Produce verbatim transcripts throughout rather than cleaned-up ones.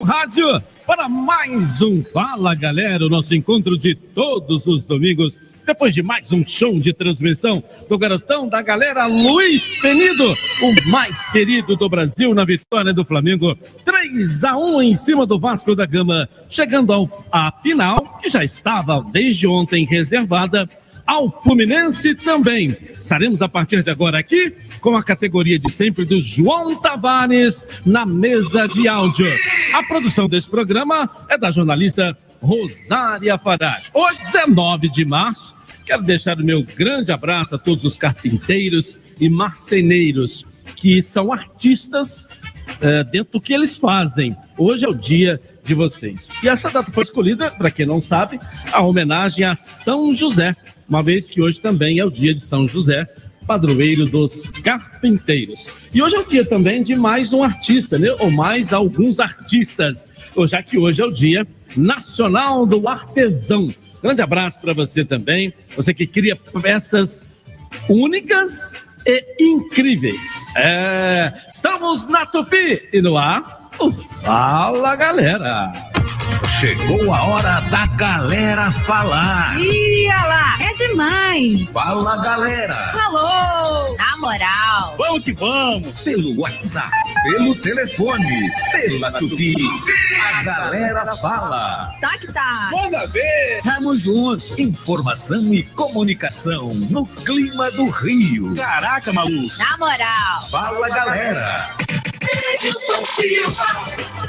rádio para mais um Fala Galera, o nosso encontro de todos os domingos, depois de mais um show de transmissão do garotão da galera Luiz Penido, o mais querido do Brasil, na vitória do Flamengo, três a um em cima do Vasco da Gama, chegando ao, à final, que já estava desde ontem reservada ao Fluminense também. Estaremos a partir de agora aqui com a categoria de sempre do João Tavares na mesa de áudio. A produção desse programa é da jornalista Rosária Farage. Hoje, dezenove de março, quero deixar o meu grande abraço a todos os carpinteiros e marceneiros que são artistas é, dentro do que eles fazem. Hoje é o dia de vocês. E essa data foi escolhida, para quem não sabe, a homenagem a São José, uma vez que hoje também é o dia de São José, padroeiro dos carpinteiros. E hoje é o dia também de mais um artista, né? Ou mais alguns artistas, já que hoje é o dia nacional do artesão. Grande abraço para você também, você que cria peças únicas e incríveis. É, estamos na Tupi e no ar, o Fala Galera. Chegou a hora da galera falar. Ia lá, é demais. Fala, galera. Falou. Na moral. Vamos que vamos. Pelo WhatsApp, pelo telefone, pela Tupi. A galera fala. Tá que tá. Manda ver. Tamo junto. Informação e comunicação no clima do Rio. Caraca, maluco. Na moral. Fala, galera. Edilson Silva.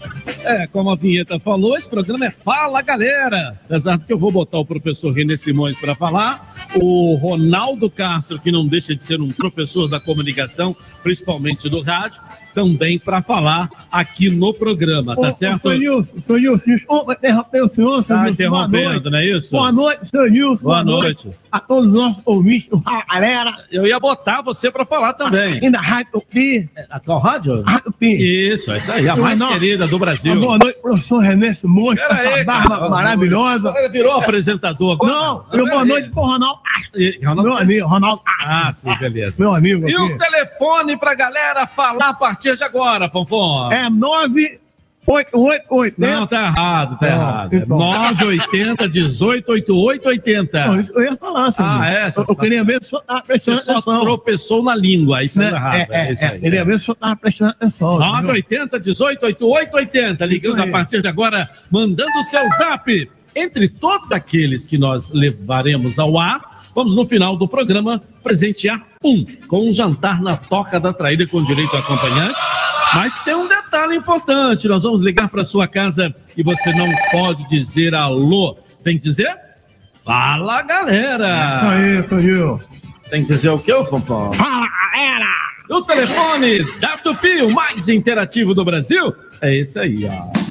É, como a vinheta falou, esse programa é Fala Galera. Apesar de que eu vou botar o professor René Simões para falar, o Ronaldo Castro, que não deixa de ser um professor da comunicação, principalmente do rádio, também para falar aqui no programa, tá ô, certo? Ô, senhor Nilson, senhor Nilson, desculpa interromper o senhor, senhor Tá Nilson. interrompendo, não é isso? Boa noite, senhor Nilson. Boa, boa noite. noite a todos os nossos ouvintes do Fala Galera. Eu ia botar você para falar também. Aqui na Rádio Tupi. A tua rádio? Rádio Tupi. Isso, é isso aí, a mais querida do Brasil. Uma boa noite, professor René Simões, com essa barba cara, maravilhosa. Ele virou apresentador agora? Não, não, boa noite pro Ronaldo Astro. Meu amigo, Ronaldo Astro. Ah, sim, beleza. Meu amigo. E aqui o telefone pra galera falar a partir de agora, Fonfon? É nove oito oito oito. Não, tá errado, tá ah, errado. Então. nove oito zero, dezoito, oitenta e oito, oitenta. Não, isso eu ia falar, senhor. Ah, é? Eu, eu queria ver se o senhor estava prestando atenção. Você só atenção. tropeçou na língua, isso é, é errado. É, é, é isso aí. É, queria é. ver se o senhor estava prestando atenção. nove oito zero, dezoito, oitenta e oito, oitenta. Ligando a partir de agora, mandando o seu zap. Entre todos aqueles que nós levaremos ao ar, vamos, no final do programa, presentear um com um jantar na Toca da Traíra com direito a acompanhante. Mas tem um detalhe importante, nós vamos ligar para sua casa e você não pode dizer alô. Tem que dizer? Fala, galera! Isso aí, senhor. Tem que dizer o quê, Fonfon? Fala, galera! O telefone da Tupi, o mais interativo do Brasil, é esse aí, ó.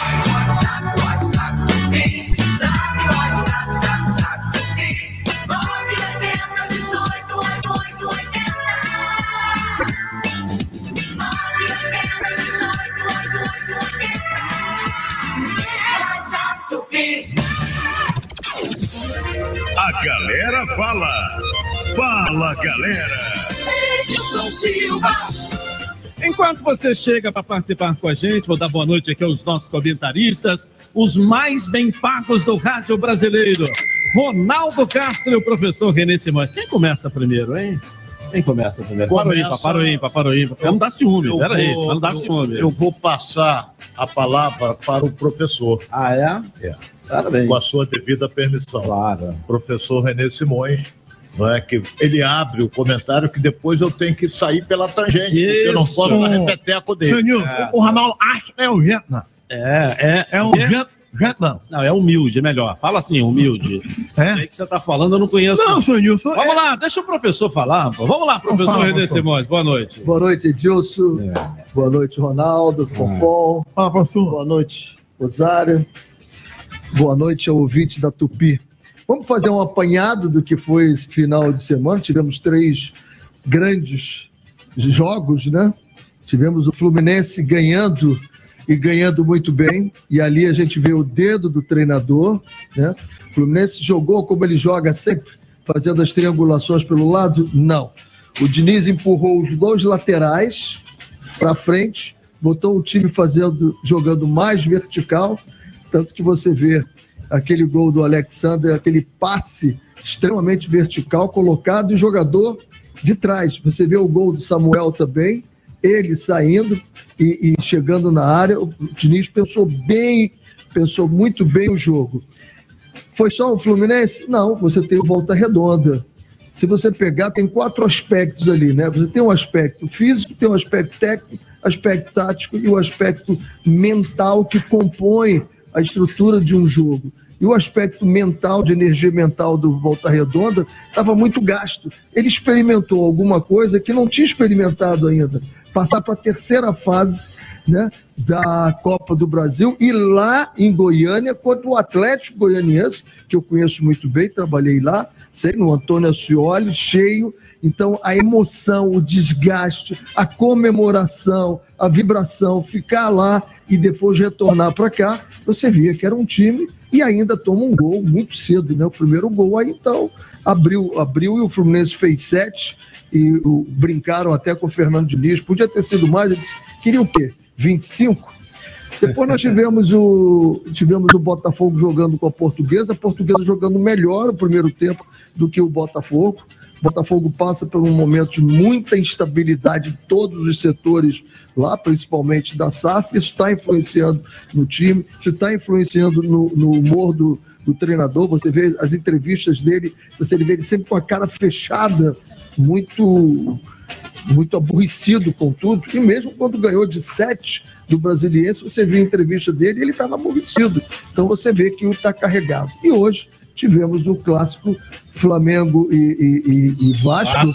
A galera fala. Fala, galera. Edilson Silva. Enquanto você chega para participar com a gente, vou dar boa noite aqui aos nossos comentaristas, os mais bem pagos do rádio brasileiro. Ronaldo Castro e o professor René Simões. Quem começa primeiro, hein? Quem começa primeiro? Para o ímpar, para o ímpar, para o ímpar. Não dá ciúme, peraí, não dá ciúme. Eu vou passar a palavra para o professor. Ah, é? É. Parabéns. Com a sua devida permissão. Claro. Professor René Simões, não é, que ele abre o comentário que depois eu tenho que sair pela tangente, Isso. porque eu não posso mais repeteco dele. Senhor, É. o Ronaldo Astro é urgente, não. É, é. É urgente, urgente, não. Não, é humilde, é melhor. Fala assim, humilde. É? É que você está falando, eu não conheço. Não, senhor Nilson. Vamos é... lá, deixa o professor falar. Pô. Vamos lá, professor Fala, René professor. Simões, boa noite. Boa noite, Edilson. É. Boa noite, Ronaldo, Fonfon. Fala, professor. Boa noite, Rosária. Boa noite ao ouvinte da Tupi. Vamos fazer um apanhado do que foi esse final de semana. Tivemos três grandes jogos, né? Tivemos o Fluminense ganhando e ganhando muito bem. E ali a gente vê o dedo do treinador, né? O Fluminense jogou como ele joga sempre, fazendo as triangulações pelo lado? Não. O Diniz empurrou os dois laterais para frente, botou o time fazendo, jogando mais vertical, tanto que você vê aquele gol do Alexander, aquele passe extremamente vertical, colocado e jogador de trás. Você vê o gol do Samuel também, ele saindo e, e chegando na área. O Diniz pensou bem, pensou muito bem o jogo. Foi só o Fluminense? Não, você tem o Volta Redonda. Se você pegar, tem quatro aspectos ali, né? Você tem um aspecto físico, tem um aspecto técnico, aspecto tático e o aspecto mental que compõe a estrutura de um jogo. E o aspecto mental, de energia mental do Volta Redonda, estava muito gasto. Ele experimentou alguma coisa que não tinha experimentado ainda. Passar para a terceira fase, né, da Copa do Brasil e lá em Goiânia, contra o Atlético Goianiense, que eu conheço muito bem, trabalhei lá, sei, no Antônio Ascioli, cheio. Então, a emoção, o desgaste, a comemoração, a vibração, ficar lá e depois retornar para cá, você via que era um time e ainda toma um gol muito cedo, né? O primeiro gol aí, então, abriu, abriu e o Fluminense fez sete e o, brincaram até com o Fernando Diniz. Podia ter sido mais, eles queriam o quê? vinte e cinco? Depois nós tivemos o, tivemos o Botafogo jogando com a Portuguesa, a Portuguesa jogando melhor o primeiro tempo do que o Botafogo. O Botafogo passa por um momento de muita instabilidade em todos os setores lá, principalmente da S A F. Isso está influenciando no time, isso está influenciando no, no humor do, do treinador. Você vê as entrevistas dele, você vê ele sempre com a cara fechada, muito, muito aborrecido com tudo. E mesmo quando ganhou de sete do Brasiliense, você vê a entrevista dele e ele estava aborrecido. Então você vê que está carregado. E hoje tivemos o clássico Flamengo e, e, e, e Vasco.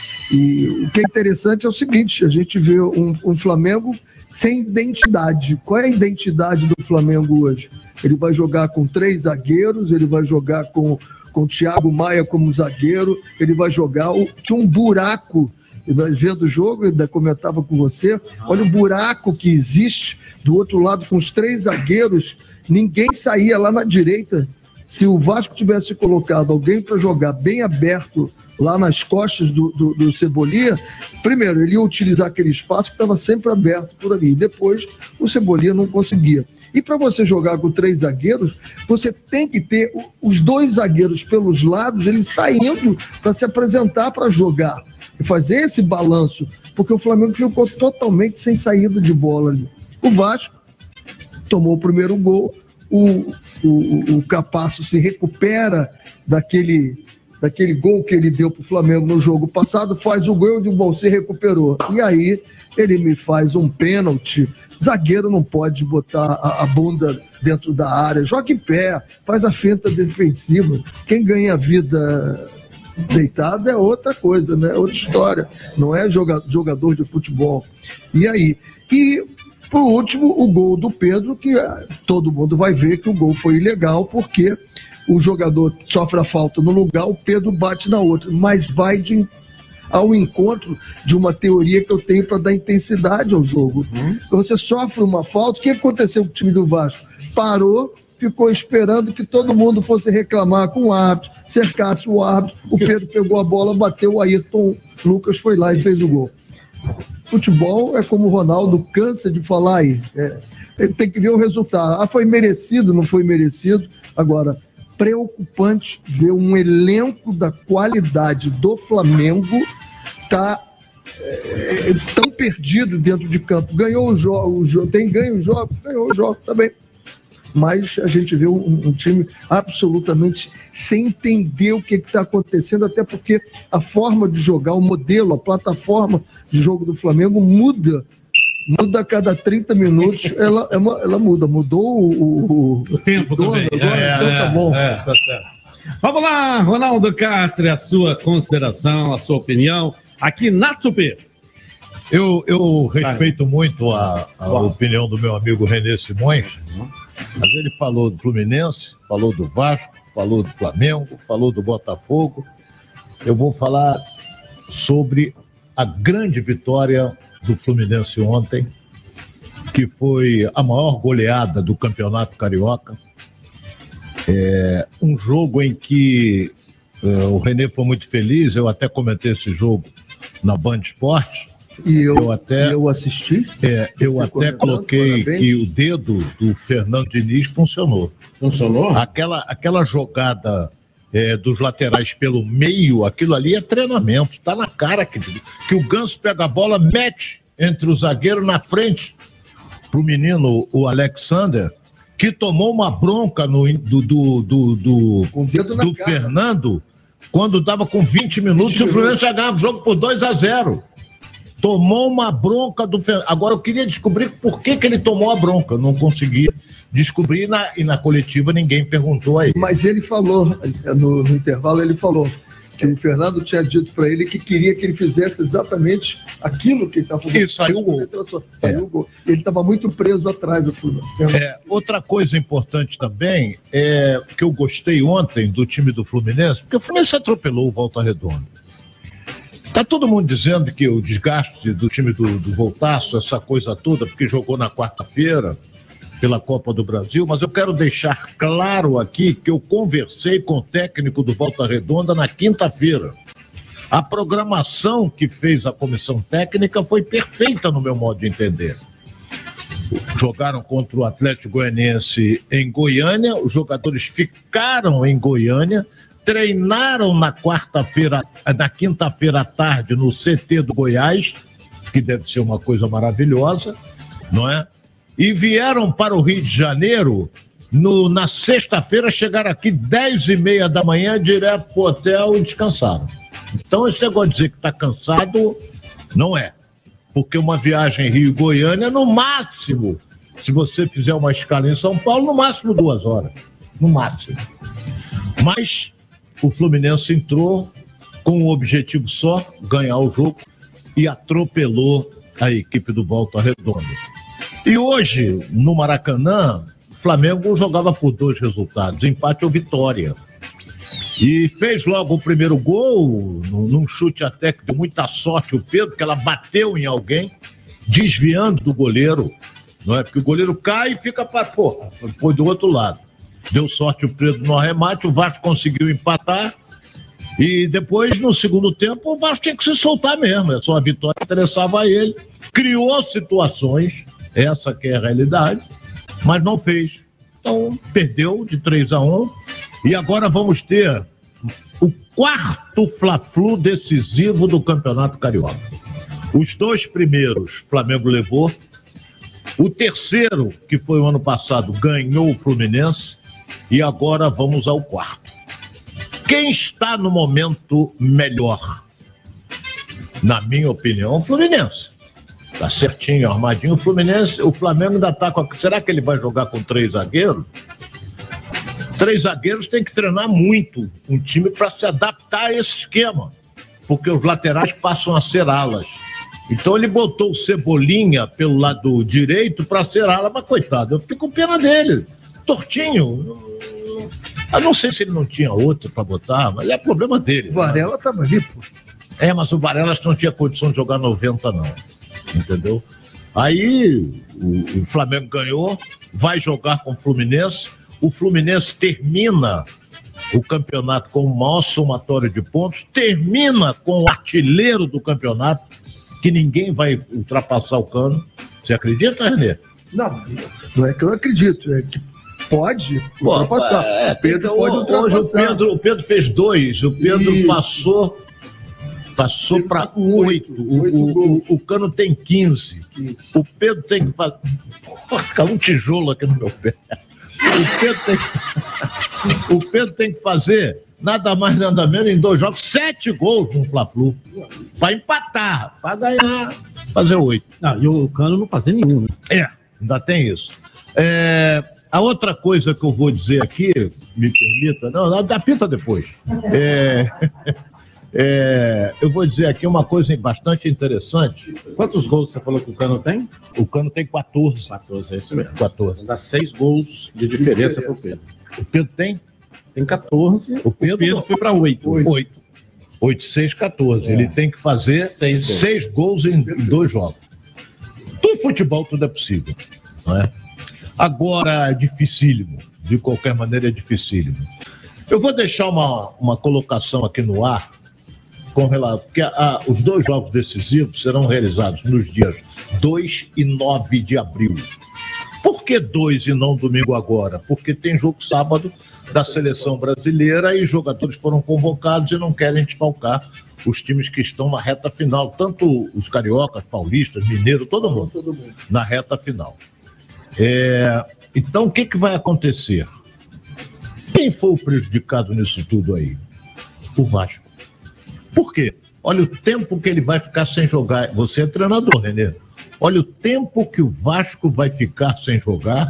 E o que é interessante é o seguinte, a gente vê um, um Flamengo sem identidade. Qual é a identidade do Flamengo hoje? Ele vai jogar com três zagueiros, ele vai jogar com, com o Thiago Maia como zagueiro, ele vai jogar... O, tinha um buraco, vendo o jogo, eu ainda comentava com você, olha o buraco que existe do outro lado com os três zagueiros, ninguém saía lá na direita. Se o Vasco tivesse colocado alguém para jogar bem aberto lá nas costas do, do, do Cebolinha, primeiro, ele ia utilizar aquele espaço que estava sempre aberto por ali. E depois, o Cebolinha não conseguia. E para você jogar com três zagueiros, você tem que ter os dois zagueiros pelos lados, eles saindo para se apresentar para jogar. E fazer esse balanço, porque o Flamengo ficou totalmente sem saída de bola ali. O Vasco tomou o primeiro gol, O, o, o Capasso se recupera daquele, daquele gol que ele deu para o Flamengo no jogo passado, faz o gol de bom, se recuperou. E aí ele me faz um pênalti. Zagueiro não pode botar a, a bunda dentro da área, joga em pé, faz a finta defensiva. Quem ganha vida deitado é outra coisa, né? É outra história. Não é jogador de futebol. E aí? E por último, o gol do Pedro, que todo mundo vai ver que o gol foi ilegal, porque o jogador sofre a falta no lugar, o Pedro bate na outra, mas vai de, ao encontro de uma teoria que eu tenho para dar intensidade ao jogo. Uhum. Você sofre uma falta, o que aconteceu com o time do Vasco? Parou, ficou esperando que todo mundo fosse reclamar com o árbitro, cercasse o árbitro, o Pedro pegou a bola, bateu, o Ayrton Lucas foi lá e fez o gol. Futebol é como o Ronaldo cansa de falar aí. É, ele tem que ver o resultado. Ah, foi merecido, não foi merecido. Agora, preocupante ver um elenco da qualidade do Flamengo tá é, tão perdido dentro de campo. Ganhou o jogo, tem ganho o jogo, ganhou o jogo também. Mas a gente vê um, um time absolutamente sem entender o que está acontecendo, até porque a forma de jogar, o modelo, a plataforma de jogo do Flamengo muda, muda a cada trinta minutos, ela, ela, ela muda, mudou o, o, o tempo o também. Agora, é, então tá bom. É, tá certo. Vamos lá, Ronaldo Castro, a sua consideração, a sua opinião, aqui na Tupi. Eu, eu respeito Vai. muito a, a opinião do meu amigo Renê Simões, mas ele falou do Fluminense, falou do Vasco, falou do Flamengo, falou do Botafogo. Eu vou falar sobre a grande vitória do Fluminense ontem, que foi a maior goleada do Campeonato Carioca. É um jogo em que uh, o Renê foi muito feliz, eu até comentei esse jogo na Band Esporte. E eu, Eu até- eu assisti. É, eu Você até comentando, coloquei parabéns. que o dedo do Fernando Diniz funcionou. Funcionou? Aquela, aquela jogada é, dos laterais pelo meio, aquilo ali é treinamento. Está na cara que, que o Ganso pega a bola, mete entre o zagueiro na frente pro menino, o Alexander, que tomou uma bronca no, do, do, do, do, Com o dedo na do cara. Fernando quando estava com vinte minutos e o Fluminense já ganhava o jogo por dois a zero. Tomou uma bronca do Fernando. Agora eu queria descobrir por que, que ele tomou a bronca. Eu não consegui descobrir e na, e na coletiva ninguém perguntou a ele. Mas ele falou, no, no intervalo, ele falou que o Fernando tinha dito para ele que queria que ele fizesse exatamente aquilo que ele estava fazendo. E saiu o gol. Saiu É. o gol. Ele estava muito preso atrás do Fluminense. É, outra coisa importante também é que eu gostei ontem do time do Fluminense, porque o Fluminense atropelou o Volta Redonda. Tá todo mundo dizendo que o desgaste do time do, do Voltaço, essa coisa toda, porque jogou na quarta-feira pela Copa do Brasil, mas eu quero deixar claro aqui que eu conversei com o técnico do Volta Redonda na quinta-feira. A programação que fez a comissão técnica foi perfeita no meu modo de entender. Jogaram contra o Atlético Goianiense em Goiânia, os jogadores ficaram em Goiânia, treinaram na quarta-feira, na quinta-feira à tarde no C T do Goiás, que deve ser uma coisa maravilhosa, não é? E vieram para o Rio de Janeiro no, na sexta-feira, chegaram aqui dez e meia da manhã, direto para o hotel e descansaram. Então esse negócio de dizer que está cansado, não é. Porque uma viagem Rio-Goiânia, no máximo, se você fizer uma escala em São Paulo, no máximo duas horas. No máximo. Mas o Fluminense entrou com um objetivo só, ganhar o jogo, e atropelou a equipe do Volta Redonda. E hoje, no Maracanã, o Flamengo jogava por dois resultados, empate ou vitória. E fez logo o primeiro gol, num chute até que deu muita sorte o Pedro, que ela bateu em alguém, desviando do goleiro, não é? Porque o goleiro cai e fica para... Pô, foi do outro lado. Deu sorte o Pedro no arremate, o Vasco conseguiu empatar, e depois, no segundo tempo, o Vasco tinha que se soltar mesmo, é só a vitória que interessava a ele, criou situações, essa que é a realidade, mas não fez. Então, perdeu de três a um, e agora vamos ter o quarto Fla-Flu decisivo do Campeonato Carioca. Os dois primeiros, Flamengo levou. O terceiro, que foi o ano passado, ganhou o Fluminense. E agora vamos ao quarto. Quem está no momento melhor? Na minha opinião, o Fluminense. Tá certinho, armadinho. O Fluminense, o Flamengo ainda tá com... A... Será que ele vai jogar com três zagueiros? Três zagueiros tem que treinar muito um time para se adaptar a esse esquema, porque os laterais passam a ser alas. Então ele botou o Cebolinha pelo lado direito para ser ala, mas coitado, eu fiquei com pena dele. Tortinho. Eu não sei se ele não tinha outro para botar, mas é problema dele. O Varela estava ali, pô. É, mas o Varela acho que não tinha condição de jogar noventa, não. Entendeu? Aí o, o Flamengo ganhou, vai jogar com o Fluminense. O Fluminense termina o campeonato com o maior somatório de pontos, termina com o artilheiro do campeonato, que ninguém vai ultrapassar o Cano. Você acredita, Renê? Não, não é que eu acredito, é que pode ultrapassar. É, o Pedro tem, pode hoje ultrapassar. o Pedro, o Pedro fez dois, o Pedro Isso. passou passou Ele para tá com oito, oito. oito O, gols. o, o Cano tem quinze. Isso. O Pedro tem que fazer. Porra, caiu um tijolo aqui no meu pé. O Pedro tem, o Pedro tem que fazer nada mais, nada menos em dois jogos, sete gols no Fla-Flu. Para empatar, para ganhar, fazer oito. Ah, e o Cano não fazer nenhum, né? É, ainda tem isso. É, a outra coisa que eu vou dizer aqui, me permita, não, da pita depois. É, é, eu vou dizer aqui uma coisa bastante interessante. Quantos gols você falou que o Cano tem? O Cano tem quatorze. quatorze, é isso mesmo. quatorze. Dá seis gols de diferença pro Pedro. O Pedro tem? Tem quatorze, O Pedro, o Pedro foi para oito. oito. oito, seis, quatorze. Ele tem que fazer Seis gols. seis gols em, em dois jogos. No futebol tudo é possível, não é? Agora é dificílimo. De qualquer maneira é dificílimo. Eu vou deixar uma, uma colocação aqui no ar com relação... Porque a, os dois jogos decisivos serão realizados nos dias dois e nove de abril. Por que dois e não domingo agora? Porque tem jogo sábado da seleção brasileira e jogadores foram convocados e não querem desfalcar os times que estão na reta final, tanto os cariocas, paulistas, mineiros, todo mundo, Todo mundo. na reta final. É, então, o que, que vai acontecer? Quem foi o prejudicado nisso tudo aí? O Vasco. Por quê? Olha o tempo que ele vai ficar sem jogar. Você é treinador, Renê. Olha o tempo que o Vasco vai ficar sem jogar,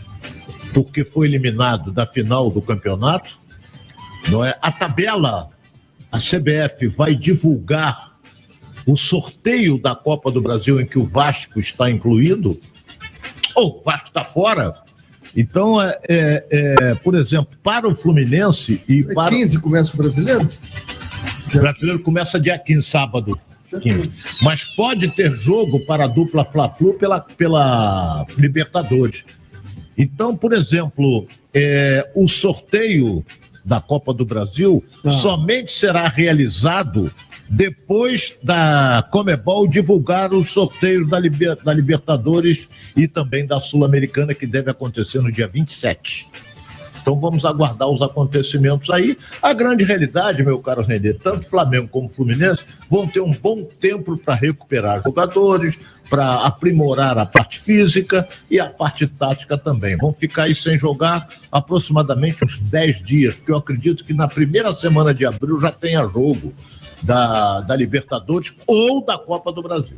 porque foi eliminado da final do campeonato. Não é? A tabela, a C B F vai divulgar o sorteio da Copa do Brasil em que o Vasco está incluído. Ou o Vasco está fora. Então, é, é, é, por exemplo, para o Fluminense e É para... quinze começa o brasileiro? O brasileiro começa dia quinze, sábado. quinze. Mas pode ter jogo para a dupla Fla-Flu pela, pela Libertadores. Então, por exemplo, é, o sorteio da Copa do Brasil Ah. somente será realizado depois da Conmebol divulgar os sorteios da, Liber, da Libertadores e também da Sul-Americana, que deve acontecer no dia vinte e sete. Então vamos aguardar os acontecimentos aí. A grande realidade, meu caro Renê, tanto Flamengo como Fluminense vão ter um bom tempo para recuperar jogadores, para aprimorar a parte física e a parte tática também. Vão ficar aí sem jogar aproximadamente uns dez dias, porque eu acredito que na primeira semana de abril já tenha jogo da, da Libertadores ou da Copa do Brasil.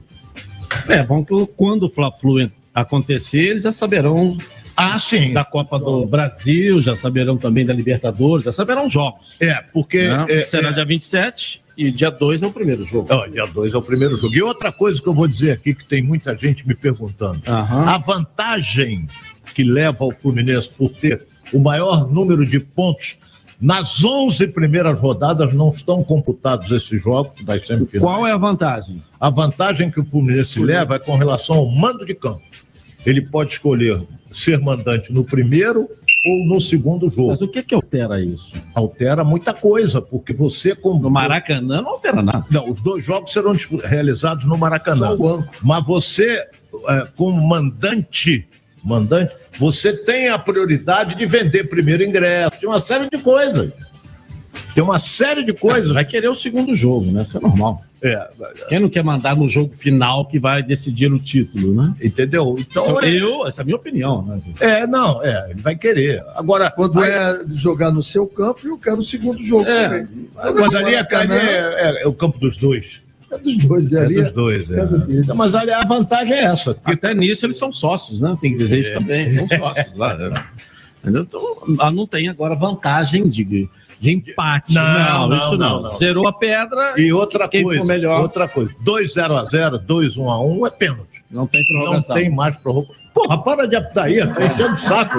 É bom que quando o Fla-Flu acontecer, eles já saberão Ah, sim. da Copa do Brasil, já saberão também da Libertadores, já saberão os jogos. É, porque... Né? É, Será é... dia vinte e sete e dia dois é o primeiro jogo. Oh, dia dois é o primeiro jogo. E outra coisa que eu vou dizer aqui, que tem muita gente me perguntando. Aham. A vantagem que leva o Fluminense por ter o maior número de pontos nas onze primeiras rodadas, não estão computados esses jogos das semifinais. Qual é a vantagem? A vantagem que o Fluminense leva é com relação ao mando de campo. Ele pode escolher ser mandante no primeiro ou no segundo jogo. Mas o que que altera isso? Altera muita coisa, porque você... como No Maracanã não altera nada. Não, os dois jogos serão realizados no Maracanã. Só o banco. Mas você, é, como mandante, mandante, você tem a prioridade de vender primeiro ingresso, tem uma série de coisas. Tem uma série de coisas. Vai querer o segundo jogo, né? Isso é normal. É, Quem não quer mandar no jogo final que vai decidir o título, né? entendeu? Então, Isso, é, eu, essa é a minha opinião, né? é, não, é, ele vai querer. Agora, Quando aí- é jogar no seu campo, eu quero o segundo jogo É. também. mas ali, é, Maracanã, ali é, é- é o campo dos dois. é dos dois, é É ali. dos dois, é. casa deles. Então, mas ali a vantagem é essa. porque Até nisso eles são sócios, né? Tem que dizer isso também. São sócios lá. Né? Entendeu? Então, ah, não tem agora vantagem de, de empate. Não, Não, não, isso não. não, não. Zerou a pedra E outra quem coisa, for melhor. outra coisa, dois zero a zero, dois um a um é pênalti. não tem Não prorrogação. tem mais prorrogação. Porra, para de apitar aí, tá enchendo o saco.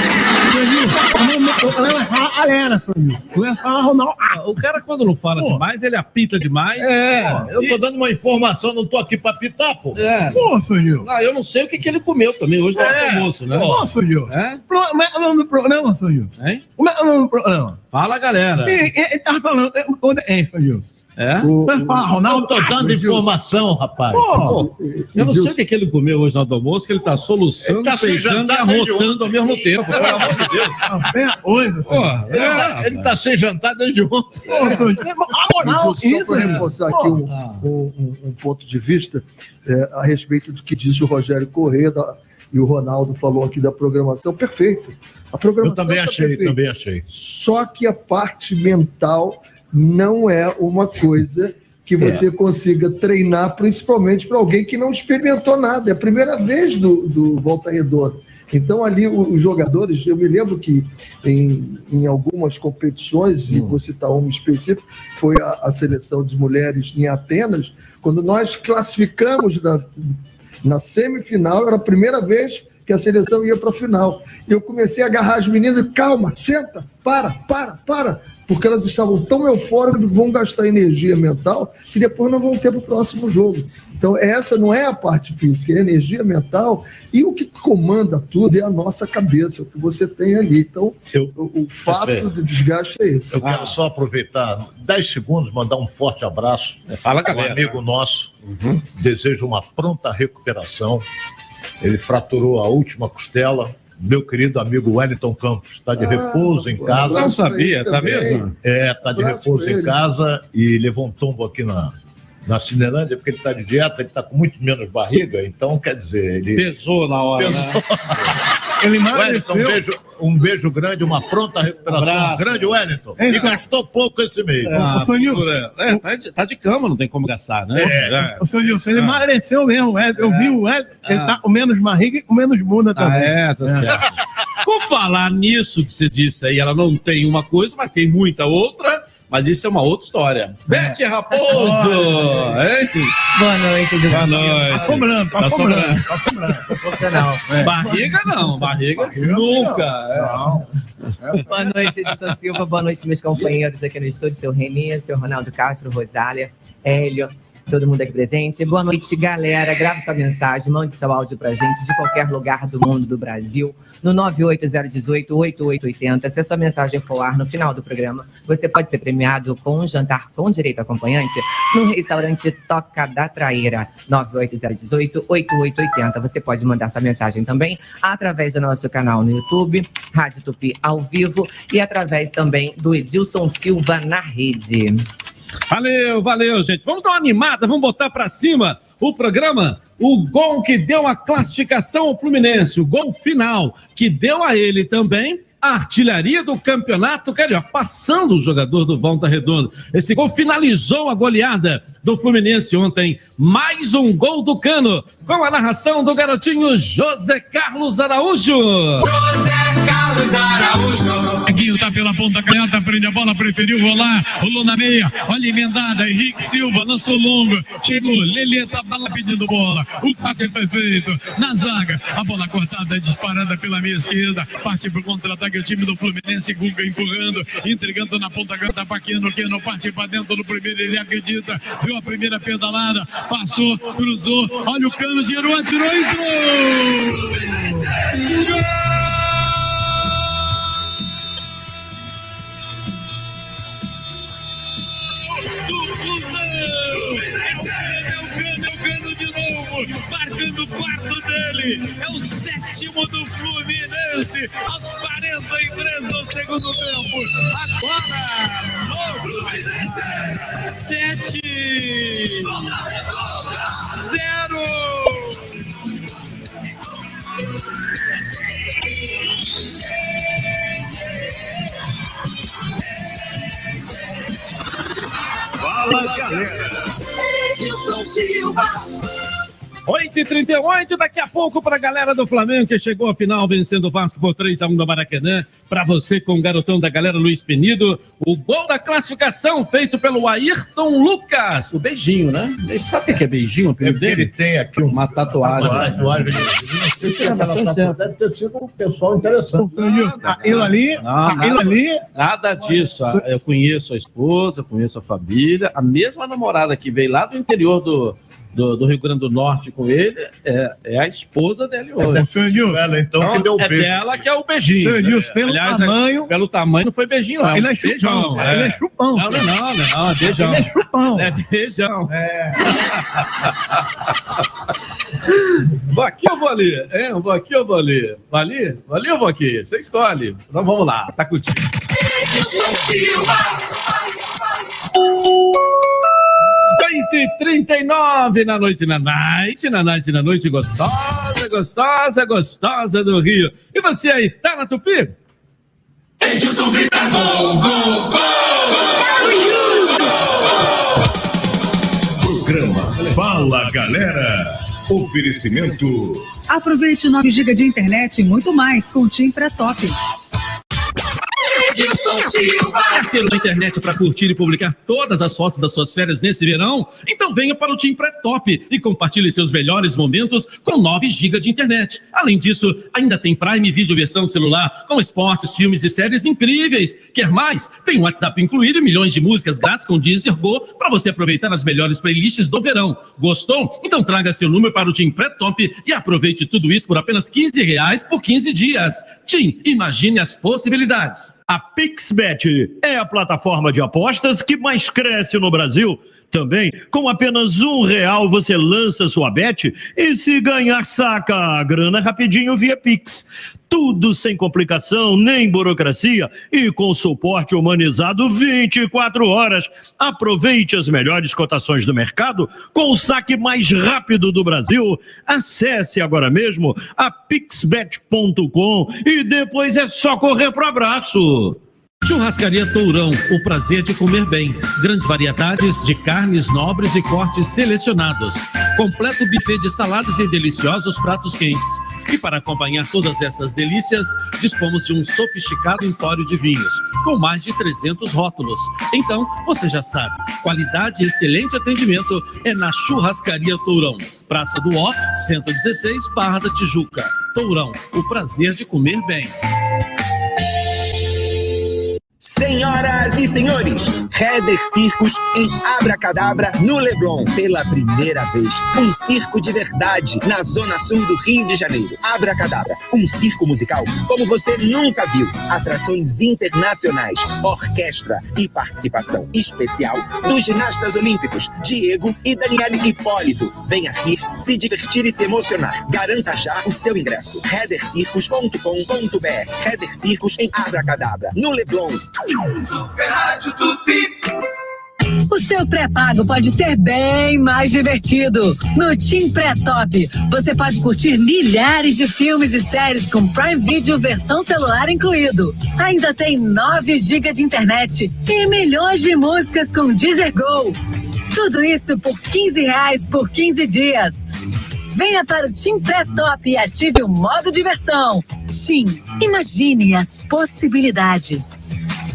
Galera, Soninho. Não é falar Ronaldo. Ah, O cara, quando não fala Pô. demais, ele apita demais. É, eu tô dando uma informação, não tô aqui pra apitar, pô. É. Pô, Soninho. Ah, eu não sei o que, que ele comeu também hoje no É. almoço, né? Pô, Soninho. É? Pro- Como é o nome do programa, Soninho? Hein? Como é o nome do programa? Fala, galera. Ele ele tava falando. é, Onde é, Soninho? É? O- Vai falar Não Ronaldo? tô dando informação, rapaz. Pô. Eu não sei Edilson, o que, que ele comeu hoje no almoço, que ele tá soluçando, Ele tá sem peitando e jantar desde arrotando ao mesmo tempo. Pelo amor de Deus. É coisa, Soninho. Porra, Ele, é, tá, ele tá sem jantar desde ontem. Pô, Soninho. A moral, Edilson, só isso, para né? reforçar Pô. aqui um, Ah. um- um- um ponto de vista é, a respeito do que disse o Rogério Corrêa da- e o Ronaldo falou aqui da programação. Perfeito. A Eu programação também tá achei, perfeita. também achei. Só que a parte mental não é uma coisa que você consiga treinar, principalmente para alguém que não experimentou nada. É a primeira vez do, do Volta Redonda. Então, ali, o- os jogadores, eu me lembro que em, em algumas competições, e vou citar uma específica, foi a, a seleção de mulheres em Atenas, quando nós classificamos na, na semifinal, era a primeira vez que a seleção ia para a final. Eu comecei a agarrar as meninas e, calma, senta, para, para, para. porque elas estavam tão eufóricas que vão gastar energia mental que depois não vão ter para o próximo jogo. Então, essa não é a parte física, é a energia mental, e o que comanda tudo é a nossa cabeça, o que você tem ali. Então, Eu- o, o fato do desgaste é esse. Eu quero só aproveitar dez segundos, mandar um forte abraço Fala, a um galera. amigo nosso. Desejo uma pronta recuperação. Ele fraturou a última costela. Meu querido amigo Wellington Campos está de Ah, repouso em pô, casa. Não sabia, tá também. mesmo? É, está de Abraço repouso pra em ele. casa e levou um tombo aqui na, na Cinelândia, porque ele está de dieta, ele está com muito menos barriga, então quer dizer, ele. Pesou na hora, Pesou. né? Ele Wellington, um emagreceu. beijo, um beijo grande, uma pronta recuperação. Abraço. Grande Wellington. É E isso. gastou pouco esse mês. Ah, Ô, seu Nilson. segura. É, tá, de, tá de cama, não tem como gastar, né? É. O seu Nilson, ele Ah. emagreceu mesmo. É, eu vi o Ed, ele tá com menos barriga e com menos bunda Ah, também. é, tá certo. Por falar nisso que você disse aí, ela não tem uma coisa, mas tem muita outra, mas isso é uma outra história. Beth Raposo! Hein? Boa noite, Jesus. Boa Tá noite. sobrando, tá, Tá sobrando, sobrando. tá sobrando. Proporcional. Barriga não, barriga, nunca. é. Boa noite, Edson Silva. Boa noite, meus companheiros aqui no estúdio. Seu Renê, seu Ronaldo Castro, Rosália, Hélio, todo mundo aqui presente. Boa noite, galera. Grave sua mensagem, mande seu áudio pra gente de qualquer lugar do mundo, do Brasil, no nove oito zero um oito, oito oito oito zero. Se a sua mensagem for ao ar no final do programa, você pode ser premiado com um jantar com direito acompanhante no restaurante Toca da Traíra, nove oito zero um oito, oito oito oito zero. Você pode mandar sua mensagem também através do nosso canal no YouTube, Rádio Tupi ao vivo, e através também do Edilson Silva na rede. Valeu, valeu, gente. Vamos dar uma animada, vamos botar pra cima o programa. O gol que deu a classificação ao Fluminense, o gol final, que deu a ele também a artilharia do Campeonato Carioca, passando o jogador do Volta Redonda. Esse gol finalizou a goleada do Fluminense ontem. Mais um gol do Cano, com a narração do garotinho José Carlos Araújo. Neguinho tá pela ponta canhota, prende a bola, preferiu rolar, rolou na meia, olha a emendada, Henrique Silva lançou longo, chegou, Lelê tá lá pedindo bola, o passe é perfeito, na zaga, a bola cortada, disparada pela meia esquerda, parte pro contra-ataque, o time do Fluminense, Guga empurrando, entregando na ponta canhota pra Keno, Keno parte pra dentro do primeiro, ele acredita, viu a primeira pedalada, passou, cruzou, olha o Cano, girou, atirou, entrou! Marcando o quarto dele, é o sétimo do Fluminense, aos quarenta e três do segundo tempo. Agora, novo, sete, zero. Fala, galera. Edilson Silva. oito e trinta e oito, daqui a pouco para a galera do Flamengo que chegou à final vencendo o Vasco por três a um no Maracanã. Para você com o garotão da galera Luiz Penido, o gol da classificação feito pelo Ayrton Lucas. O beijinho, né? Sabe o que é beijinho? O É apelido porque ele dele? tem aqui um Uma tatuagem. tatuagem. Deve ter sido um pessoal interessante. Ô, seu Nilson, aquilo ali, Não, aquilo nada. ali, Nada disso. Eu conheço a esposa, conheço a família. A mesma namorada que veio lá do interior do, do, do Rio Grande do Norte com ele é, é a esposa dele hoje. ô, seu Nilson, Ela, então, que deu É beijo. dela que é o beijinho. seu Nilson, pelo Aliás, tamanho, pelo tamanho não foi beijinho, não. ele é beijão. chupão, ele é chupão. Não, não, não, não, não, é beijão. Ele é chupão. É beijão. É. Vou aqui ou vou ali? Hein? Vou aqui ou vou ali? Vou ali? Vou ali ou vou aqui? Você escolhe. Então vamos lá, tá contigo. Edilson Silva. oito e trinta e nove na noite, na night, na night, na noite gostosa, gostosa, gostosa do Rio. E você aí, tá na Tupi? Edilson grita gol, gol, gol. Programa Fala, galera. Oferecimento. Aproveite nove gigas de internet e muito mais com o Tim pré-top. Edilson Silva. Quer ter uma internet para curtir e publicar todas as fotos das suas férias nesse verão? Então venha para o Tim Pré-Top e compartilhe seus melhores momentos com nove gigas de internet. Além disso, ainda tem Prime Video versão celular com esportes, filmes e séries incríveis. Quer mais? Tem WhatsApp incluído e milhões de músicas grátis com Deezer Go para você aproveitar as melhores playlists do verão. Gostou? Então traga seu número para o Tim Pré-Top e aproveite tudo isso por apenas quinze reais por quinze dias. Tim, imagine as possibilidades. A PixBet é a plataforma de apostas que mais cresce no Brasil. Também, com apenas um real, você lança sua bet e se ganhar, saca a grana rapidinho via Pix. Tudo sem complicação, nem burocracia e com suporte humanizado vinte e quatro horas. Aproveite as melhores cotações do mercado com o saque mais rápido do Brasil. Acesse agora mesmo a pixbet ponto com e depois é só correr pro abraço. Churrascaria Tourão, o prazer de comer bem. Grandes variedades de carnes nobres e cortes selecionados. Completo buffet de saladas e deliciosos pratos quentes. E para acompanhar todas essas delícias, dispomos de um sofisticado empório de vinhos, com mais de trezentos rótulos. Então, você já sabe, qualidade e excelente atendimento é na Churrascaria Tourão. Praça do Ó, cento e dezesseis, Barra da Tijuca. Tourão, o prazer de comer bem. Senhoras e senhores, Heather Circus em Abracadabra, no Leblon, pela primeira vez. Um circo de verdade na zona sul do Rio de Janeiro. Abracadabra, um circo musical como você nunca viu. Atrações internacionais, orquestra e participação especial dos ginastas olímpicos Diego e Daniele Hipólito. Venha rir, se divertir e se emocionar. Garanta já o seu ingresso. heather circus ponto com ponto b r. Heather Circus em Abracadabra, no Leblon. Super Rádio Tupi. O seu pré-pago pode ser bem mais divertido. No Tim Pré-Top, você pode curtir milhares de filmes e séries com Prime Video versão celular incluído. Ainda tem nove gigas de internet e milhões de músicas com Deezer Go. Tudo isso por quinze reais por quinze dias. Venha para o Tim Pré-Top e ative o modo diversão. Tim, imagine as possibilidades.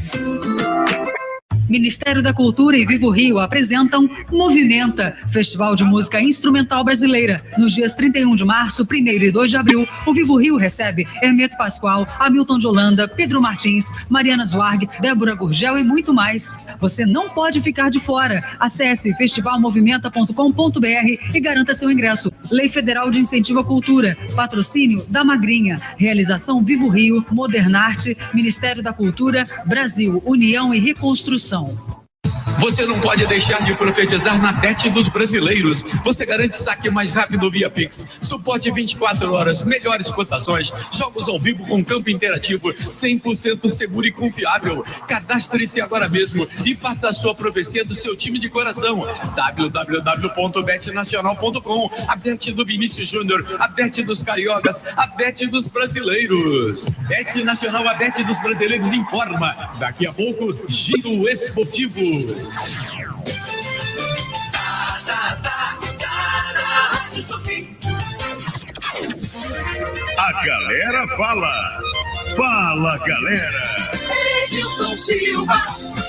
Ministério da Cultura e Vivo Rio apresentam Movimenta, Festival de Música Instrumental Brasileira. Nos dias trinta e um de março, primeiro e dois de abril, o Vivo Rio recebe Hermeto Pascoal, Hamilton de Holanda, Pedro Martins, Mariana Zuarg, Débora Gurgel e muito mais. Você não pode ficar de fora. Acesse festival movimenta ponto com ponto b r e garanta seu ingresso. Lei Federal de Incentivo à Cultura. Patrocínio da Magrinha. Realização Vivo Rio, Modernarte, Ministério da Cultura, Brasil, União e Reconstrução. Você não pode deixar de profetizar na Bet dos Brasileiros. Você garante saque mais rápido via Pix. Suporte vinte e quatro horas, melhores cotações, jogos ao vivo com campo interativo, cem por cento seguro e confiável. Cadastre-se agora mesmo e faça a sua profecia do seu time de coração. w w w ponto bet nacional ponto com. A Bet do Vinícius Júnior, a Bet dos Cariocas, a Bet dos Brasileiros. Bet Nacional, a Bet dos Brasileiros informa. Daqui a pouco, Giro Esportivo. A galera fala. Fala, galera. Edilson Silva.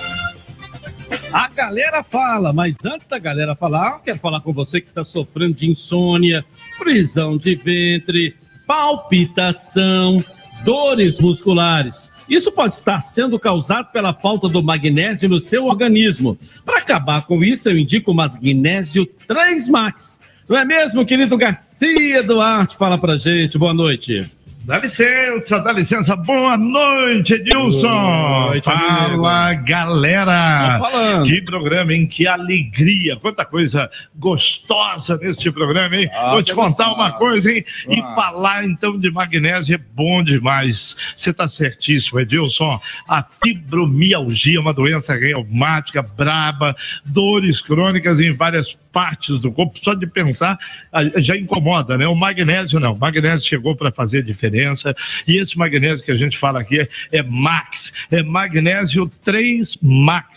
A galera fala, mas antes da galera falar, eu quero falar com você que está sofrendo de insônia, prisão de ventre, palpitação, dores musculares. Isso pode estar sendo causado pela falta do magnésio no seu organismo. Para acabar com isso, eu indico o Magnésio três Max. Não é mesmo, querido Garcia Duarte? Fala pra gente. Boa noite. Dá licença, dá licença. Boa noite, Edilson. Boa noite, Fala, amigo. galera. Tô falando. Que programa, hein? Que alegria. Quanta coisa gostosa neste programa, hein? Ah, Vou te contar gostado. uma coisa, hein? Ah. E falar, então, de magnésio é bom demais. Você tá certíssimo, Edilson. A fibromialgia é uma doença reumática braba, dores crônicas em várias partes do corpo. Só de pensar, já incomoda, né? O magnésio não. O magnésio chegou para fazer diferença. E esse magnésio que a gente fala aqui é, é Max, é Magnésio três Max.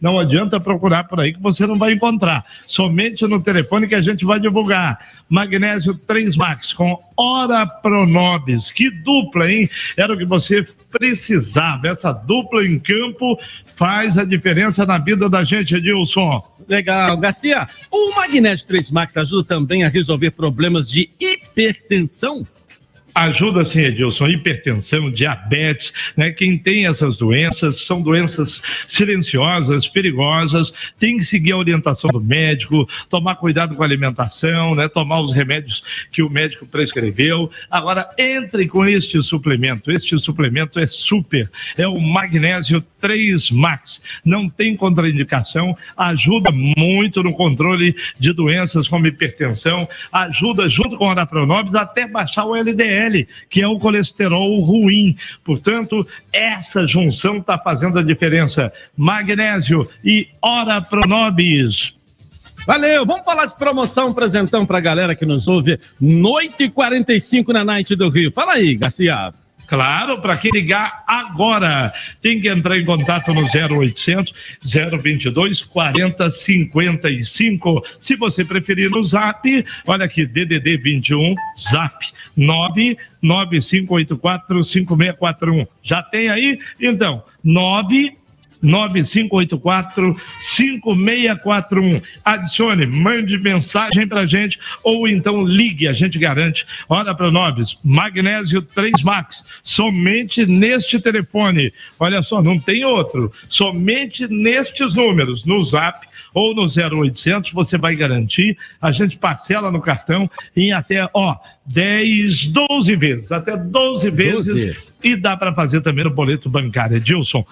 Não adianta procurar por aí que você não vai encontrar. Somente no telefone que a gente vai divulgar. Magnésio três Max com Ora Pronobis. Que dupla, hein? Era o que você precisava. Essa dupla em campo faz a diferença na vida da gente, Edilson. Legal, Garcia. O Magnésio três Max ajuda também a resolver problemas de hipertensão? Ajuda sim, Edilson, hipertensão, diabetes, né? Quem tem essas doenças, são doenças silenciosas, perigosas, tem que seguir a orientação do médico, tomar cuidado com a alimentação, né? Tomar os remédios que o médico prescreveu. Agora, entre com este suplemento, este suplemento é super, é o Magnésio três Max, não tem contraindicação, ajuda muito no controle de doenças como hipertensão, ajuda junto com a Ora Pronobis até baixar o L D L, que é o colesterol ruim. Portanto, essa junção está fazendo a diferença. Magnésio e Ora Pronobis. Valeu, vamos falar de promoção, presentão pra galera que nos ouve. Noite e quarenta e cinco na Night do Rio. Fala aí, Garcia. Claro, para quem ligar agora, tem que entrar em contato no zero oitocentos, zero vinte e dois, quarenta, cinquenta e cinco. Se você preferir no Zap, olha aqui, D D D vinte e um, Zap nove nove cinco oito quatro cinco seis quatro um. Já tem aí? Então, nove nove cinco oito quatro cinco seis quatro um. Adicione, mande mensagem pra gente ou então ligue, a gente garante. Ora Pronobis, Magnésio três Max, somente neste telefone. Olha só, não tem outro. Somente nestes números, no Zap ou no zero oitocentos, você vai garantir. A gente parcela no cartão em até, ó, dez, doze vezes, até doze vezes. doze. E dá para fazer também no boleto bancário. Edilson.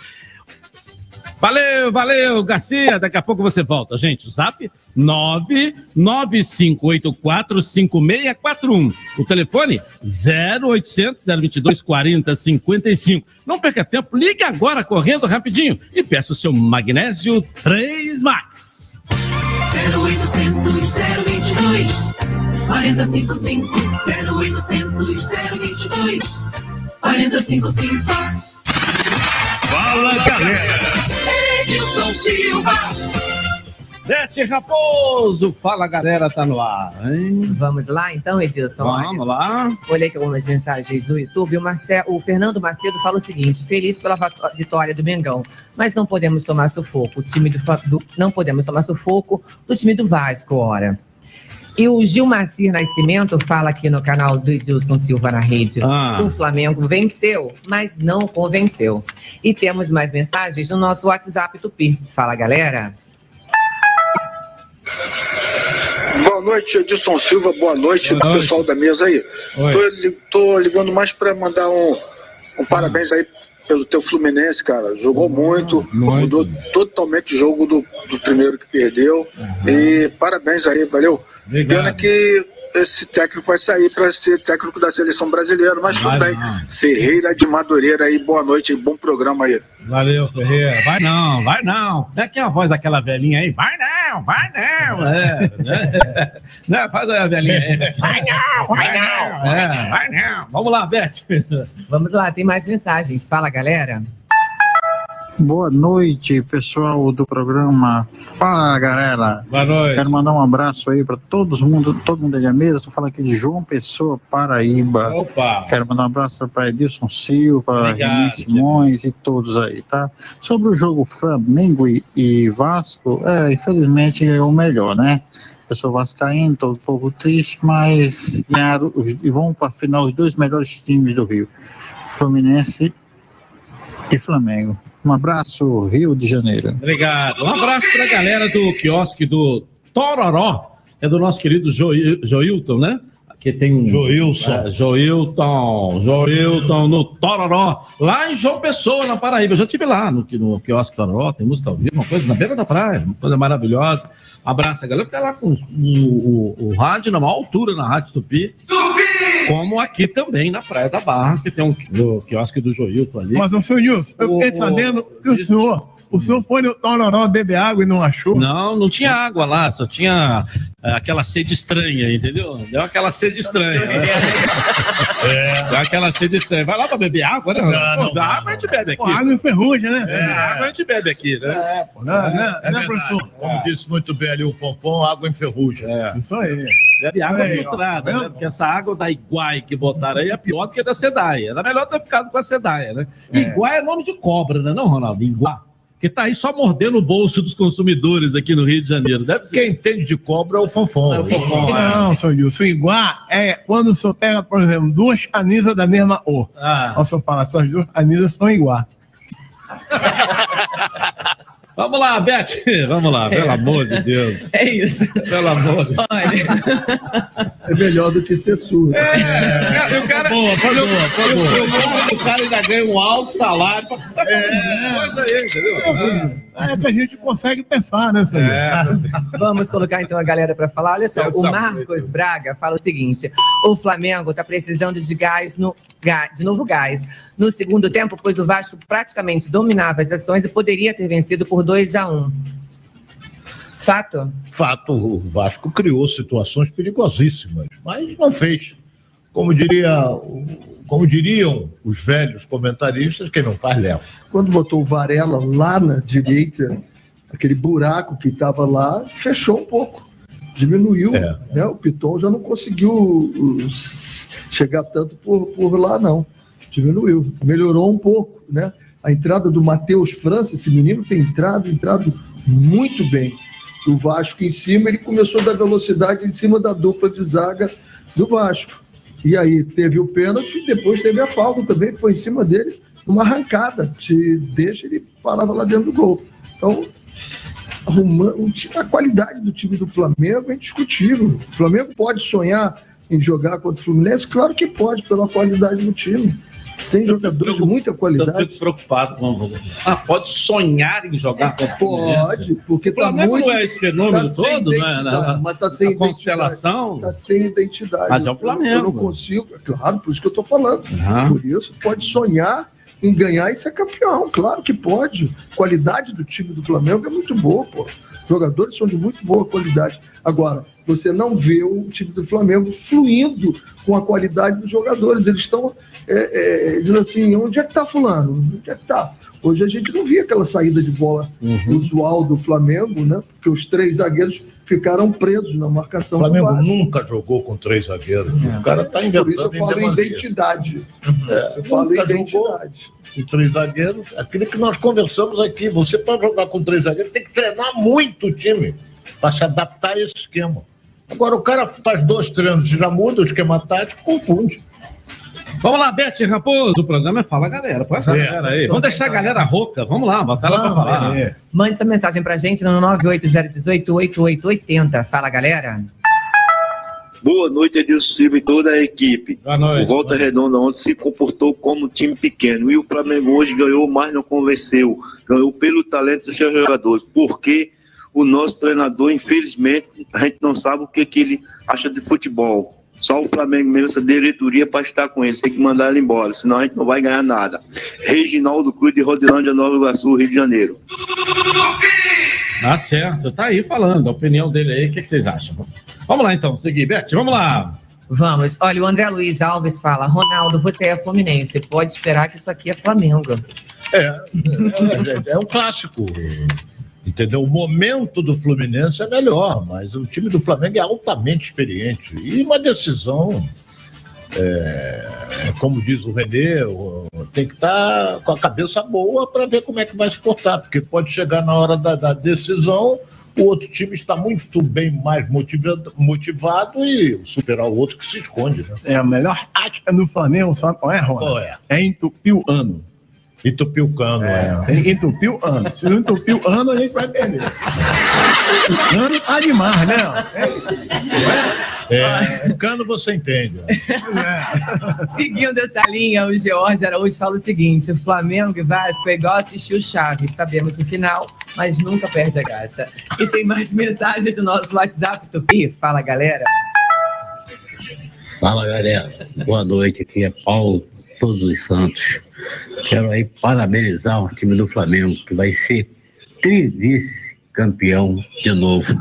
Valeu, valeu, Garcia. Daqui a pouco você volta, gente. O Zap nove nove cinco oito quatro cinco seis quatro um. O telefone zero oitocentos, zero vinte e dois, quarenta, cinquenta e cinco. Não perca tempo, ligue agora correndo rapidinho e peça o seu Magnésio três Max. zero oitocentos, zero vinte e dois, quarenta, cinquenta e cinco. zero oitocentos, zero vinte e dois, quarenta, cinquenta e cinco. Fala, galera. Edilson Silva. Bete Raposo, fala, galera, tá no ar, hein? Vamos lá, então, Edilson? Vamos olha, lá. Olhei aqui algumas mensagens no YouTube. O, Marce... o Fernando Macedo fala o seguinte: feliz pela vitória do Mengão, mas não podemos tomar sufoco. O time do... do... Não podemos tomar sufoco do time do Vasco, ora. E o Gilmacir Nascimento fala aqui no canal do Edilson Silva na rede. Ah. O Flamengo venceu, mas não convenceu. E temos mais mensagens no nosso WhatsApp Tupi. Fala, galera. Boa noite, Edilson Silva. Boa noite, Boa noite. Pessoal da mesa aí. Tô, tô ligando mais para mandar um, um parabéns aí pelo teu Fluminense, cara. Jogou muito, muito. Mudou totalmente o jogo do, do primeiro que perdeu. Uhum. E parabéns aí, valeu. Obrigado. Pena que esse técnico vai sair para ser técnico da seleção brasileira, mas vai tudo bem. Não. Ferreira de Madureira aí, boa noite, bom programa aí. Valeu, Ferreira. Vai não, vai não. É que a voz daquela velhinha aí, vai não, vai não. É, é, é, faz aí a velhinha aí. Vai não, vai não. É, vai não. Vamos lá, Beth. Vamos lá, tem mais mensagens. Fala, galera. Boa noite, pessoal do programa. Fala, galera. Boa noite. Quero mandar um abraço aí para todo mundo, todo mundo da mesa. Estou falando aqui de João Pessoa, Paraíba. Opa. Quero mandar um abraço para Edilson Silva, René Simões e todos aí, tá? Sobre o jogo Flamengo e, e Vasco, é, infelizmente é o melhor, né? Eu sou vascaíno, estou um pouco triste, mas ganharam e vão para a final os dois melhores times do Rio, Fluminense e Flamengo. Um abraço, Rio de Janeiro. Obrigado. Um abraço para a galera do quiosque do Tororó, é do nosso querido jo, Joilton, né? Aqui tem um... Joilson. É, Joilton, Joilton no Tororó, lá em João Pessoa, na Paraíba. Eu já estive lá no, no quiosque Tororó, tem música ao vivo, uma coisa na beira da praia, uma coisa maravilhosa. Um abraço a galera que tá lá com o, o, o rádio na maior altura, na Rádio Tupi. Tupi! Como aqui também, na Praia da Barra, que tem um o quiosque do Joilton ali. Mas, ô senhor Nilson, eu fiquei sabendo que o senhor O senhor foi no Tororó beber água e não achou? Não, não tinha água lá, só tinha é, aquela sede estranha, entendeu? Deu aquela sede estranha. Né? É. Deu aquela sede estranha. Vai lá pra beber água, né? Não, pô, não, água a gente bebe aqui. Pô, água enferruja, né? É, água a gente bebe aqui, né? É, pô, não, é, não, é, né, professor? Como é. disse muito bem ali o Fonfon, água enferruja. É. Isso aí. Bebe água filtrada, né? Porque essa água da Iguai que botaram aí é pior do que da Sedaia. Era melhor ter ficado com a Sedaia, né? É. Iguai é nome de cobra, né, não, Ronaldo? Iguai. Que tá aí só mordendo o bolso dos consumidores aqui no Rio de Janeiro. Deve ser. Quem entende de cobra é o Fonfon. É o Fonfon, não, é. Senhor Gilson, igual é quando o senhor pega, por exemplo, duas camisas da mesma cor. Ah. O senhor fala, essas duas camisas são iguais. Vamos lá, Beth. Vamos lá, pelo é. amor de Deus. É isso. Pelo amor de Deus. Olha. É melhor do que ser surdo. É, é. O cara, boa, boa, eu, boa, eu, boa. Eu, eu, o cara ainda ganha um alto salário pra ficar é. coisa aí, entendeu? É, é que a gente consegue pensar, né, senhor? É. Vamos colocar então a galera para falar. Olha só, o Marcos Braga fala o seguinte: o Flamengo tá precisando de gás no de novo gás. No segundo tempo, pois o Vasco praticamente dominava as ações e poderia ter vencido por dois a um. Fato? Fato, o Vasco criou situações perigosíssimas, mas não fez. Como, diria, como diriam os velhos comentaristas, quem não faz, leva. Quando botou o Varela lá na direita, aquele buraco que estava lá, fechou um pouco. Diminuiu, é. né? O Piton já não conseguiu uh, chegar tanto por, por lá, não. Diminuiu, melhorou um pouco, né? A entrada do Matheus França, esse menino tem entrado, entrado muito bem. O Vasco em cima, ele começou a dar velocidade em cima da dupla de zaga do Vasco. E aí teve o pênalti e depois teve a falta também, que foi em cima dele, uma arrancada. Se deixa, ele parava lá dentro do gol. Então, a qualidade do time do Flamengo é indiscutível. O Flamengo pode sonhar em jogar contra o Fluminense? Claro que pode, pela qualidade do time. Tem jogadores de muita qualidade. Eu fico preocupado com ah, pode sonhar em jogar contra o Fluminense? Pode, porque o Flamengo tá muito, não é esse fenômeno tá todo, né? Na, mas está sem constelação. Está sem identidade. Mas é o Flamengo. Eu, eu não consigo, claro, por isso que eu estou falando. Uhum. Por isso, pode sonhar em ganhar e ser campeão. Claro que pode. A qualidade do time do Flamengo é muito boa, pô. Os jogadores são de muito boa qualidade. Agora, você não vê o time do Flamengo fluindo com a qualidade dos jogadores. Eles estão é, é, dizendo assim, onde é que está fulano? Onde é que está? Hoje a gente não via aquela saída de bola uhum. usual do Flamengo, né? Porque os três zagueiros ficaram presos na marcação. O Flamengo nunca jogou com três zagueiros. É. O cara está inventando. Por isso eu falo em identidade. Uhum. É, eu falo em identidade. Com três zagueiros, aquilo que nós conversamos aqui. Você, para jogar com três zagueiros, tem que treinar muito o time para se adaptar a esse esquema. Agora, o cara faz dois treinos e já muda o esquema tático, confunde. Vamos lá, Beth Raposo, o programa é Fala Galera. Põe essa é. galera aí. Vamos deixar a galera rouca. Vamos lá, bota ela pra falar. É. Mande essa mensagem pra gente no nove oito zero um oito, oito oito oito zero. Fala, galera. Boa noite, Edilson Silva e toda a equipe. Boa noite. O Volta Redonda ontem se comportou como um time pequeno. E o Flamengo hoje ganhou, mas não convenceu. Ganhou pelo talento dos seus jogadores. Porque o nosso treinador, infelizmente, a gente não sabe o que, que ele acha de futebol. Só o Flamengo mesmo, essa diretoria para estar com ele. Tem que mandar ele embora, senão a gente não vai ganhar nada. Reginaldo Cruz de Rodilândia, Nova Iguaçu, Rio de Janeiro. Tá certo, tá aí falando a opinião dele aí. O que, que vocês acham? Vamos lá então, seguir, Beth, vamos lá. Vamos. Olha, o André Luiz Alves fala: Ronaldo, você é Fluminense, pode esperar que isso aqui é Flamengo. É, é, é um clássico. Entendeu? O momento do Fluminense é melhor, mas o time do Flamengo é altamente experiente. E uma decisão, é, como diz o Renê, tem que estar com a cabeça boa para ver como é que vai se portar, porque pode chegar na hora da, da decisão, o outro time está muito bem mais motivado, motivado e superar o outro que se esconde. Né? É, a melhor tática do Flamengo, sabe qual é, Ronaldo? Qual é? É entupir o ano. Entupir o cano, é. é. Tem que entupir o ano. Se não entupir o ano, a gente vai perder. O cano tá demais, né? É, é, é cano você entende. É. Seguindo essa linha, o George Araújo fala o seguinte: o Flamengo e Vasco é igual assistir o Chaves. Sabemos o final, mas nunca perde a graça. E tem mais mensagens do nosso WhatsApp, Tupi. Fala, galera. Fala, galera. Boa noite. Aqui é Paulo Todos os Santos. Quero aí parabenizar o time do Flamengo, que vai ser trivice-campeão de novo.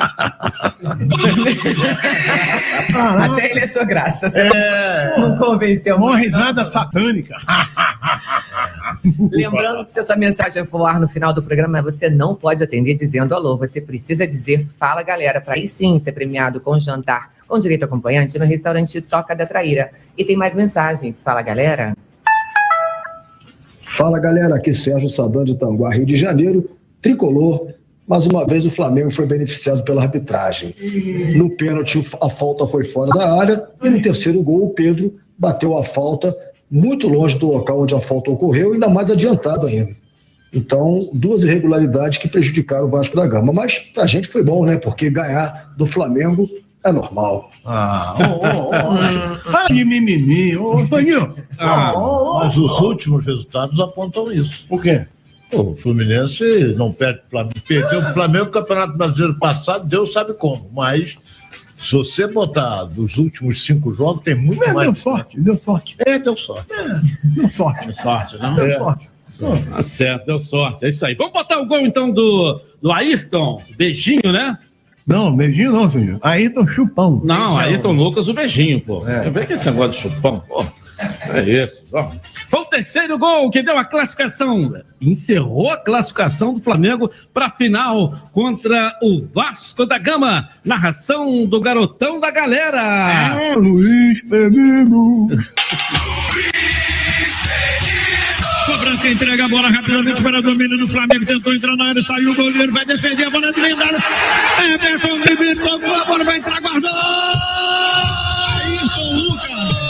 Até ele achou graça. Você É. não convenceu Uma muito, risada satânica. Lembrando que se a sua mensagem for ao ar no final do programa, você não pode atender dizendo alô. Você precisa dizer fala, galera, para aí sim ser premiado com jantar com direito acompanhante no restaurante Toca da Traíra. E tem mais mensagens. Fala, galera. Fala, galera. Aqui Sérgio Sadão de Tanguá, Rio de Janeiro. Tricolor. Mais uma vez o Flamengo foi beneficiado pela arbitragem. No pênalti, a falta foi fora da área. E no terceiro gol, o Pedro bateu a falta muito longe do local onde a falta ocorreu, ainda mais adiantado ainda. Então, duas irregularidades que prejudicaram o Vasco da Gama. Mas pra gente foi bom, né? Porque ganhar do Flamengo é normal. Ah, ô, ô, ô. Para de mimimi, ô, Toninho. Ah, mas os últimos resultados apontam isso. Por quê? Pô, o Fluminense não perde o Flamengo. Perdeu o Flamengo no Campeonato Brasileiro passado, Deus sabe como. Mas se você botar dos últimos cinco jogos, tem muito É, mais. deu sorte, deu sorte. É, deu sorte. É, deu sorte. Deu sorte, não? Deu É. sorte. Tá certo, deu sorte. É isso aí. Vamos botar o gol, então, do, do Ayrton. Beijinho, né? Não, beijinho não, senhor. Ayrton Chupão. Não, Beijão. Ayrton Lucas, o beijinho, pô. É. Vem que esse negócio de chupão, pô. É isso. Vamos. Foi o terceiro gol que deu a classificação. Encerrou a classificação do Flamengo para a final contra o Vasco da Gama. Narração do garotão da galera. É, Luiz Penido. Cobrança, entrega a bola rapidamente para o domínio do Flamengo. Tentou entrar na área, saiu o goleiro, vai defender a bola blindada. É, Everton Ribeiro tocou a bola, vai entrar, guardou! Ayrton Lucas!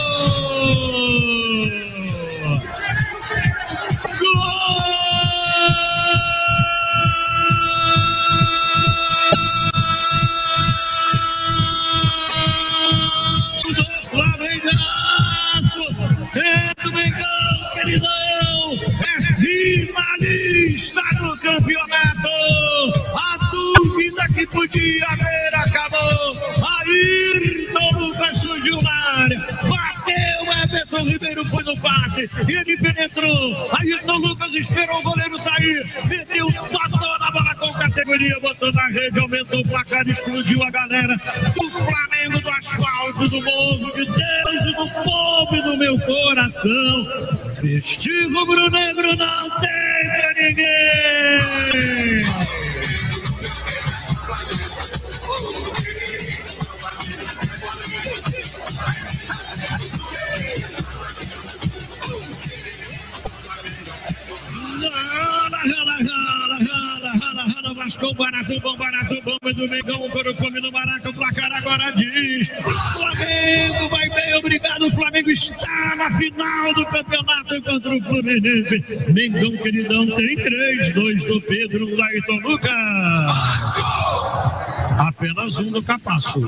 Finalista do campeonato, a dúvida que podia haver acabou. Ayrton Lucas surgiu na área, bateu, Everton Ribeiro foi no passe, ele penetrou, Ayrton Lucas esperou o goleiro sair, meteu toda a bola com categoria, botou na rede, aumentou o placar, explodiu a galera do Flamengo, do asfalto, do morro, de Deus e do povo e do meu coração. Vestir rubro-negro não tem pra ninguém. Vasco, barato, bom, barato, bom, do Mengão, o Coro come no Maraca, o placar agora diz: Flamengo vai bem, obrigado, o Flamengo está na final do campeonato contra o Fluminense. Mengão, queridão, tem três, dois do Pedro, um do Ayrton Lucas. Apenas um do Capasso.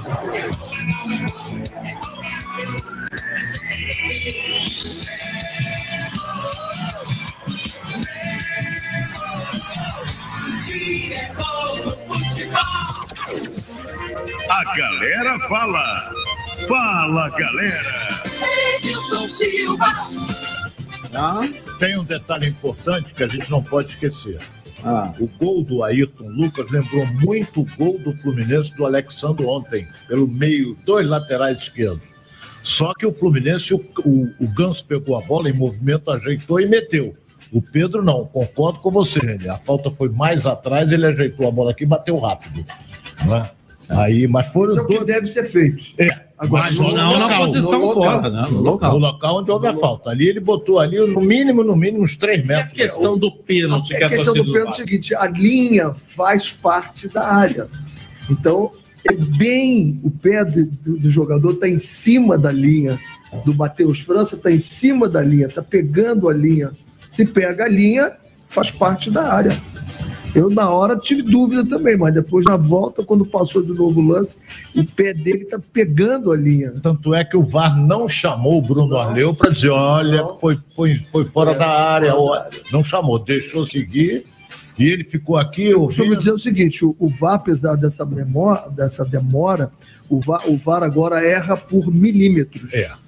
A galera fala. Fala, galera. Edilson Silva. Ah, tem um detalhe importante que a gente não pode esquecer. Ah. O gol do Ayrton Lucas lembrou muito o gol do Fluminense do Alexandre ontem, pelo meio, dois laterais esquerdos. Só que o Fluminense, o, o, o Ganso pegou a bola em movimento, ajeitou e meteu. O Pedro não, concordo com você, René. A falta foi mais atrás, ele ajeitou a bola aqui e bateu rápido. Não é? Aí, mas foram Isso é o que dois... deve ser feito. É, Agora, mas no não local, na posição no local. fora, né? No local. No local onde houve a falta. Ali ele botou ali, no mínimo, no mínimo, uns três metros. E a questão do pênalti? A questão do pênalti é o seguinte, a linha faz parte da área. Então, é bem, o pé do, do, do jogador está em cima da linha, do Matheus França está em cima da linha, está pegando a linha. Se pega a linha, faz parte da área. Eu, na hora, tive dúvida também, mas depois, na volta, quando passou de novo o lance, o pé dele tá pegando a linha. Tanto é que o V A R não chamou o Bruno Arleu para dizer, olha, foi, foi, foi fora É, da área. fora da área. Não chamou, deixou seguir e ele ficou aqui. Deixa eu me dizer o seguinte, o, o V A R, apesar dessa, memória, dessa demora, o V A R, o V A R agora erra por milímetros. É.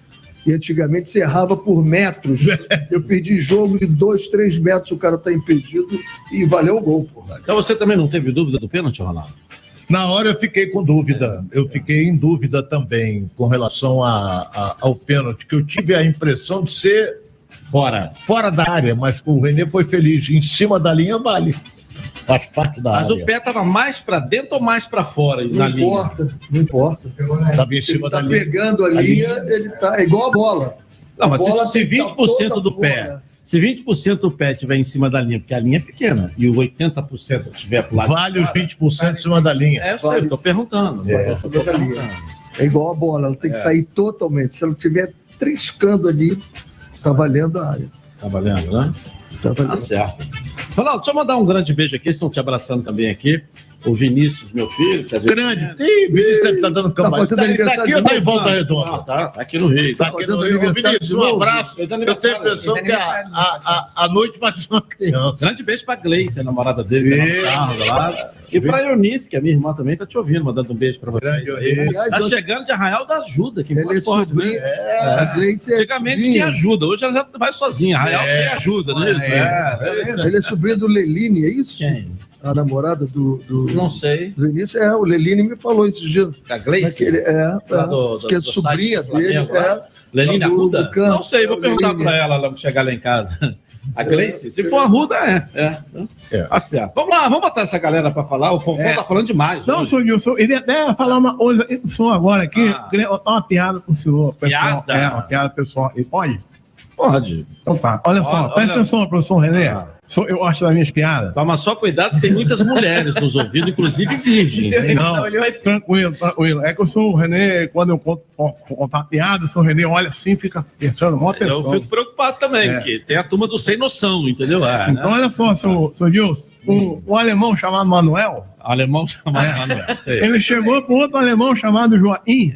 E antigamente você errava por metros. Eu perdi jogo de dois, três metros, o cara tá impedido e valeu o gol, porra. Então você também não teve dúvida do pênalti, Ronaldo? Na hora eu fiquei com dúvida. Eu fiquei em dúvida também com relação a, a, ao pênalti, que eu tive a impressão de ser fora, fora da área, mas o René foi feliz. Em cima da linha vale. Faz parte da Mas área. o pé tava mais pra dentro ou mais pra fora? Não na linha? importa, não importa. Tava em cima ele tá da linha. pegando a linha, ele tá é igual a bola. Não, mas A bola se, se tem que tá vinte por cento toda do pé, fora. se vinte por cento do pé estiver em cima da linha, porque a linha é pequena, e o oitenta por cento estiver pro lado Vale de os vinte por cento em cima da linha. É, eu sei, eu tô perguntando. É, eu tô perguntando. É igual a bola, ela tem que É. sair totalmente. Se ela estiver triscando ali, tá valendo a área. Tá valendo, né? Tá valendo. Tá certo. Ronaldo, deixa eu mandar um grande beijo aqui, estão te abraçando também aqui. O Vinícius, meu filho. Que Grande. Ih, Vinícius deve estar dando Tá campanha. fazendo Tá, aniversário tá aqui de ou tá em novo? Volta Não, Redonda? Não, tá, tá aqui no Rio. Tá aqui no Rio. Vinícius, um abraço. Eu tenho a impressão que a, a, a, a noite vai ser uma criança. Grande beijo pra Gleice, a namorada dele, que é no carro lá. E pra Eunice, que a minha irmã também tá te ouvindo, mandando um beijo pra você. Aliás, Tá eu- chegando de Arraial da Ajuda, que Ele é sobrinho. É, a Gleice é Antigamente sobrinha. tinha ajuda, hoje ela já vai sozinha. Arraial É. sem ajuda, não é isso? É. É, é isso. Ele é sobrinho do Leline, é isso? Quem? A namorada do, do. Não sei. Do início, é, o Leline me falou esses dias. Da Gleice? Naquele- é, Lá é, do- do- que é do sobrinha site do dele. Flamengo, lá? É, Leline do- Arruda? do campo. Não sei, vou É, o perguntar Leline. pra ela quando chegar lá em casa. A Gleice? Se for Arruda, é. é. Tá certo. Vamos lá, vamos botar essa galera pra falar. O Fofão É. tá falando demais. Não, hoje. senhor Nilson, eu iria até falar uma coisa com o senhor agora aqui. Ah. Queria botar uma piada com o senhor, pessoal. Piada? É, uma piada pessoal. E pode? Pode. Então tá. Olha só, Olha, presta olha. atenção, professor René. Ah. Sou- Eu acho das minhas piadas. Toma só cuidado, tem muitas mulheres nos ouvindo, inclusive virgens. hein? Não, tranquilo, tranquilo. É que eu sou o René, quando eu conto, conto- contar piada, o senhor René olha assim e fica prestando maior Eu atenção. fico preocupado também, É. porque tem a turma do sem noção, entendeu? É, Então, né? olha só, senhor, senhor Gilson, um, um alemão chamado Manuel, Alemão chamado É. Manuel. sei. ele chegou para outro alemão chamado Joaquim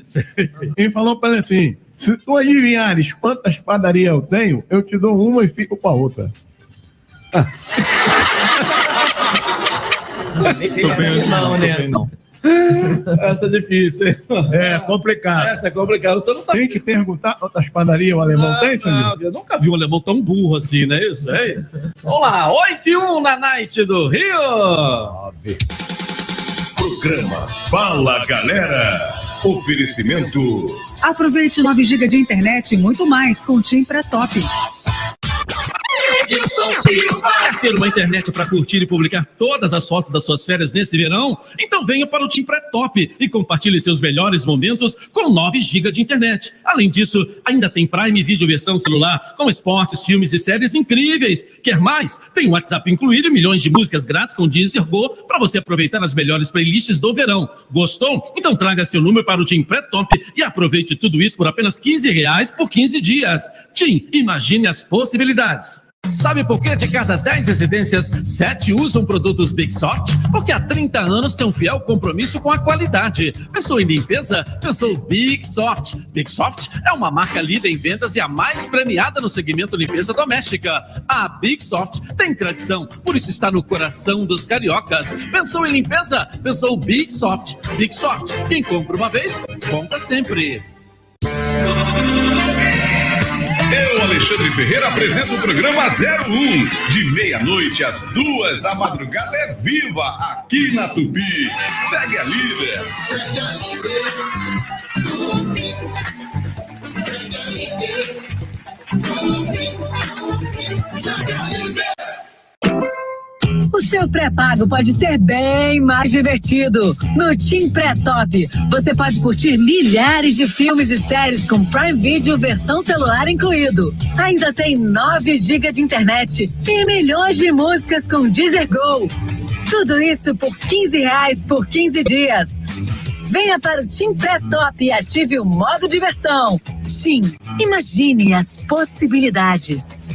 e falou para ele assim: se tu adivinhares quantas padarias eu tenho, eu te dou uma e fico com a outra. Tô bem hoje não, tô bem não. Essa é difícil, hein? É complicado. Essa é complicada. Eu tô não sabendo. Tem que perguntar quantas padarias o alemão Ah, tem, senhor? não, eu nunca vi um alemão tão burro assim, não é isso? É. Vamos lá, oito e um na Night do Rio. Programa Fala Galera. Oferecimento. Aproveite nove gigas de internet e muito mais com o Tim Pré-Top. Edilson Silva. Quer ter uma internet para curtir e publicar todas as fotos das suas férias nesse verão? Então venha para o Tim Pré-Top e compartilhe seus melhores momentos com nove gigas de internet. Além disso, ainda tem Prime Video versão celular com esportes, filmes e séries incríveis. Quer mais? Tem WhatsApp incluído e milhões de músicas grátis com Deezer Go para você aproveitar as melhores playlists do verão. Gostou? Então traga seu número para o Tim Pré-Top e aproveite tudo isso por apenas quinze reais por quinze dias. Tim, imagine as possibilidades. Sabe por que de cada dez residências, sete usam produtos Big Soft? Porque há trinta anos tem um fiel compromisso com a qualidade. Pensou em limpeza? Pensou Big Soft. Big Soft é uma marca líder em vendas e a mais premiada no segmento limpeza doméstica. A Big Soft tem tradição, por isso está no coração dos cariocas. Pensou em limpeza? Pensou Big Soft. Big Soft, quem compra uma vez, compra sempre. Eu, Alexandre Ferreira, apresento o programa zero um. De meia-noite às duas, a madrugada é viva aqui na Tupi. Segue a líder. Segue a líder. Tupi. Segue a líder. Tupi. Tupi. Segue a líder. O seu pré-pago pode ser bem mais divertido. No Tim Pré-Top, você pode curtir milhares de filmes e séries com Prime Video versão celular incluído. Ainda tem nove gigas de internet e milhões de músicas com Deezer Go. Tudo isso por quinze reais por quinze dias. Venha para o Tim Pré-Top e ative o modo diversão. Tim, imagine as possibilidades.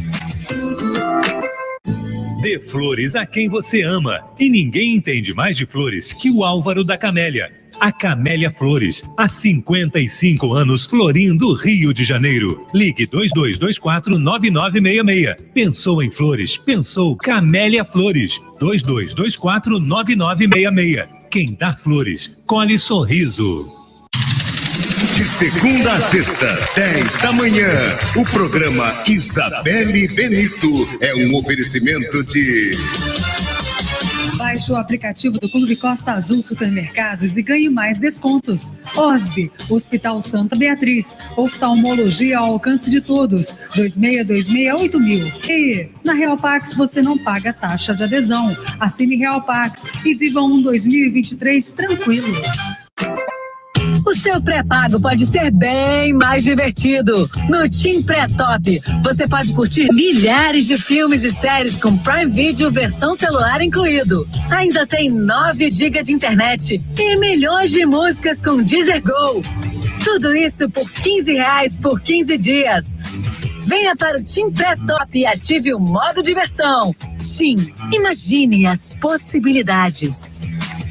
Dê flores a quem você ama. E ninguém entende mais de flores que o Álvaro da Camélia. A Camélia Flores, há cinquenta e cinco anos florindo o Rio de Janeiro. Ligue dois dois dois quatro nove nove seis seis. Pensou em flores? Pensou Camélia Flores. dois dois dois quatro nove nove seis seis. Quem dá flores, colhe sorriso. De segunda a sexta, dez da manhã, o programa Isabelle Benito é um oferecimento de... Baixe o aplicativo do Clube Costa Azul Supermercados e ganhe mais descontos. Osby, Hospital Santa Beatriz, oftalmologia ao alcance de todos, dois seis dois seis oito mil. E na Real Pax você não paga taxa de adesão. Assine Real Pax e viva um dois mil e vinte e três tranquilo. O seu pré-pago pode ser bem mais divertido. No Tim Pré-Top, você pode curtir milhares de filmes e séries com Prime Video versão celular incluído. Ainda tem nove gigas de internet e milhões de músicas com Deezer Go. Tudo isso por quinze reais por quinze dias. Venha para o Tim Pré-Top e ative o modo diversão. Tim, imagine as possibilidades.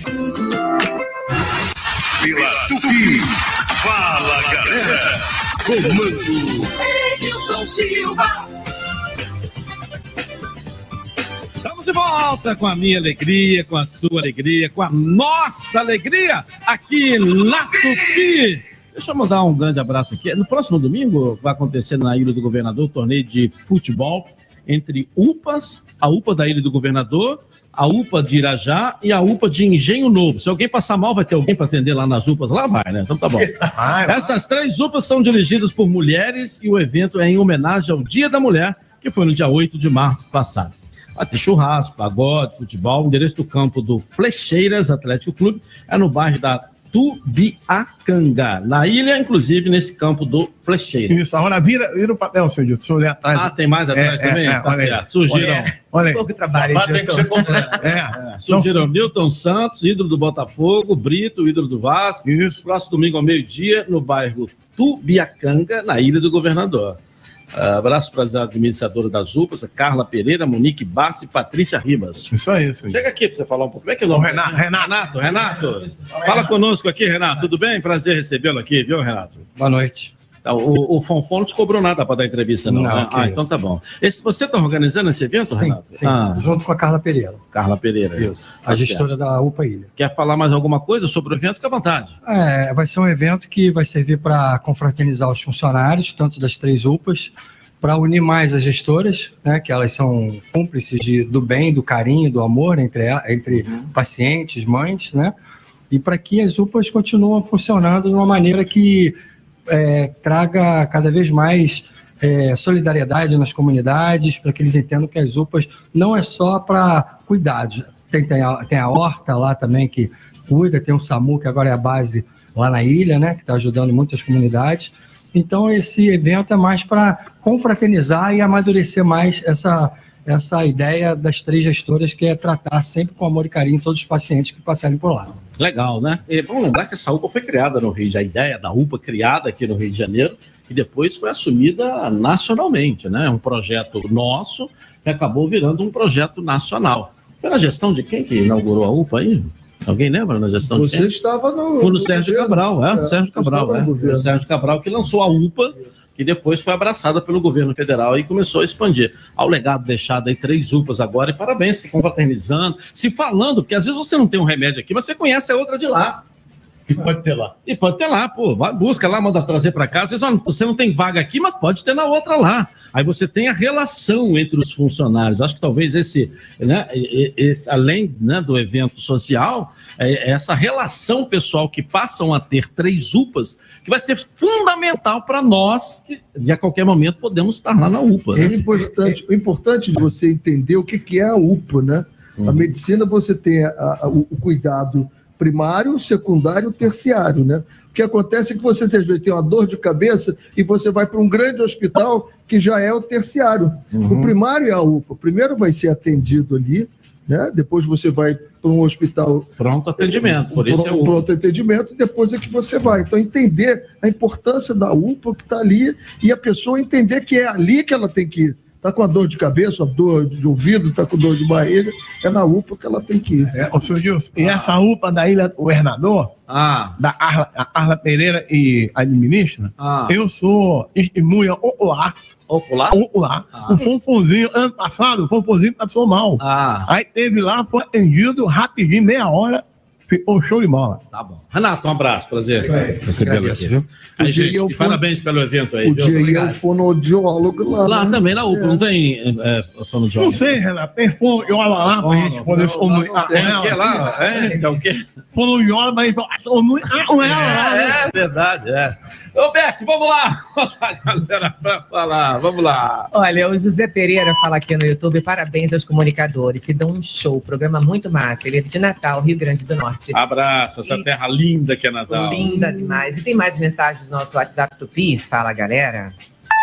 Pela Tupi, fala galera, comando Edilson Silva. Estamos de volta com a minha alegria, com a sua alegria, com a nossa alegria aqui na Tupi. Deixa eu mandar um grande abraço aqui. No próximo domingo vai acontecer na Ilha do Governador o torneio de futebol entre U P As, a U P A da Ilha do Governador, a U P A de Irajá e a U P A de Engenho Novo. Se alguém passar mal, vai ter alguém para atender lá nas U P As? Lá vai, né? Então tá bom. Essas três U P As são dirigidas por mulheres e o evento é em homenagem ao Dia da Mulher, que foi no dia oito de março passado. Vai ter churrasco, pagode, futebol. O endereço do campo do Flecheiras Atlético Clube é no bairro da Tubiacanga, na ilha, inclusive, nesse campo do Flecheiras. Isso, agora vira, vira o papel, seu Edilson. Deixa eu olhar atrás. Ah, tem mais atrás é, também? É, é, tá olha certo. aí. Surgiram. Olha, olha aí. Pouco trabalho, Tem que ser completo. É. É. Surgiram Newton Santos, ídolo do Botafogo, Brito, ídolo do Vasco. Isso. Próximo domingo ao meio-dia, no bairro Tubiacanga, na Ilha do Governador. Uh, abraço para as administradoras das U P As, Carla Pereira, Monique Bassi e Patrícia Ribas. Isso aí, isso aí. Chega aqui para você falar um pouco. Como é que é o nome? Renato, Renato. Renato, Renato. Fala conosco aqui, Renato. Tudo bem? Prazer recebê-lo aqui, viu, Renato? Boa noite. Tá, o, o Fonfon não te cobrou nada para dar entrevista, não, Não, né? que Ah, isso. então tá bom. Esse, você está organizando esse evento, Sim, Renato? sim. Ah, Junto com a Carla Pereira. Carla Pereira. Isso. Tá A gestora certo. da U P A Ilha. Quer falar mais alguma coisa sobre o evento? Fique à vontade. É, vai ser um evento que vai servir para confraternizar os funcionários, tanto das três U P As, para unir mais as gestoras, né, que elas são cúmplices de, do bem, do carinho, do amor entre, entre Uhum. pacientes, mães, né, e para que as U P As continuem funcionando de uma maneira que é, traga cada vez mais é, solidariedade nas comunidades, para que eles entendam que as U P As não é só para cuidados. Tem, tem, a, tem a Horta lá também que cuida, tem o SAMU, que agora é a base lá na ilha, né, que está ajudando muitas comunidades. Então, esse evento é mais para confraternizar e amadurecer mais essa, essa ideia das três gestoras, que é tratar sempre com amor e carinho todos os pacientes que passarem por lá. Legal, né? E vamos lembrar que essa U P A foi criada no Rio de Janeiro, a ideia da U P A criada aqui no Rio de Janeiro, e depois foi assumida nacionalmente, né? Um projeto nosso que acabou virando um projeto nacional. Pela gestão de quem que inaugurou a U P A aí? Alguém lembra na gestão Você de quem? estava no. Foi no no Sérgio governo. Cabral, é, É, Sérgio você Cabral, estava é. no Foi governo. o Sérgio Cabral que lançou a U P A, que depois foi abraçada pelo governo federal e começou a expandir. Ao legado deixado aí, três U P As agora, e parabéns, se confraternizando, se falando, porque às vezes você não tem um remédio aqui, mas você conhece a outra de lá. E pode ter lá. E pode ter lá, pô, vai, busca lá, manda trazer para cá. Às vezes, ó, você não tem vaga aqui, mas pode ter na outra lá. Aí você tem a relação entre os funcionários. Acho que talvez esse, né, esse além, né, do evento social, é essa relação pessoal que passam a ter três U P As, que vai ser fundamental para nós, que de a qualquer momento podemos estar lá na U P A. Né? É importante, o importante de você entender o que, que é a U P A, né? Uhum. A medicina, você tem a- a- o, o cuidado primário, secundário, terciário, né? O que acontece é que você, às vezes, tem uma dor de cabeça e você vai para um grande hospital que já é o terciário. Uhum. O primário é a U P A. Primeiro vai ser atendido ali, né? Depois você vai para um hospital... Pronto atendimento, por isso é pronto, U P A. pronto atendimento, e depois é que você vai. Então, entender a importância da U P A que está ali e a pessoa entender que é ali que ela tem que ir. Está com a dor de cabeça, a dor de ouvido, está com dor de barriga, é na U P A que ela tem que ir. É, ô, senhor Gilson, e essa U P A da Ilha do Governador, ah. da Arla, a Arla Pereira e administra, Ah. eu sou testemunha ocular. Ocular? Ocular. Ah. O Fonfonzinho, ano passado, o Fonfonzinho passou mal. Ah. Aí teve lá, foi atendido rapidinho, meia hora, ficou show de bola. Tá bom. Renato, um abraço, prazer recebê-lo aqui. viu? Aí, Podia gente, ir ao e parabéns pelo evento aí. Podia viu? ir Obrigado. ao fonoaudiólogo lá. Lá né? também, na U P A, não tem é, Não fonoaudiólogo? sei, Renato, tem fonoaudiólogo lá pra gente poder comunicar com É o ela. que lá? É, é o quê? Fonoaudiólogo pra gente comunicar com ela lá, né? É, é verdade, é. Ô, Beth, vamos lá. A galera pra falar, vamos lá. Olha, o José Pereira fala aqui no YouTube, parabéns aos comunicadores, que dão um show, programa muito massa. Ele é de Natal, Rio Grande do Norte. Abraço, essa terra linda que é Natal. Linda demais. E tem mais mensagens no nosso WhatsApp Tupi? Fala, galera.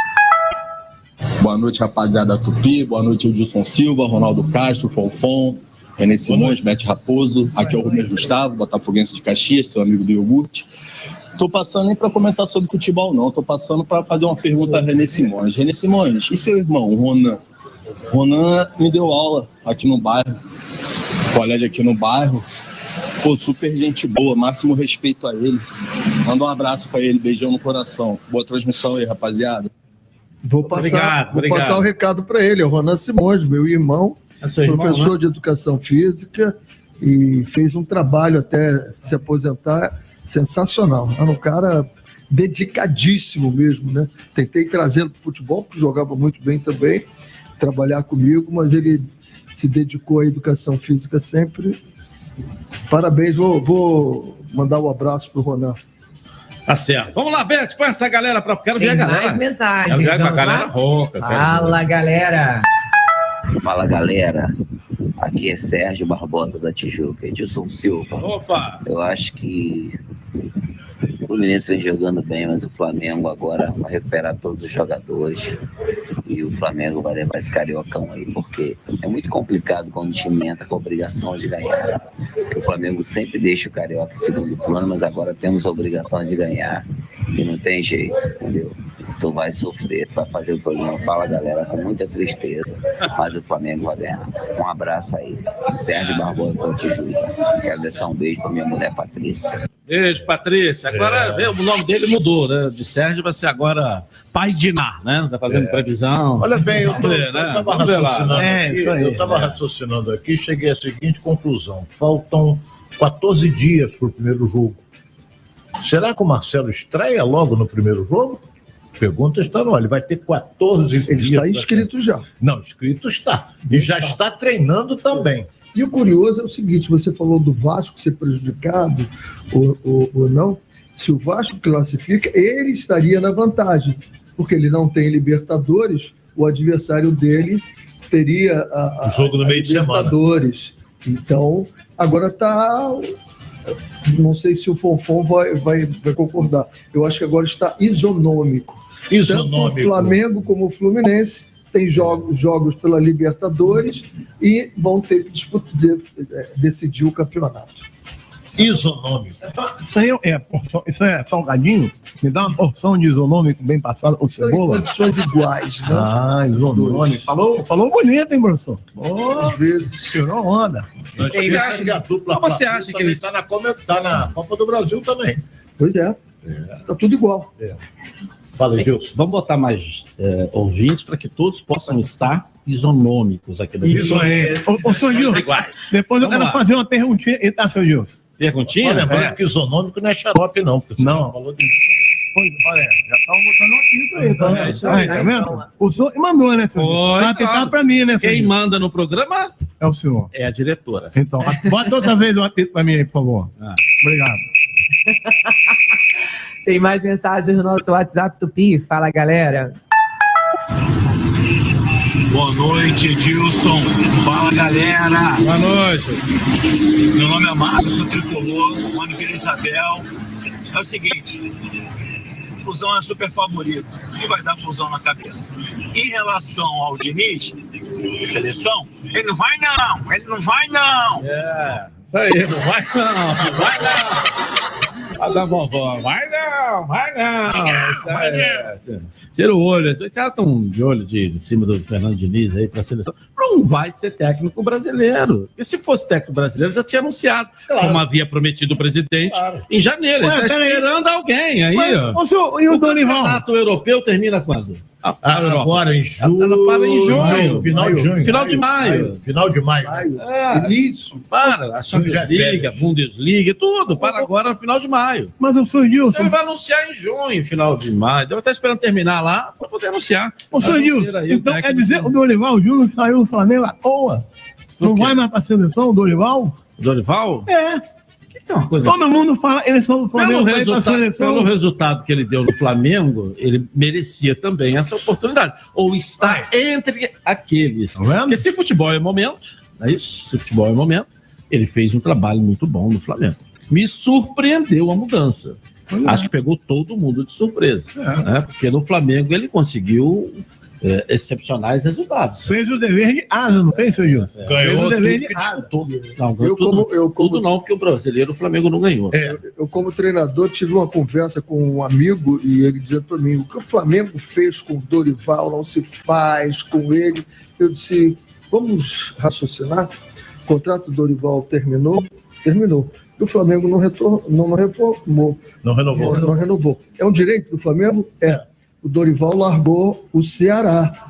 Boa noite, rapaziada Tupi. Boa noite, Edilson Silva, Ronaldo Castro, Fonfon, René Simões, Bete Raposo. Aqui é o Rubens Gustavo, botafoguense de Caxias, seu amigo do iogurte. Tô passando nem para comentar sobre futebol, não. Tô passando para fazer uma pergunta a René Simões. René Simões, e seu irmão, Ronan? Ronan me deu aula aqui no bairro, colégio aqui no bairro. Pô, super gente boa, máximo respeito a ele. Manda um abraço para ele, beijão no coração. Boa transmissão aí, rapaziada. Vou passar, Obrigado, vou obrigado. passar o recado para ele, é o Ronan Simões, meu irmão, É seu irmão, professor né? de educação física e fez um trabalho até se aposentar sensacional. Era um cara dedicadíssimo mesmo, né? Tentei trazê-lo para o futebol, porque jogava muito bem também, trabalhar comigo, mas ele se dedicou à educação física sempre. Parabéns, vou, vou mandar um abraço para o Ronan. Tá certo. Vamos lá, Beth, põe essa galera pra... Quero ver Tem a galera. mais mensagens. Quero ver a Vamos galera lá? rouca. Fala, galera. Fala, galera. Aqui é Sérgio Barbosa da Tijuca, Edilson Silva. Opa! Eu acho que o Fluminense vem jogando bem, mas o Flamengo agora vai recuperar todos os jogadores e o Flamengo vai levar esse cariocão aí, porque é muito complicado quando o time entra com a obrigação de ganhar. O Flamengo sempre deixa o carioca em segundo plano, mas agora temos a obrigação de ganhar e não tem jeito, entendeu? Tu vai sofrer, tu vai fazer o programa. Fala, galera, com muita tristeza, mas o Flamengo vai ganhar. Um abraço aí. Sérgio Barbosa da Tijuca. Quero deixar um beijo pra minha mulher Patrícia. Beijo, Patrícia. Agora, vê, o nome dele mudou, né? De Sérgio vai ser agora Pai Dinar, né? Tá fazendo É. previsão. Olha bem, eu Vamos ver, né? estava Vamos ver lá. raciocinando, É, aqui, isso aí. eu tava raciocinando aqui e cheguei à seguinte conclusão. Faltam quatorze dias para o primeiro jogo. Será que o Marcelo estreia logo no primeiro jogo? Pergunta está no ar. Ele vai ter quatorze Ele dias. está pra- inscrito já. Não, inscrito está. E já está treinando também. E o curioso é o seguinte, você falou do Vasco ser prejudicado ou, ou, ou não. Se o Vasco classifica, ele estaria na vantagem, porque ele não tem Libertadores, o adversário dele teria a, a, O jogo no a meio de semana. Libertadores. Então, agora está... Não sei se o Fonfon vai, vai, vai concordar. Eu acho que agora está isonômico. Tanto o Isonômico. Flamengo como o Fluminense tem jogos, jogos pela Libertadores e vão ter que disputar, de- eh, decidir o campeonato. Isonômico. Isso aí é, porção- isso é salgadinho? Me dá uma porção de isonômico bem passada com São em cebola. condições iguais, né? Ah, isonômico. Falou, falou bonito, hein, professor? Oh, Às vezes. Tirou onda. Nós Você temos acha- que a dupla Como você Fla-Flu acha que também eles- está na, Copa- tá na Copa do Brasil também. Pois é. Tá tudo igual. Fala, Gilson. Vamos botar mais é, ouvintes para que todos possam estar isonômicos aqui da Isso aí. Ô, ô, seu Gilson, iguais. depois eu Vamos quero lá. fazer uma perguntinha. E tá, seu Gilson? Perguntinha? Só lembrando É. que isonômico não é xarope, não. Porque você Não. já falou de... Pois, olha, já estão botando aqui aí, tá É, vendo? isso aí. Aí, tá vendo? O senhor mandou, né, senhor? Foi, Vai tentar claro. pra mim, né, senhor? Quem manda no programa É o senhor. é a diretora. Então, bota outra vez o apito pra mim aí, por favor. Ah. Obrigado. Tem mais mensagens no nosso WhatsApp Tupi. Fala, galera. Boa noite, Edilson. Fala, galera. Boa noite. Meu nome é Márcio, sou tricolor, moro em Vila Isabel. É o seguinte, Fusão é super favorito e vai dar Fusão na cabeça. Em relação ao Diniz, seleção, ele não vai não, ele não vai não. É, isso aí, não vai não, não vai não. Vai dar vovó, vai não, vai não. Isso aí, tira o olho, os caras estão de olho de, de cima do Fernando Diniz aí para a seleção. Não vai ser técnico brasileiro. E se fosse técnico brasileiro, já tinha anunciado, Claro. como havia prometido o presidente Claro. em janeiro. Ué, Ele está peraí. esperando alguém aí, Mas, ó. ô, senhor, e o, O Dorival? campeonato europeu termina quando? Ah, agora em julho. Ela para em junho. Maio, final de junho. Final de maio. maio. Final de maio. maio. É, Isso. para. A Champions-Liga, Bundesliga, tudo. Para agora no final de maio. Mas eu sou Gilson. Ele vai anunciar em junho, final de maio. Deve estar esperando terminar lá para poder anunciar. Ô, senhor Gilson, então quer dizer que o Dorival Júnior saiu do Flamengo à toa? Não vai mais para a seleção, o Dorival? O Dorival? É. É uma coisa... Todo mundo fala eleição do Flamengo, Pelo vai pra resultado, seleção. pelo resultado que ele deu no Flamengo, ele merecia também essa oportunidade. Ou está entre aqueles. Porque se futebol é momento, não é isso? Se futebol é momento, ele fez um trabalho muito bom no Flamengo. Me surpreendeu a mudança. Olha. Acho que pegou todo mundo de surpresa. É. Né? Porque no Flamengo ele conseguiu é, excepcionais resultados. Fez o dever de asa, não fez, senhor Gilson? Ganhou Fez o dever tudo de que asa. Não, ganhou Eu tudo, como- eu como- tudo não, porque o brasileiro, o Flamengo não ganhou. Eu, eu, como treinador, tive uma conversa com um amigo e ele dizendo para mim: o que o Flamengo fez com o Dorival não se faz com ele. Eu disse: vamos raciocinar. O contrato do Dorival terminou? Terminou. E o Flamengo não, retor- não, não reformou. Não renovou. Não, não renovou. É um direito do Flamengo? É. O Dorival largou o Ceará.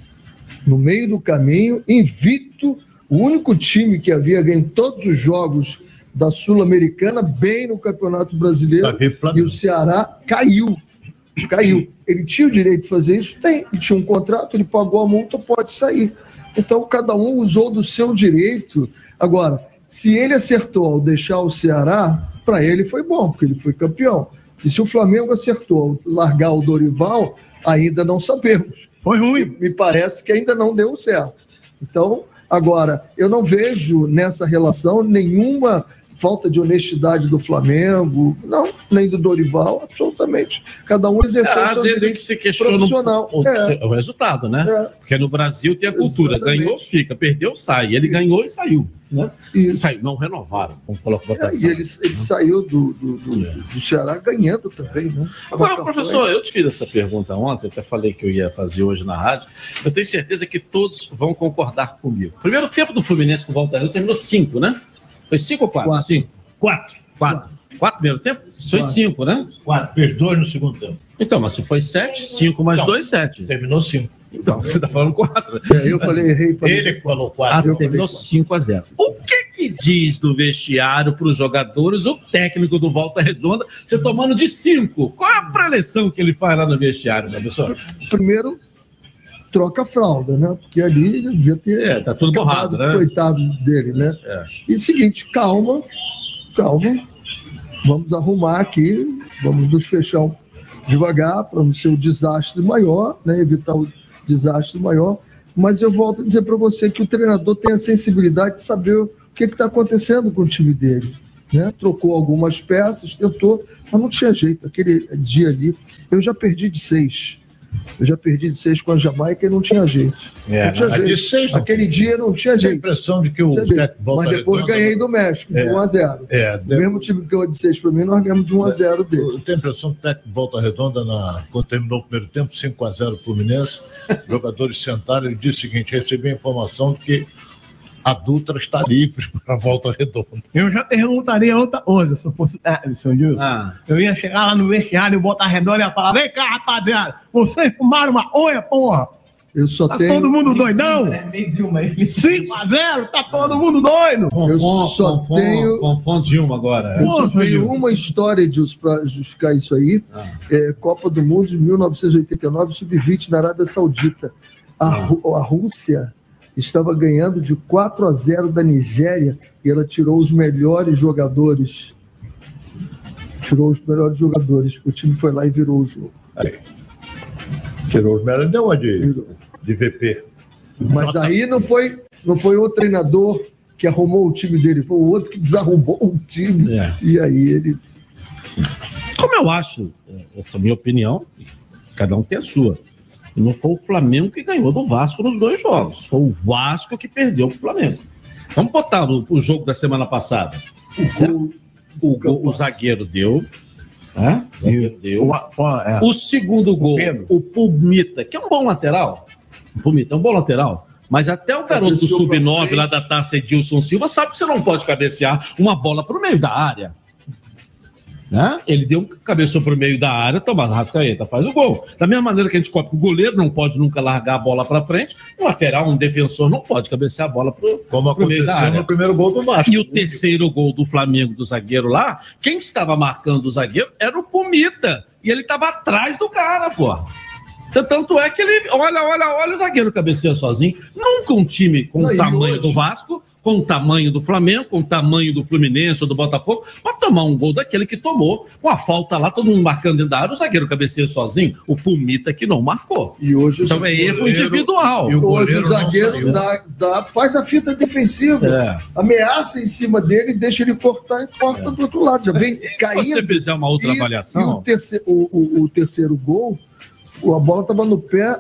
No meio do caminho, invicto, o único time que havia ganho todos os jogos da Sul-Americana, bem no Campeonato Brasileiro, e o Ceará caiu. Caiu. Ele tinha o direito de fazer isso? Tem. Ele tinha um contrato, ele pagou a multa, pode sair. Então, cada um usou do seu direito. Agora, se ele acertou ao deixar o Ceará, para ele foi bom, porque ele foi campeão. E se o Flamengo acertou ao largar o Dorival, ainda não sabemos. Foi ruim. Me parece que ainda não deu certo. Então, agora, eu não vejo nessa relação nenhuma falta de honestidade do Flamengo, não, nem do Dorival, absolutamente. Cada um exerceu É, o às seu vezes é direito que se questiona profissional. o, o- É. o resultado, né? É. Porque no Brasil tem a cultura, Exatamente. ganhou, fica, perdeu, sai. Ele ganhou e saiu. Né? Saiu, não renovaram. Vamos colocar botar É, e ele, ele saiu do, do, do, do Ceará ganhando também, né? Agora, Uma professor, campanha. eu te fiz essa pergunta ontem, até falei que eu ia fazer hoje na rádio. Eu tenho certeza que todos vão concordar comigo. Primeiro tempo do Fluminense com o Volta Redonda terminou cinco, né? Foi cinco ou quatro? Quatro. Cinco. Quatro. Quatro. Quatro primeiro tempo? Foi Quatro. cinco, né? Quatro. Fez dois no segundo tempo. Então, mas se foi sete, cinco mais Não. dois, sete. Terminou cinco. Então, você está falando quatro. É, eu falei, errei. Falei. Ele que falou Ah, quatro. Eu terminou falei cinco a zero. O que que diz do vestiário para os jogadores o técnico do Volta Redonda, você tomando de cinco? Qual é a preleção que ele faz lá no vestiário, professor? Primeiro, troca a fralda, né? Porque ali já devia ter. É, tá tudo borrado, acabado, né? Coitado dele, né? É. E seguinte, calma, calma. Vamos arrumar aqui, vamos nos fechar um- devagar para não ser um desastre maior, né? Evitar o desastre maior. Mas eu volto a dizer para você que o treinador tem a sensibilidade de saber o que está acontecendo com o time dele. Né? Trocou algumas peças, tentou, mas não tinha jeito. Aquele dia ali, eu já perdi de seis. Eu já perdi de seis com a Jamaica e não tinha jeito. É, não tinha a de jeito. seis não Aquele dia não tinha Tenho a jeito. impressão de que o Tinha jeito. técnico Volta Mas depois Redonda- ganhei do México, de É. um a zero. É, O mesmo time que ganhou de seis para mim, nós ganhamos de um a zero dele. Eu tenho a impressão que o técnico Volta Redonda, na, quando terminou o primeiro tempo, cinco a zero Fluminense, os jogadores sentaram e disse o seguinte: recebi a informação de que a Dutra está livre para a Volta Redonda. Eu já perguntaria outra coisa, se eu fosse técnico, senhor Gilson. Ah. Eu ia chegar lá no vestiário e botar redor e ia falar: vem cá, rapaziada, vocês fumaram maconha, porra? Eu só Tá tenho. todo mundo doidão? cinco a zero, tá todo mundo doido? Eu só Fonfon, tenho. Fonfon Dilma agora. Eu só tenho uma história para justificar isso aí. É, Copa do Mundo de mil novecentos e oitenta e nove, sub vinte na Arábia Saudita. A, Rú- a Rússia estava ganhando de quatro a zero da Nigéria e ela tirou os melhores jogadores. Tirou os melhores jogadores. O time foi lá e virou o jogo. Tirou os melhores, deu uma de, de V P. Mas aí não foi, não foi o treinador que arrumou o time dele, foi o outro que desarrumou o time. É. E aí ele. Como eu acho, essa é a minha opinião, cada um tem a sua. Não foi o Flamengo que ganhou do Vasco nos dois jogos. Foi o Vasco que perdeu pro Flamengo. Vamos botar o, o jogo da semana passada. Certo? O, gol- o zagueiro deu. Né? O zagueiro deu. é. O segundo gol, o Pumita, que é um bom lateral. O Pumita é um bom lateral. Mas até o garoto do Cabeceou sub pra nove frente. lá da Taça Edilson Silva sabe que você não pode cabecear uma bola para o meio da área. Né? Ele deu um cabeçou pro meio da área, Tomás Arrascaeta faz o gol. Da mesma maneira que a gente cobra, o goleiro não pode nunca largar a bola para frente, um lateral, um defensor não pode cabecear a bola pro, Como pro meio da aconteceu área. no primeiro gol do Vasco. E o terceiro gol do Flamengo, do zagueiro lá, quem estava marcando o zagueiro era o Pumita. E ele estava atrás do cara, pô. Tanto é que ele, olha, olha, olha o zagueiro cabeceia sozinho. Nunca um time com Não, o e tamanho hoje? do Vasco, com o tamanho do Flamengo, com o tamanho do Fluminense ou do Botafogo, pode tomar um gol daquele que tomou, com a falta lá, todo mundo marcando dentro da área, o zagueiro cabeceia sozinho, o Pumita que não marcou. E hoje o então é erro goleiro- individual. E hoje o zagueiro dá, dá- faz a fita defensiva, É. ameaça em cima dele, deixa ele cortar e corta do outro lado. Já vem Se caindo. você fizer uma outra E- avaliação... E o, terceiro, o, o- o terceiro gol, a bola estava no pé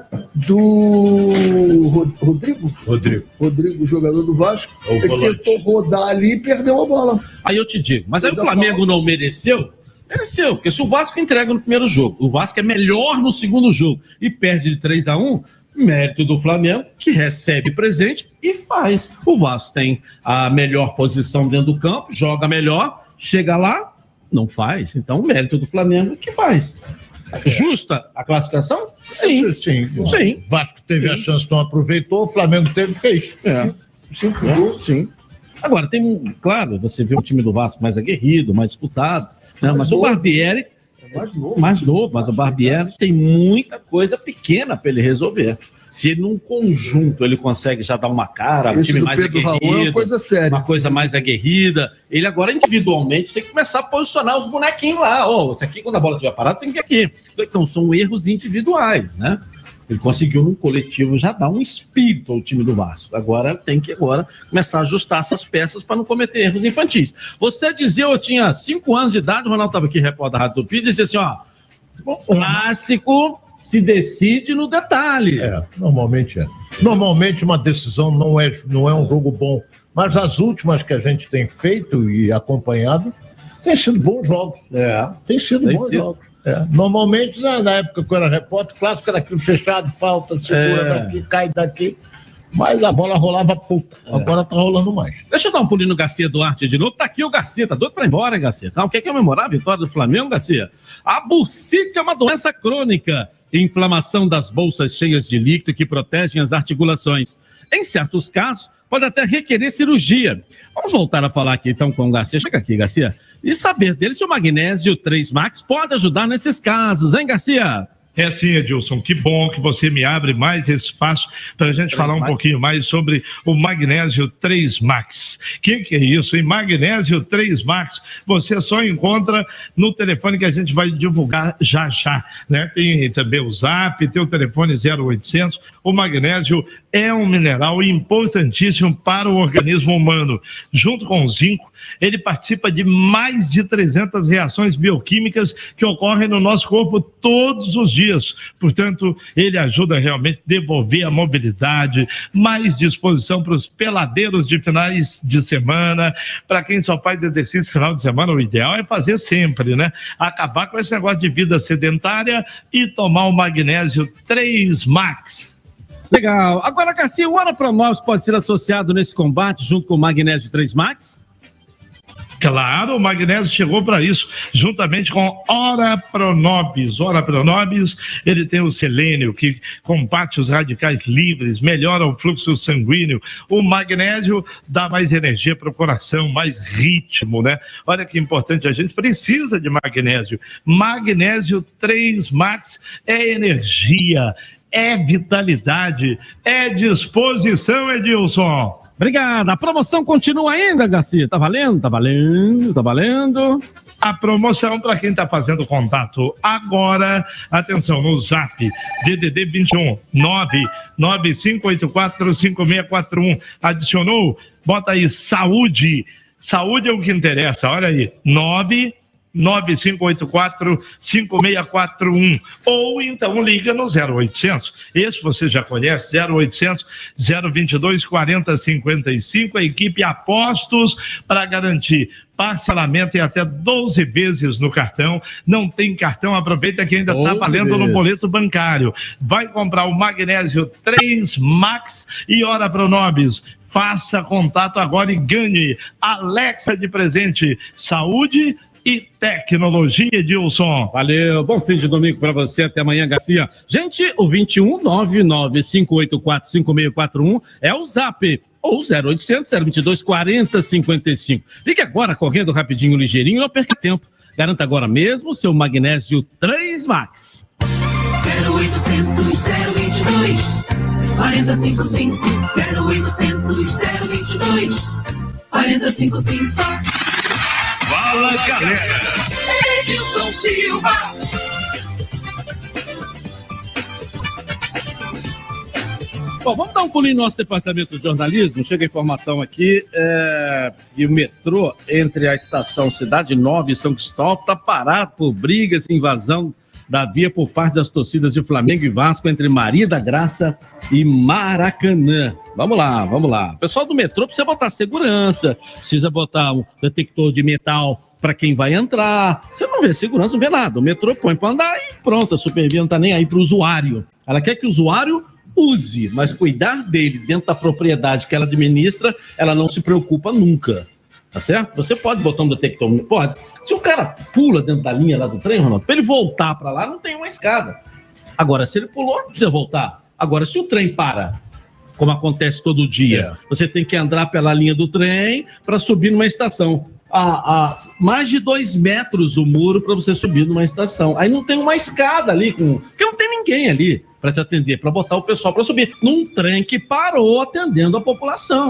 do Ro- Rodrigo. Rodrigo. Rodrigo, jogador do Vasco. É o Ele volante. tentou rodar ali e perdeu a bola. Aí eu te digo, mas aí o Fez a Flamengo não mereceu? Mereceu, porque se o Vasco entrega no primeiro jogo, o Vasco é melhor no segundo jogo e perde de três a um, mérito do Flamengo, que recebe presente e faz. O Vasco tem a melhor posição dentro do campo, joga melhor, chega lá, não faz. Então, mérito do Flamengo que faz. Justa a classificação? Sim. Sim. Sim. O Vasco teve Sim. a chance, não aproveitou, o Flamengo teve, fez. É. Cinco É, gols. sim. Agora, tem um. Claro, você vê o time do Vasco mais aguerrido, mais disputado, né? Mas o novo. Barbieri. É mais novo. Mais novo, mas o Barbieri tem muita coisa pequena para ele resolver. Se ele, num conjunto, ele consegue já dar uma cara, um Esse time do mais Pedro Raul aguerrido, é uma coisa séria. uma coisa mais aguerrida, ele agora individualmente tem que começar a posicionar os bonequinhos lá. Ó, esse aqui, quando a bola estiver parada, tem que ir aqui. Então, são erros individuais, né? Ele conseguiu, num coletivo, já dar um espírito ao time do Vasco. Agora tem que agora começar a ajustar essas peças para não cometer erros infantis. Você dizia, eu tinha cinco anos de idade, o Ronaldo estava aqui, repórter da Rádio Tupi, dizia assim, ó, clássico se decide no detalhe. É, normalmente é. Normalmente uma decisão não é, não é um jogo bom, mas as últimas que a gente tem feito e acompanhado têm sido bons jogos. É. Tem sido Tem bons sido. jogos. É. Normalmente, na, na época que eu era repórter, o clássico era aquilo fechado, falta, segura É. daqui, cai daqui. Mas a bola rolava pouco. Agora tá rolando mais. Deixa eu dar um pulinho no Garcia Duarte de novo. Tá aqui o Garcia, tá doido pra ir embora, hein, Garcia? Não, quer comemorar a vitória do Flamengo, Garcia? A bursite é uma doença crônica, inflamação das bolsas cheias de líquido que protegem as articulações. Em certos casos, pode até requerer cirurgia. Vamos voltar a falar aqui então com o Garcia. Chega aqui, Garcia. E saber dele se o magnésio três Max pode ajudar nesses casos, hein, Garcia? É sim, Edilson, que bom que você me abre mais esse espaço para a gente falar um Max. pouquinho mais sobre o Magnésio três Max. O que, que é isso, hein? Magnésio três Max, você só encontra no telefone que a gente vai divulgar já já, né? Tem também o Zap, tem o telefone zero oitocentos. O magnésio é um mineral importantíssimo para o organismo humano. Junto com o zinco, ele participa de mais de trezentas reações bioquímicas que ocorrem no nosso corpo todos os dias. Portanto, ele ajuda realmente a devolver a mobilidade, mais disposição para os peladeiros de finais de semana, para quem só faz exercício final de semana, o ideal é fazer sempre, né? Acabar com esse negócio de vida sedentária e tomar o Magnésio três Max. Legal. Agora, Garcia, o Ora Promóveis pode ser associado nesse combate junto com o Magnésio três Max? Claro, o magnésio chegou para isso, juntamente com Ora Pronobis. Ora Pronobis, ele tem o selênio, que combate os radicais livres, melhora o fluxo sanguíneo. O magnésio dá mais energia para o coração, mais ritmo, né? Olha que importante, a gente precisa de magnésio. Magnésio três Max é energia, é vitalidade, é disposição, Edilson. Obrigado. A promoção continua ainda, Garcia. Tá valendo? Tá valendo? Tá valendo? A promoção para quem está fazendo contato agora, atenção, no Zap, D D D vinte e um, nove nove cinco oito quatro cinco seis quatro um. Adicionou? Bota aí, saúde. Saúde é o que interessa, olha aí, nove nove cinco oito quatro cinco seis quatro um, ou então liga no zero oitocentos, esse você já conhece, zero oitocentos, zero vinte e dois, quarenta, cinquenta e cinco, a equipe Apostos para garantir parcelamento em até doze vezes no cartão. Não tem cartão, aproveita que ainda está valendo no boleto bancário. Vai comprar o Magnésio três Max e Ora Pronobis. Faça contato agora e ganhe Alexa de presente. Saúde e tecnologia, Edilson. Valeu, bom fim de domingo para você, até amanhã, Garcia. Gente, o vinte e um nove nove cinco oito quatro cinco seis quatro um é o Zap, ou zero oitocentos, zero vinte e dois, quarenta, cinquenta e cinco. Ligue agora, correndo rapidinho, ligeirinho, não perca tempo. Garanta agora mesmo o seu Magnésio três Max. zero oitocentos, zero vinte e dois, quarenta, cinquenta e cinco. zero oitocentos, zero vinte e dois, quarenta, cinquenta e cinco. Fala, galera. Edilson Silva. Bom, vamos dar um pulinho no nosso departamento de jornalismo. Chega a informação aqui, é, e o metrô entre a estação Cidade Nova e São Cristóvão está parado por brigas e invasão da via por parte das torcidas de Flamengo e Vasco entre Maria da Graça e Maracanã. Vamos lá, vamos lá. O pessoal do metrô precisa botar segurança, precisa botar um detector de metal para quem vai entrar. Você não vê segurança, não vê nada. O metrô põe para andar e pronto, a Supervia não está nem aí para o usuário. Ela quer que o usuário use, mas cuidar dele dentro da propriedade que ela administra, ela não se preocupa nunca. Tá certo? Você pode botar um detector, pode. Se o cara pula dentro da linha lá do trem, Ronaldo, para ele voltar para lá, não tem uma escada. Agora, se ele pulou, não precisa voltar. Agora, se o trem para, como acontece todo dia, é. você tem que andar pela linha do trem para subir numa estação. A, a mais de dois metros o muro para você subir numa estação. Aí não tem uma escada ali, com, porque não tem ninguém ali para te atender, para botar o pessoal para subir. Num trem que parou atendendo a população.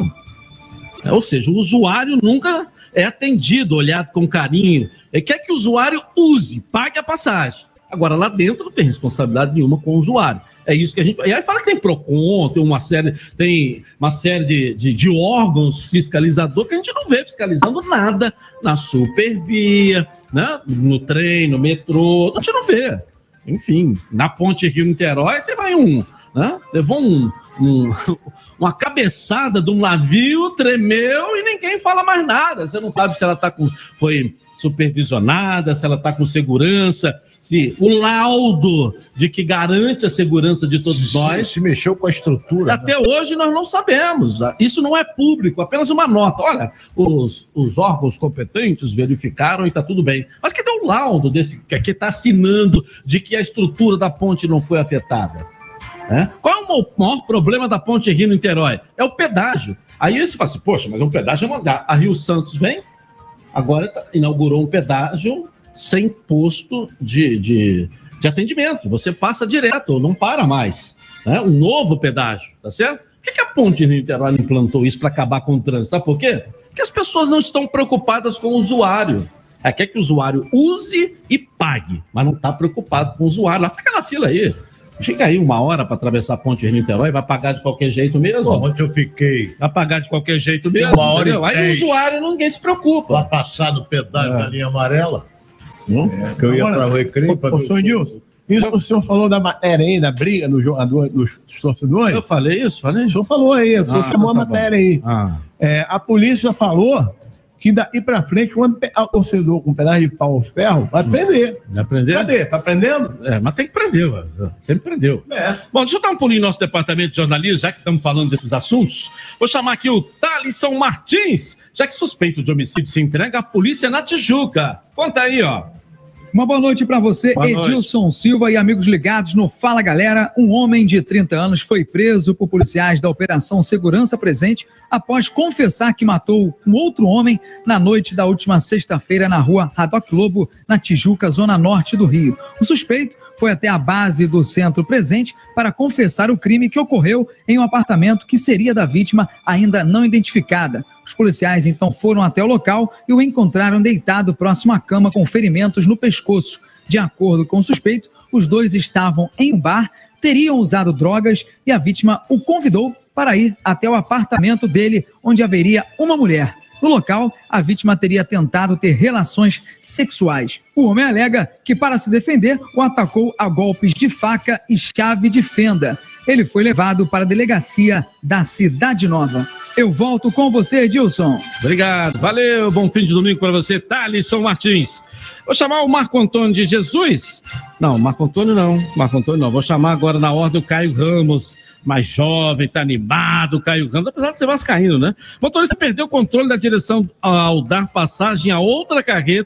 Ou seja, o usuário nunca é atendido, olhado com carinho. Ele quer que o usuário use, pague a passagem. Agora, lá dentro não tem responsabilidade nenhuma com o usuário. É isso que a gente... E aí fala que tem PROCON, tem uma série, tem uma série de, de, de órgãos fiscalizadores que a gente não vê fiscalizando nada na Supervia, né? No trem, no metrô, a gente não vê. Enfim, na ponte Rio-Niterói teve um... Né? Levou um, um, uma cabeçada de um navio, tremeu e ninguém fala mais nada. Você não sabe se ela tá com, foi supervisionada, se ela está com segurança, se o laudo de que garante a segurança de todos se, nós... Se mexeu com a estrutura. Até né? hoje nós não sabemos. Isso não é público, apenas uma nota. Olha, os, os órgãos competentes verificaram e está tudo bem. Mas cadê o laudo desse que está assinando de que a estrutura da ponte não foi afetada? É? Qual é o maior problema da ponte Rio-Niterói? É o pedágio. Aí você fala assim, poxa, mas um pedágio é uma... A Rio Santos vem, agora inaugurou um pedágio sem posto de, de, de atendimento. Você passa direto, não para mais. Né? Um novo pedágio, tá certo? Por que, que a ponte Rio-Niterói implantou isso para acabar com o trânsito? Sabe por quê? Porque as pessoas não estão preocupadas com o usuário. Ela quer que o usuário use e pague, mas não está preocupado com o usuário. Lá fica na fila aí. Fica aí uma hora para atravessar a ponte Rio-Niterói, vai pagar de qualquer jeito mesmo. Bom, onde eu fiquei. Vai pagar de qualquer jeito mesmo. Uma hora entendeu? e Aí dez. o usuário ninguém se preocupa. Lá passar no pedágio É. da linha amarela. Hum? É, que eu ia para o Recreio. Ô, senhor Edilson, isso que o senhor falou da matéria aí, da briga dos jogadores, dos torcedores? Eu falei isso? Falei? O senhor falou aí, o senhor Ah, chamou tá a bom. matéria aí. Ah. É, a polícia falou que daí pra frente, quando pe- o torcedor com um pedaço de pau ou ferro, vai prender. Vai prender? Cadê? Tá prendendo? É, mas tem que prender, velho. Sempre prendeu. É. Bom, deixa eu dar um pulinho no nosso departamento de jornalismo, já que estamos falando desses assuntos. Vou chamar aqui o Thalisson Martins, já que suspeito de homicídio se entrega à polícia na Tijuca. Conta aí, ó. Uma boa noite para você, Boa noite. Edilson Silva e amigos ligados no Fala Galera. Um homem de trinta anos foi preso por policiais da Operação Segurança Presente após confessar que matou um outro homem na noite da última sexta-feira na rua Haddock Lobo, na Tijuca, zona norte do Rio. O suspeito foi até a base do Centro Presente para confessar o crime que ocorreu em um apartamento que seria da vítima ainda não identificada. Os policiais então foram até o local e o encontraram deitado próximo à cama com ferimentos no pescoço. De acordo com o suspeito, os dois estavam em um bar, teriam usado drogas e a vítima o convidou para ir até o apartamento dele, onde haveria uma mulher. No local, a vítima teria tentado ter relações sexuais. O homem alega que, para se defender, o atacou a golpes de faca e chave de fenda. Ele foi levado para a delegacia da Cidade Nova. Eu volto com você, Edilson. Obrigado, valeu, bom fim de domingo para você, Thalisson Martins. Vou chamar o Marco Antônio de Jesus. Não, Marco Antônio não, Marco Antônio não. Vou chamar agora na ordem o Caio Ramos, mais jovem, tá animado, Caio Ramos, apesar de ser vascaíno, né? O motorista perdeu o controle da direção ao dar passagem a outra carreta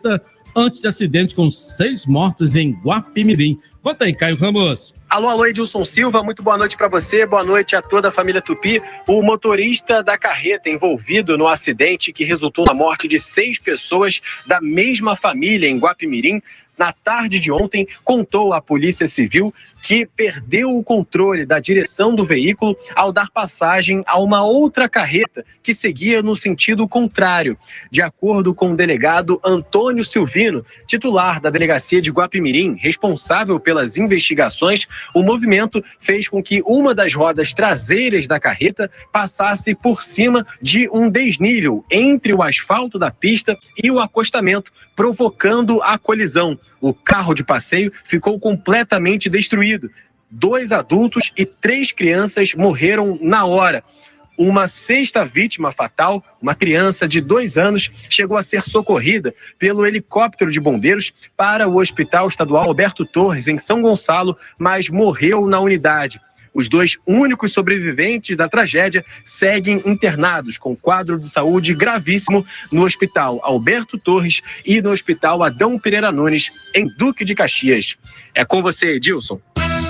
antes de acidente com seis mortos em Guapimirim. Conta aí, Caio Ramos. Alô, alô, Edilson Silva, muito boa noite para você, boa noite a toda a família Tupi. O motorista da carreta envolvido no acidente que resultou na morte de seis pessoas da mesma família em Guapimirim, na tarde de ontem, contou à Polícia Civil que perdeu o controle da direção do veículo ao dar passagem a uma outra carreta que seguia no sentido contrário. De acordo com o delegado Antônio Silvino, titular da Delegacia de Guapimirim, responsável pelas investigações, o movimento fez com que uma das rodas traseiras da carreta passasse por cima de um desnível entre o asfalto da pista e o acostamento, provocando a colisão. O carro de passeio ficou completamente destruído. Dois adultos e três crianças morreram na hora. Uma sexta vítima fatal, uma criança de dois anos, chegou a ser socorrida pelo helicóptero de bombeiros para o Hospital Estadual Alberto Torres, em São Gonçalo, mas morreu na unidade. Os dois únicos sobreviventes da tragédia seguem internados com quadro de saúde gravíssimo no Hospital Alberto Torres e no Hospital Adão Pereira Nunes, em Duque de Caxias. É com você, Edilson.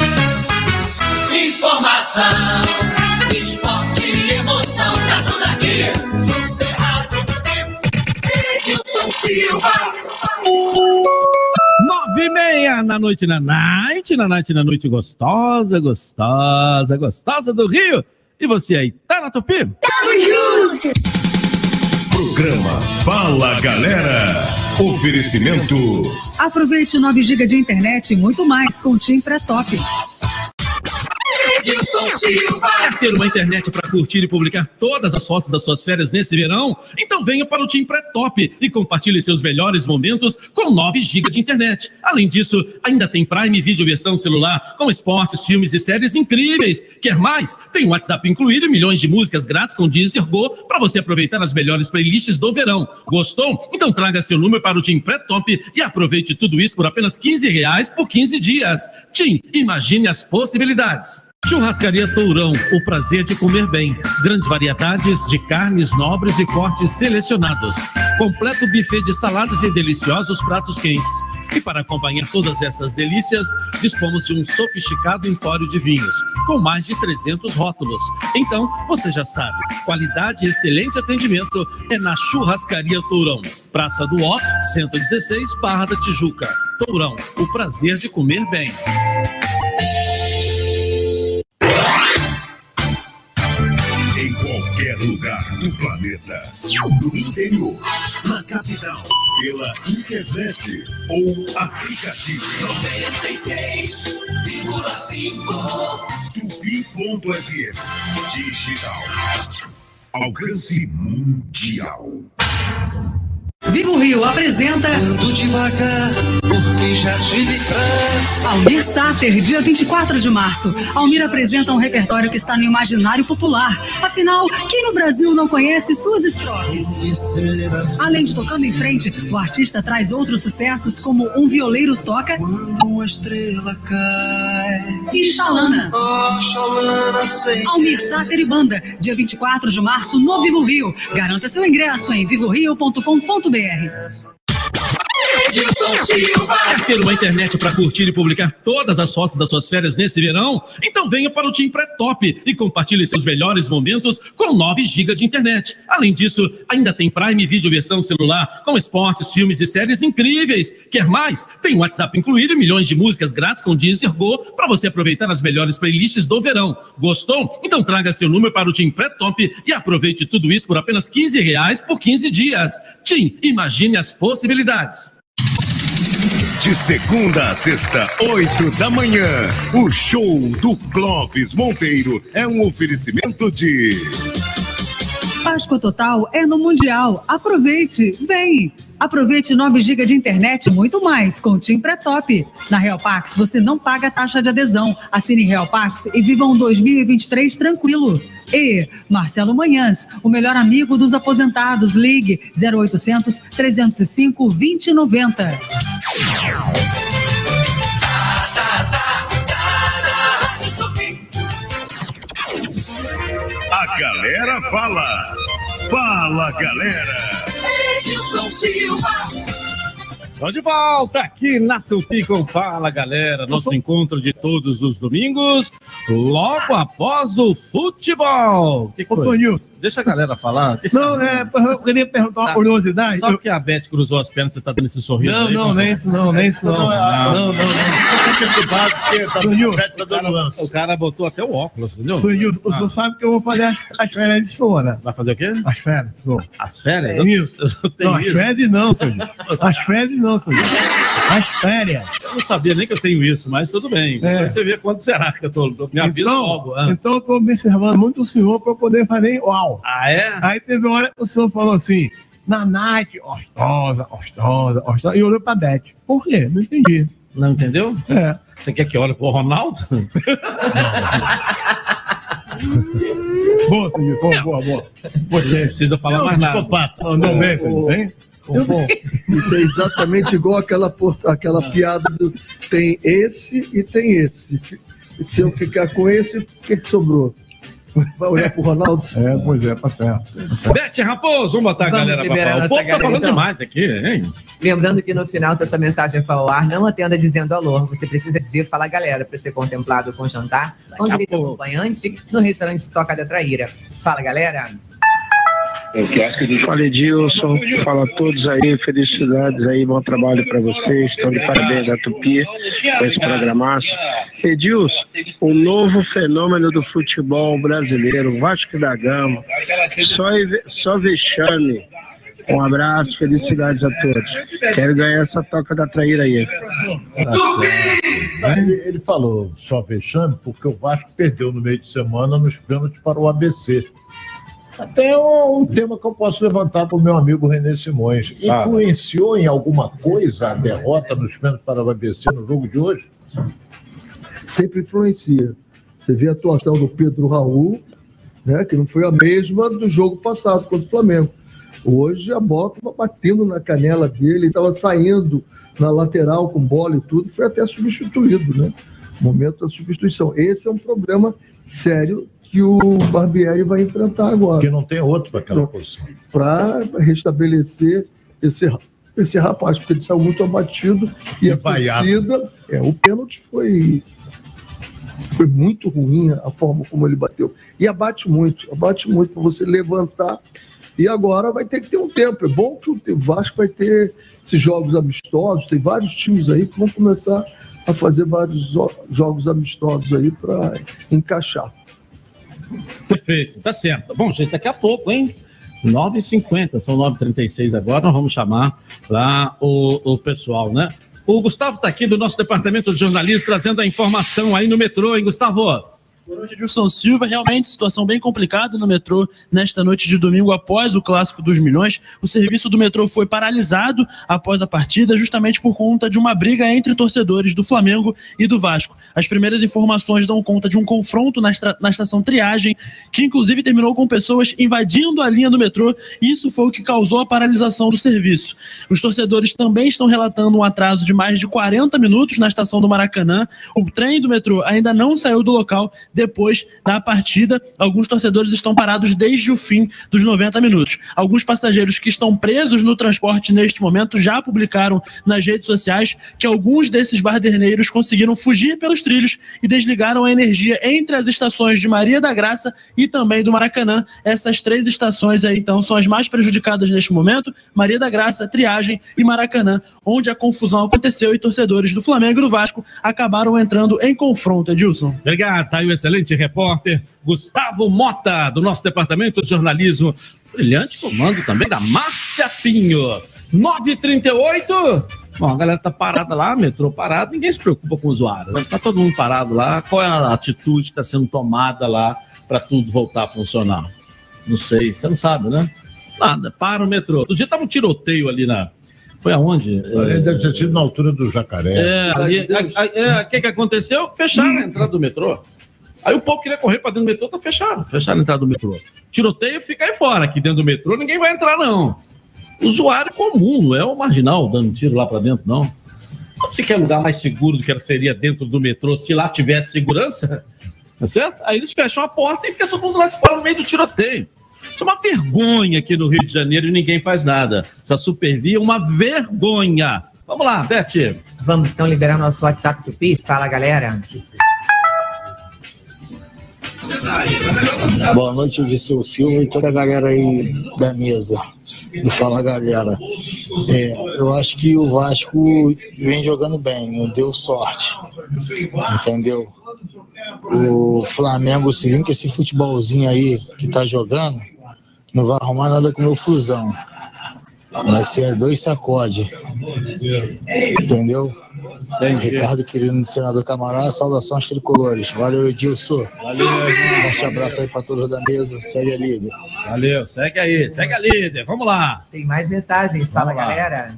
Informação, esporte e emoção, tá tudo aqui. Super Rádio Edilson Silva. Nove e meia na noite, na night, na night, na noite gostosa, gostosa, gostosa do Rio. E você aí, tá na Tupi? Tamo junto! Programa Fala Galera. Oferecimento. Aproveite nove gigas de internet e muito mais com o TIM Pré-Top. Edilson Silva. Quer ter uma internet para curtir e publicar todas as fotos das suas férias nesse verão? Então venha para o TIM Pré-Top e compartilhe seus melhores momentos com nove gigas de internet. Além disso, ainda tem Prime Video versão celular com esportes, filmes e séries incríveis. Quer mais? Tem WhatsApp incluído e milhões de músicas grátis com Deezer Go para você aproveitar as melhores playlists do verão. Gostou? Então traga seu número para o TIM Pré-Top e aproveite tudo isso por apenas quinze reais por quinze dias. TIM, imagine as possibilidades. Churrascaria Tourão, o prazer de comer bem. Grandes variedades de carnes nobres e cortes selecionados. Completo buffet de saladas e deliciosos pratos quentes. E para acompanhar todas essas delícias, dispomos de um sofisticado empório de vinhos, com mais de trezentos rótulos. Então, você já sabe, qualidade e excelente atendimento é na Churrascaria Tourão. Praça do Ó, cento e dezesseis, Barra da Tijuca. Tourão, o prazer de comer bem. Em qualquer lugar do planeta, no interior, na capital, pela internet ou aplicativo. noventa e seis vírgula cinco Tupi ponto F M. Digital. Alcance mundial. Vivo Rio apresenta Ando devagar, porque já tive pressa. Almir Sater, dia vinte e quatro de março. Almir apresenta um repertório que está no imaginário popular. Afinal, quem no Brasil não conhece suas estrofes? Além de tocando em frente, o artista traz outros sucessos como Um Violeiro Toca Quando uma estrela cai e Xalana. Oh, Xalana sei. Almir Sater e Banda, dia vinte e quatro de março no Vivo Rio. Garanta seu ingresso em vivo rio ponto com ponto br. Edilson Silva. Quer ter uma internet para curtir e publicar todas as fotos das suas férias nesse verão? Então venha para o TIM Pré-Top e compartilhe seus melhores momentos com nove gigas de internet. Além disso, ainda tem Prime Video versão celular com esportes, filmes e séries incríveis. Quer mais? Tem WhatsApp incluído e milhões de músicas grátis com Deezer Go para você aproveitar as melhores playlists do verão. Gostou? Então traga seu número para o TIM Pré-Top e aproveite tudo isso por apenas quinze reais por quinze dias. TIM, imagine as possibilidades. De segunda a sexta, oito da manhã, o show do Clóvis Monteiro é um oferecimento de... Páscoa total é no Mundial. Aproveite, vem! Aproveite nove gigas de internet e muito mais com o TIM Pré-Top. Na Real Pax você não paga taxa de adesão. Assine Real Pax e viva um dois mil e vinte e três tranquilo. E Marcelo Manhãs, o melhor amigo dos aposentados. Ligue zero oitocentos, trezentos e cinco, vinte e noventa. A galera fala. Fala, galera. Edilson Silva. Estamos de volta aqui na Tupi com Fala, galera. Nosso encontro de todos os domingos, logo após o futebol. Que Ô, foi? senhor Nilson. Deixa a galera falar. Que Não, sabe? é, eu queria perguntar uma Tá. curiosidade. Só porque a Beth cruzou as pernas, você tá dando esse sorriso Não, aí? não, pra- nem isso não, nem isso não. Não, Não, não, não. Senhor Nilson, O cara, o cara botou até o óculos, entendeu? senhor Nilson, o senhor sabe que eu vou fazer as, as férias de senhor, né? Vai fazer o quê? As férias. senhor. As férias? É isso. Eu, eu tenho Não, as isso. férias não, senhor Nilson. As férias não, senhor Nilson. As férias. Eu não sabia nem que eu tenho isso, mas tudo bem. É. Você vê quando será que eu tô. Me avisa Então, logo. ah. então eu tô observando muito o senhor para poder fazer igual. Ah, é? Aí teve uma hora que o senhor falou assim, na night, gostosa, gostosa, gostosa, e olhou pra Beth. Por quê? Não entendi. Não entendeu? É. Você quer que olhe pro Ronaldo? Boa, senhor, boa, boa, boa. Você não precisa falar Não, mais nada. psicopata. Não, não vem, filho, hein? Fofão, isso é exatamente igual aquela, por- aquela piada do tem esse e tem esse. Se eu ficar com esse, o que, que sobrou? Vai olhar pro Ronaldo? É, pois é, tá certo. Beth Raposo, vamos botar a Vamos galera pra liberar falar. O nossa povo tá galera, falando então. demais aqui, hein? Lembrando que no final, se a sua mensagem for ao ar, não atenda dizendo alô. Você precisa dizer fala galera para ser contemplado com jantar, com direito ao acompanhante no restaurante Toca da Traíra. Fala galera. Fala Edilson, fala a todos aí, felicidades aí, bom trabalho para vocês, estão de parabéns da Tupi com esse programaço. Edilson, o novo fenômeno do futebol brasileiro, Vasco da Gama, só, ve- só vexame. Um abraço, felicidades a todos. Quero ganhar essa Toca da Traíra aí. Ele, ele falou só vexame porque o Vasco perdeu no meio de semana nos pênaltis para o A B C. Até um, um tema que eu posso levantar para o meu amigo René Simões. Ah. Influenciou em alguma coisa a derrota nos pênaltis para o A B C no jogo de hoje? Sempre influencia. Você vê a atuação do Pedro Raul, né, que não foi a mesma do jogo passado contra o Flamengo. Hoje a bola estava batendo na canela dele, estava saindo na lateral com bola e tudo, foi até substituído, né? Momento da substituição. Esse é um problema sério que o Barbieri vai enfrentar agora. Porque não tem outro para aquela posição. Para restabelecer esse, esse rapaz, porque ele saiu muito abatido e, E a vaiado. torcida. É, o pênalti foi, foi muito ruim a forma como ele bateu. E abate muito, abate muito para você levantar. E agora vai ter que ter um tempo. É bom que o Vasco vai ter esses jogos amistosos, tem vários times aí que vão começar a fazer vários zo- jogos amistosos aí para encaixar. Perfeito, tá certo. Bom, gente, daqui a pouco, hein? nove e cinquenta, são nove e trinta e seis agora, nós vamos chamar lá o, o pessoal, né? O Gustavo tá aqui do nosso departamento de jornalismo, trazendo a informação aí no metrô, hein, Gustavo? Boa noite, Edilson Silva. Realmente, situação bem complicada no metrô nesta noite de domingo após o Clássico dos Milhões. O serviço do metrô foi paralisado após a partida, justamente por conta de uma briga entre torcedores do Flamengo e do Vasco. As primeiras informações dão conta de um confronto na, estra- na estação Triagem, que inclusive terminou com pessoas invadindo a linha do metrô. Isso foi o que causou a paralisação do serviço. Os torcedores também estão relatando um atraso de mais de quarenta minutos na estação do Maracanã. O trem do metrô ainda não saiu do local depois da partida. Alguns torcedores estão parados desde o fim dos noventa minutos. Alguns passageiros que estão presos no transporte neste momento já publicaram nas redes sociais que alguns desses baderneiros conseguiram fugir pelos trilhos e desligaram a energia entre as estações de Maria da Graça e também do Maracanã. Essas três estações aí, então, são as mais prejudicadas neste momento: Maria da Graça, Triagem e Maracanã, onde a confusão aconteceu e torcedores do Flamengo e do Vasco acabaram entrando em confronto. Edilson. Obrigado, tá aí o excelente repórter Gustavo Mota, do nosso departamento de jornalismo. Brilhante comando também da Márcia Pinho. nove e trinta e oito. Bom, a galera tá parada lá, metrô parado, ninguém se preocupa com o usuário, né? Tá todo mundo parado lá. Qual é a atitude que está sendo tomada lá para tudo voltar a funcionar? Não sei, você não sabe, né? Nada, para o metrô. Outro dia tava um tiroteio ali na... Foi aonde? Ali deve ter sido na altura do Jacaré. É, ali, a- a- é, o que que aconteceu? Fecharam a entrada do metrô. Aí o povo queria correr para dentro do metrô, tá fechado. Fecharam a entrada do metrô. Tiroteio fica aí fora, aqui dentro do metrô ninguém vai entrar, não. Usuário comum, não é o marginal dando tiro lá para dentro, não. Se quer lugar mais seguro do que seria dentro do metrô, se lá tivesse segurança, tá certo? Aí eles fecham a porta e fica todo mundo lá de fora no meio do tiroteio. Isso é uma vergonha aqui no Rio de Janeiro e ninguém faz nada. Essa supervia é uma vergonha. Vamos lá, Beth. Vamos então liberar nosso WhatsApp Tupi. Fala, galera. Boa noite, Odisseu Silva e toda a galera aí da mesa do Fala Galera. É, eu acho que o Vasco vem jogando bem, não deu sorte, entendeu? O Flamengo, se vir com esse futebolzinho aí que tá jogando, não vai arrumar nada com o meu Flusão. Vai ser dois sacode, entendeu? Entendi. Ricardo Quirino, senador Camará, saudações tricolores. Valeu, Edilson. Valeu, um forte abraço aí pra todos da mesa. Segue a líder. Valeu, segue aí, segue a líder. Vamos lá. Tem mais mensagens, fala, galera.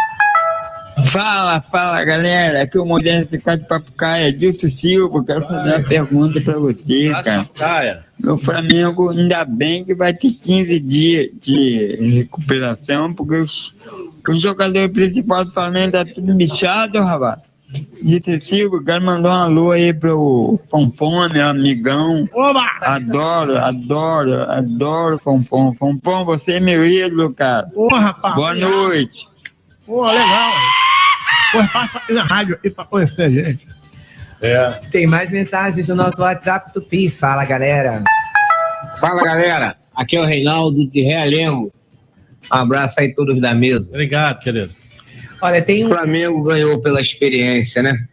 Fala, fala, galera. Aqui é o Moderno Ficado de Papucaia, Edilson Silva. Quero fazer uma pergunta pra você, cara. No Flamengo, ainda bem que vai ter quinze dias de recuperação, porque os, os jogadores principais do Flamengo tá tudo bichado, rapaz. Edilson Silva, quero mandar um alô aí pro Fonfon, meu amigão. Oba! Adoro, adoro, adoro Fonfon. Fonfon, você é meu ídolo, cara. Porra, rapaz. Boa noite. Pô, legal. Pô, passa aqui na rádio aí pra conhecer a gente. É. Tem mais mensagens no nosso WhatsApp Tupi. Fala, galera. Fala, galera. Aqui é o Reinaldo de Realengo. Um abraço aí todos da mesa. Obrigado, querido. Olha, tem um... O Flamengo ganhou pela experiência, né?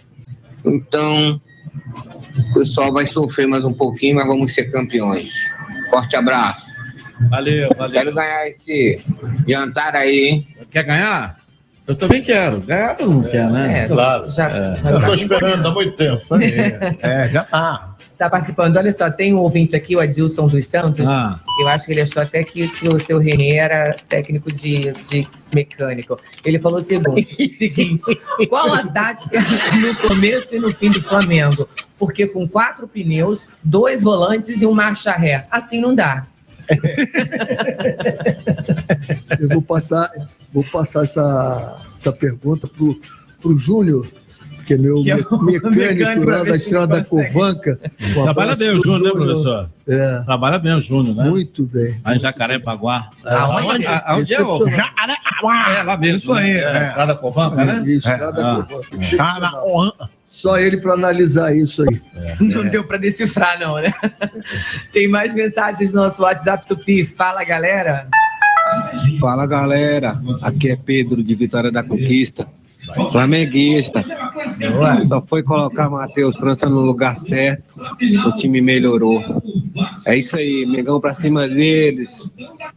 Então, o pessoal vai sofrer mais um pouquinho, mas vamos ser campeões. Forte abraço. Valeu, valeu. Quero ganhar esse jantar aí, hein? Quer ganhar? Eu também quero. Ganhar ou não quer, né? É, claro. Já, É. já Eu tá. tô esperando há muito tempo. É, já tá. Tá participando. Olha só, tem um ouvinte aqui, o Adilson dos Santos. Ah. Eu acho que ele achou até que, que o seu Renê era técnico de, de mecânico. Ele falou o seguinte, seguinte: qual a tática no começo e no fim do Flamengo? Porque com quatro pneus, dois volantes e um marcha ré. Assim não dá. Eu vou passar, vou passar essa, essa pergunta pro, pro Júnior, que é meu Que é me- o mecânico, mecânico, lá pra da ver se Estrada da consegue. Covanca. Um Trabalha abraço bem o pro Júnior, né, professor? É. Trabalha bem o Júnior, né? Muito bem. Lá em Jacarepaguá. Aonde? A- Aonde é o... Jacarepaguá. É, lá mesmo. Isso aí, né? é. Estrada Covanca, né? Isso, Estrada Ah. Covanca. Excepcional. Só ele para analisar isso aí. Não deu pra decifrar, não, né? Tem mais mensagens no nosso WhatsApp Tupi. Fala, galera. Fala, galera. Aqui é Pedro de Vitória da Conquista. Flamenguista. Só foi colocar Matheus França no lugar certo, o time melhorou. É isso aí, Mengão pra cima deles.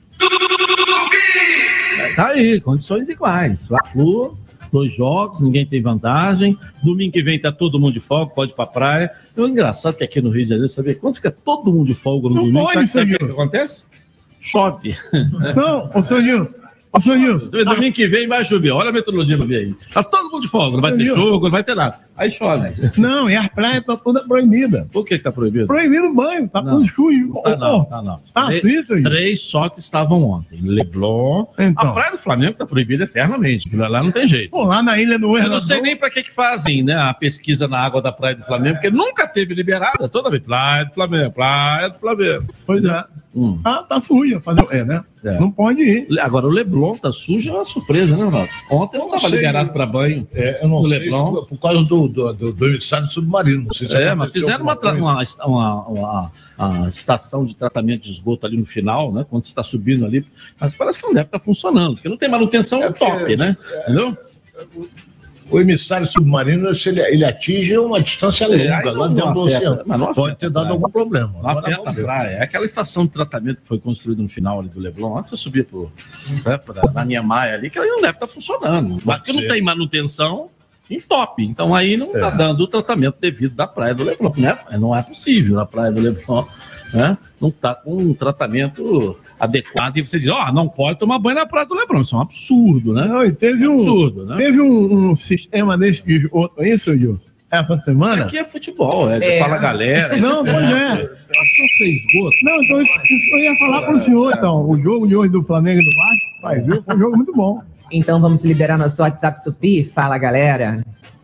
Tá aí, condições iguais. Fla-Flu, dois jogos, ninguém tem vantagem. Domingo que vem tá todo mundo de folga, pode ir pra praia. E o engraçado é que aqui no Rio de Janeiro, sabe quando fica todo mundo de folga no Não domingo, pode, sabe, sabe o que, senhor. que acontece? Chove. Não, ô seu Nilson. Ô seu Nilson. Domingo que vem vai chover. Olha a meteorologia pra ver aí. Tá todo mundo de folga, não vai ter Senhor. jogo, não vai ter nada. Aí chove. Não, e as praias estão todas proibidas. Por que que tá proibido? Proibido o banho, tá Não. tudo sujo. Tá não, tá não. Tá Três- suíço, gente? Três só que estavam ontem. Leblon. Então. A Praia do Flamengo tá proibida eternamente. Aquilo lá não tem jeito. Pô, lá na Ilha do Eu não Governador. sei nem pra que que fazem, né, a pesquisa na água da Praia do Flamengo, porque nunca teve liberada. Toda vez, Praia do Flamengo, Praia do Flamengo. Pois é. Hum. Tá, tá suja. Fazer... o- É, né? É. Não pode ir. Agora, o Leblon tá sujo, é uma surpresa, né, Ronaldo? Ontem não não tava sei. liberado pra banho. É, eu não o sei Leblon. se por, por causa do, do, do, do emissário submarino. Não sei se É, mas aconteceu fizeram uma, alguma tra- coisa. uma, uma, uma, uma estação de tratamento de esgoto ali no final, né? Quando está subindo ali. Mas parece que não deve estar funcionando, porque não tem manutenção É porque- top, né? Entendeu? O emissário submarino, se ele, ele atinge uma distância É, longa, aí lá não dentro do afeta, oceano. mas não Pode afeta ter a dado praia. algum problema. Não Agora afeta a vamos ver. praia. É aquela estação de tratamento que foi construída no final ali do Leblon, antes de você subir pro, né, pra, na Niemeyer ali, que aí não deve estar funcionando. Mas que não ser. tem manutenção, entope. Então aí não está É. dando o tratamento devido da praia do Leblon. Né? Não é possível na praia do Leblon. Né? Não está com um tratamento adequado. E você diz, ó, não pode tomar banho na praia do Leblon. Isso é um absurdo, né? Não, e teve um, absurdo, né? teve um, um sistema desse de esgoto aí, seu Gilson, essa semana. Isso aqui é futebol, é, É. fala galera. Não, pois é. Passou ser esgoto. Não, então isso, isso eu ia falar pro senhor, então. O jogo de hoje do Flamengo e do Vasco, vai ver, foi um jogo muito bom. Então vamos liberar nosso WhatsApp Tupi. Fala, galera.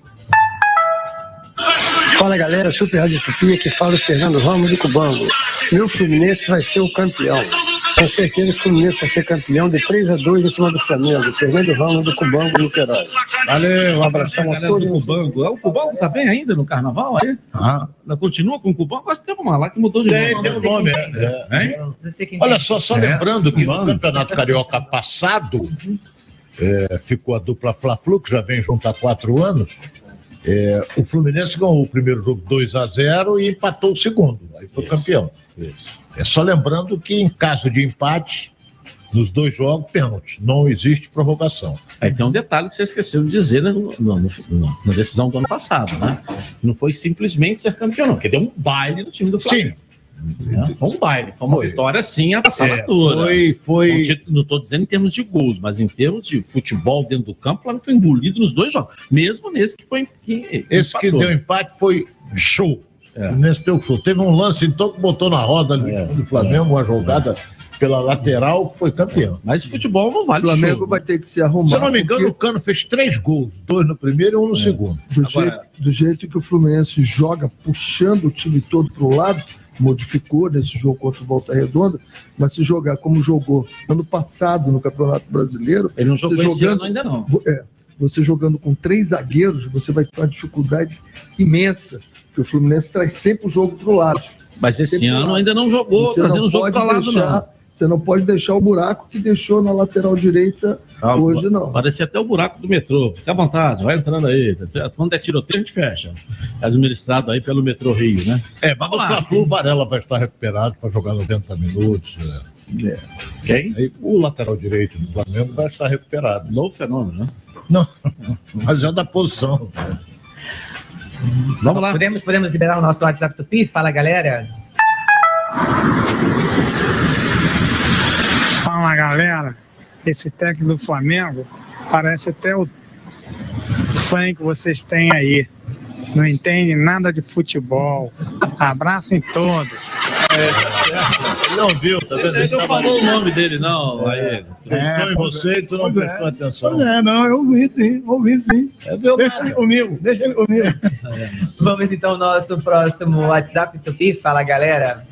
Fala galera, Super Rádio Tupi, que fala o Fernando Ramos de Cubango. Meu Fluminense vai ser o campeão. Com certeza o Fluminense vai ser campeão de três a dois em cima do Flamengo. Fernando Ramos do Cubango, Niterói. Valeu, um abração a todos. Do Cubango. O Cubango tá bem ainda no carnaval aí? Ah. Continua com o Cubango? Quase tempo lá que mudou de Tem, nome. tem um nome, é. é. Olha só, só É. lembrando que no Campeonato Carioca passado, é, ficou a dupla Fla-Flu, que já vem junto há quatro anos. É, o Fluminense ganhou o primeiro jogo dois a zero e empatou o segundo. Aí foi campeão. É só lembrando que em caso de empate, nos dois jogos, pênalti. Não existe prorrogação. Aí tem um detalhe que você esqueceu de dizer né, no, no, no, na decisão do ano passado, né? Não foi simplesmente ser campeão, não, porque deu um baile no time do Flamengo. Sim. Foi um baile, foi uma foi. vitória sim avassaladora. É, foi, foi... Não, tinha- não estou dizendo em termos de gols, mas em termos de futebol dentro do campo, o Flamengo foi engolido nos dois jogos. Mesmo nesse que foi. Que Esse que empatou. deu empate foi show. Nesse deu show. Teve um lance então que botou na roda ali do Flamengo, uma jogada pela lateral, que foi campeão. Mas futebol não O vale Flamengo show. vai ter que se arrumar. Se eu não me engano, porque o Cano fez três gols, dois no primeiro e um no segundo. do, jeito, do jeito que o Fluminense joga, puxando o time todo para o lado, modificou nesse jogo contra o Volta Redonda, mas se jogar como jogou ano passado no Campeonato Brasileiro... Ele não jogou você esse jogando- ano ainda não. vo- É, você jogando com três zagueiros, você vai ter uma dificuldade imensa, porque o Fluminense traz sempre o jogo para o lado. Mas esse Sempre pro ano lado. ainda não jogou, Você trazendo não o jogo pode para lado, deixar- não. Você não pode deixar o buraco que deixou na lateral direita Ah, hoje, não. Parecia até o buraco do metrô. Fica à vontade, vai entrando aí. Tá certo? Quando é tiroteio, a gente fecha. É administrado aí pelo metrô Rio, né? É, mas o Fla-Flu, o Varela vai estar recuperado para jogar noventa minutos. É. Quem? Aí, o lateral direito do Flamengo vai estar recuperado. Novo fenômeno, né? Não, mas é da posição. Vamos lá. Podemos, podemos liberar o nosso WhatsApp Tupi? Fala, galera. Fala galera, esse técnico do Flamengo parece até o fã que vocês têm aí. Não entende nada de futebol. Abraço em todos. É, tá certo. Ele não viu, tá vendo? Ele não falou o nome dele, não. Aí. Então, em você e tu não pois é. prestou atenção. Pois é, não, eu ouvi sim, ouvi sim. É meu deixa ele comigo, deixa ele comigo. Vamos então ao nosso próximo WhatsApp Tupi. Fala, galera.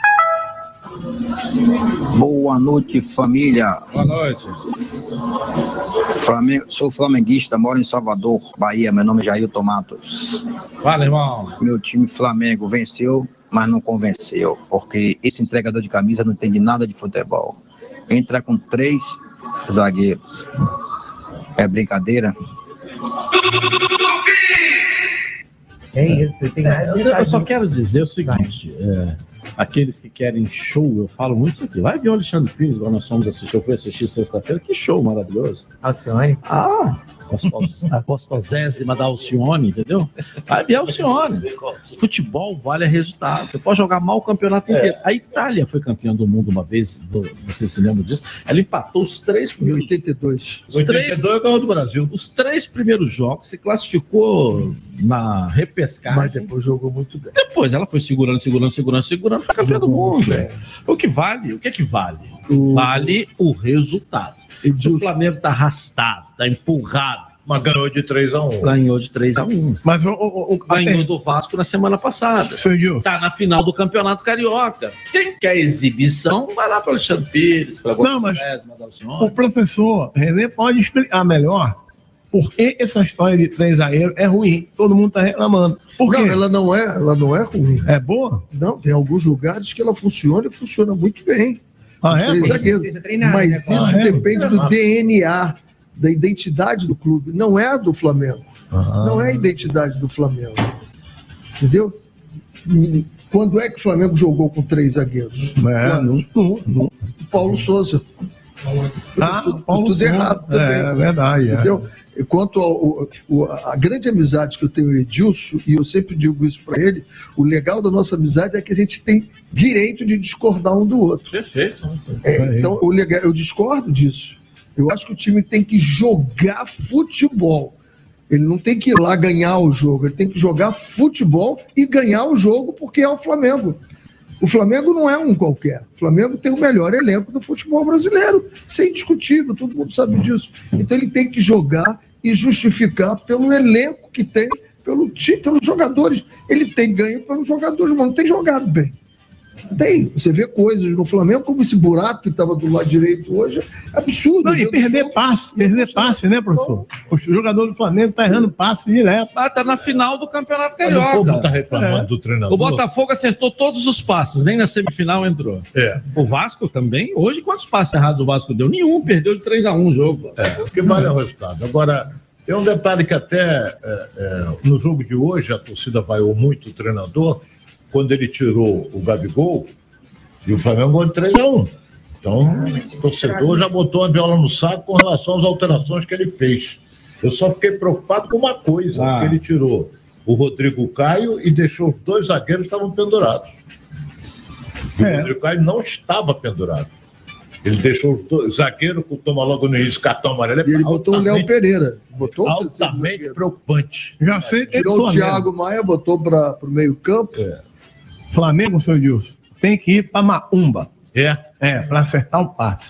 Boa noite, família. Boa noite. Flamengo, sou flamenguista, moro em Salvador, Bahia. Meu nome é Jailton Matos. Fala, irmão. Meu time Flamengo venceu, mas não convenceu, porque esse entregador de camisa não entende nada de futebol. Entra com três zagueiros. É brincadeira? É isso, tem mais Eu, eu só quero dizer o seguinte: é, aqueles que querem show, eu falo muito isso aqui. Vai ver o Alexandre Pires, lá nós fomos assistir, eu fui assistir sexta-feira, que show maravilhoso. Alcione. Ah, a costosésima da Alcione, entendeu? Vai ver a Alcione. Futebol vale a resultado. Você pode jogar mal o campeonato inteiro. A Itália foi campeã do mundo uma vez, você se lembra disso? Ela empatou os três primeiros. oitenta e dois. Os três, oitenta e dois ganhou do Brasil. Os três primeiros jogos se classificou na repescagem. Mas depois jogou muito bem. Depois ela foi segurando, segurando, segurando, segurando, foi campeã do mundo. O que vale? O que é que vale? Vale o resultado. Se o Flamengo tá arrastado, tá empurrado. Mas ganhou de três a um. Ganhou de três a um. Mas o, o, o, Ganhou do Vasco na semana passada. Tá na final do Campeonato Carioca. Quem quer exibição, vai lá para o Alexandre Pires, para Não, mas o professor René pode explicar melhor por que essa história de três zagueiros é ruim. Todo mundo está reclamando. Por quê? Não, ela não é, ela não é ruim. É boa? Não, tem alguns lugares que ela funciona e funciona muito bem. Ah, Os é? três Porque zagueiros. seja treinado, Mas né? isso Ah, é? depende do Ah. D N A, da identidade do clube. Não é a do Flamengo. Ah. Não é a identidade do Flamengo. Entendeu? E quando é que o Flamengo jogou com três zagueiros? É, não, não, não. Paulo Souza. Ah, tudo, Paulo tudo Souza. errado também. É, é verdade, é. Entendeu? E quanto ao, ao- a grande amizade que eu tenho com o Edilson, e eu sempre digo isso para ele, o legal da nossa amizade é que a gente tem direito de discordar um do outro. Perfeito. É, então, o legal, eu discordo disso. Eu acho que o time tem que jogar futebol. Ele não tem que ir lá ganhar o jogo, ele tem que jogar futebol e ganhar o jogo porque é o Flamengo. O Flamengo não é um qualquer. O Flamengo tem o melhor elenco do futebol brasileiro. Isso é indiscutível, todo mundo sabe disso. Então ele tem que jogar e justificar pelo elenco que tem, pelo time, pelos jogadores. Ele tem ganho pelos jogadores, mas não tem jogado bem. Tem. Você vê coisas no Flamengo, como esse buraco que estava do lado direito hoje, é absurdo. Não, e perder passe, perder passe, né, professor? O jogador do Flamengo tá errando passe direto. Ah, tá na final do Campeonato Olha, Carioca. o povo tá reclamando do treinador. O Botafogo acertou todos os passes, nem na semifinal entrou. É. O Vasco também. Hoje, quantos passes errados o Vasco deu? Nenhum, perdeu de três a um o jogo. É, o que vale é o resultado. Agora, tem um detalhe que até é, é, no jogo de hoje a torcida vaiou muito o treinador quando ele tirou o Gabigol e o Flamengo ganhou de três a um. Então, o torcedor já botou a viola no saco com relação às alterações que ele fez. Eu só fiquei preocupado com uma coisa, Ah. que ele tirou o Rodrigo Caio e deixou os dois zagueiros que estavam pendurados. E É. o Rodrigo Caio não estava pendurado. Ele deixou os dois zagueiros, que toma logo no início cartão amarelo. E ele botou o Léo Pereira. Botou o terceiro altamente zagueiro. preocupante. Já sei que Tirou o Flamengo. Thiago Maia, botou para o meio campo. Flamengo, seu Dilson, tem que ir pra Maumba. É? É, pra acertar o passe.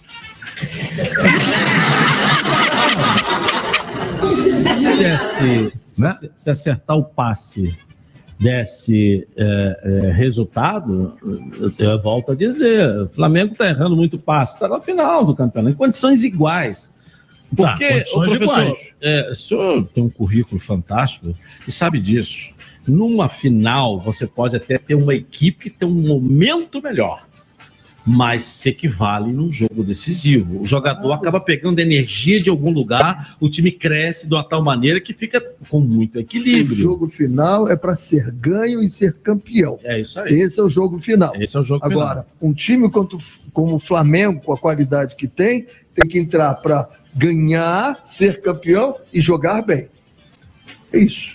Se desse, se, se acertar o passe, desse é, é, resultado, eu, eu volto a dizer, o Flamengo está errando muito passe, está na final do campeonato, em condições iguais. Porque, Tá, o condições professor, iguais. é, o senhor tem um currículo fantástico e sabe disso. Numa final, você pode até ter uma equipe que tem um momento melhor, mas se equivale num jogo decisivo. O jogador acaba pegando energia de algum lugar, o time cresce de uma tal maneira que fica com muito O equilíbrio. jogo final é para ser ganho e ser campeão. É isso aí. Esse é o jogo final. Esse é o jogo Agora, final. um time quanto, como o Flamengo, com a qualidade que tem, tem que entrar para ganhar, ser campeão e jogar bem. É isso.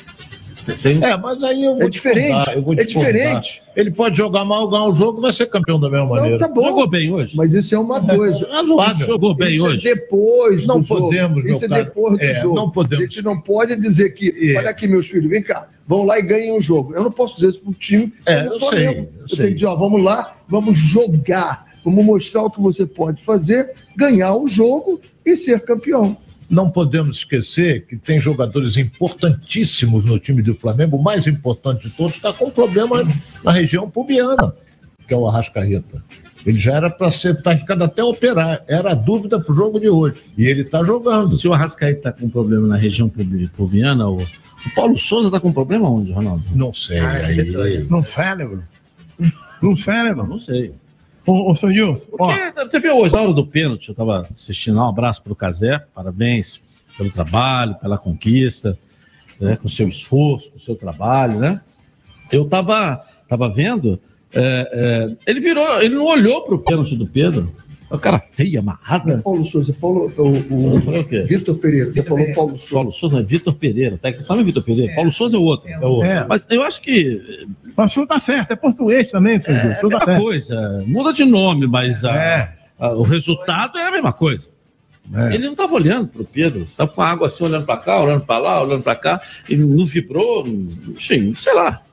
É, mas aí eu vou É diferente, discordar, eu vou é discordar. diferente. Ele pode jogar mal, ganhar o jogo, vai ser campeão da mesma Não, maneira. tá bom. Jogou bem hoje? Mas isso é uma coisa. Razoável. Jogou bem isso hoje? É depois Não do jogo. podemos, meu Isso é cara. depois do É, jogo. não podemos. A gente não pode dizer que, É. olha aqui, meus filhos, vem cá, vão lá e ganhem o jogo. Eu não posso dizer isso pro time. É, como eu Flamengo. sei, eu Eu sei. tenho que dizer, ó, vamos lá, vamos jogar, vamos mostrar o que você pode fazer, ganhar o jogo e ser campeão. Não podemos esquecer que tem jogadores importantíssimos no time do Flamengo. O mais importante de todos está com problema na região pubiana, que é o Arrascaeta. Ele já era para ser, está ficando até operar. Era a dúvida para o jogo de hoje. E ele está jogando. Se o Arrascaeta está com problema na região pubi- pubiana, o, o Paulo Souza está com problema onde, Ronaldo? Não sei. Aí, No cérebro. No cérebro. Não sei. Ô, ô, seu Dilson, ó, Porque você viu hoje, na hora do pênalti, eu estava assistindo, um abraço para o Cazé, parabéns pelo trabalho, pela conquista, né, com o seu esforço, com o seu trabalho, né? Eu estava tava vendo, é, é, ele virou, ele não olhou para o pênalti do Pedro, o cara feio, amarrado. Paulo Souza, Paulo, o, Eu falei o quê? o Vitor Pereira, você falou Paulo Souza. Paulo Souza é Vitor Pereira, tá? Não é Vitor Pereira, Paulo Souza é o outro. É o outro. É. Mas eu acho que o senhor tá certo, é português também, seu é Dilson. a o senhor tá mesma certo. coisa, muda de nome, mas a- É. a- o resultado é a mesma coisa. É. Ele não estava olhando para o Pedro, estava com a água assim, olhando para cá, olhando para lá, olhando para cá, ele não vibrou, enfim, sei lá.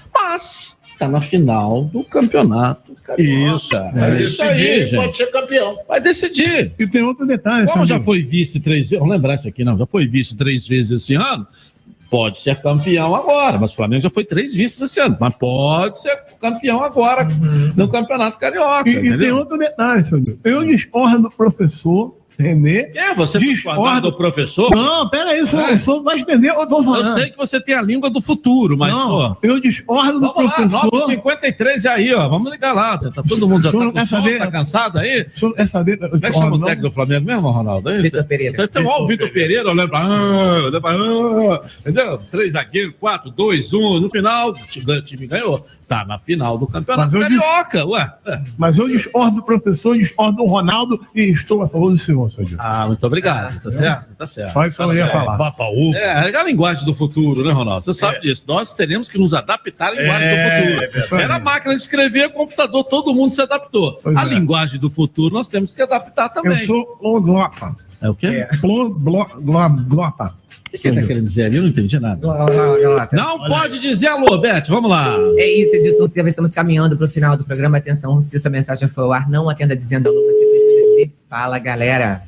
Mas está na final do campeonato carioca. Isso. É Vai isso decidir, aí, pode gente. ser campeão. Vai decidir. E tem outro detalhe, Como seu já Dilson. foi vice três vezes, vamos lembrar isso aqui, não, já foi vice três vezes esse ano, pode ser campeão agora, mas o Flamengo já foi três vices esse ano, mas pode ser campeão agora no Campeonato Carioca. E, e tem entendeu? outro detalhe, seu Dilson. Eu discordo do professor Renê. É, você Discordo. discorda do professor? Não, peraí, o senhor, É. o senhor vai entender o que eu tô falando. Eu sei que você tem a língua do futuro, mas, Não, pô, eu discordo do vamos lá, nove e professor. cinquenta e três é aí, ó, vamos ligar lá, tá todo mundo já O senhor tá não com quer sono, saber? tá cansado aí? O senhor quer saber? Como é que chama o técnico do Flamengo mesmo, Ronaldo? É isso? Vitor Pereira. Você ó, o Vitor Pereira olhando pra, ah, olhando pra ah, entendeu? Três zagueiros, quatro, dois, um, no final, o time- o time ganhou. Tá na final do Campeonato Mas eu disse- Carioca, ué. É. Mas eu discordo do professor, discordo do Ronaldo e estou a favor do senhor, seu Dilson. Ah, muito obrigado, tá certo? Tá certo. Só isso que eu ia falar. Vá pra U. É, é a linguagem do futuro, né, Ronaldo? Você sabe disso. Nós teremos que nos adaptar à linguagem É, do futuro. verdade. Era a máquina de escrever, computador, todo mundo se adaptou. Pois a é. linguagem do futuro nós temos que adaptar Eu também. sou ploglota. É o quê? Plonglota. O que, que ele tá querendo dizer ali? Eu não entendi nada. Glota. Não pode dizer alô, Beth, vamos lá. É isso, Edilson Silva. Estamos caminhando para o final do programa. Atenção, se sua mensagem foi ao ar, não atenda dizendo alô, você precisa dizer fala, galera.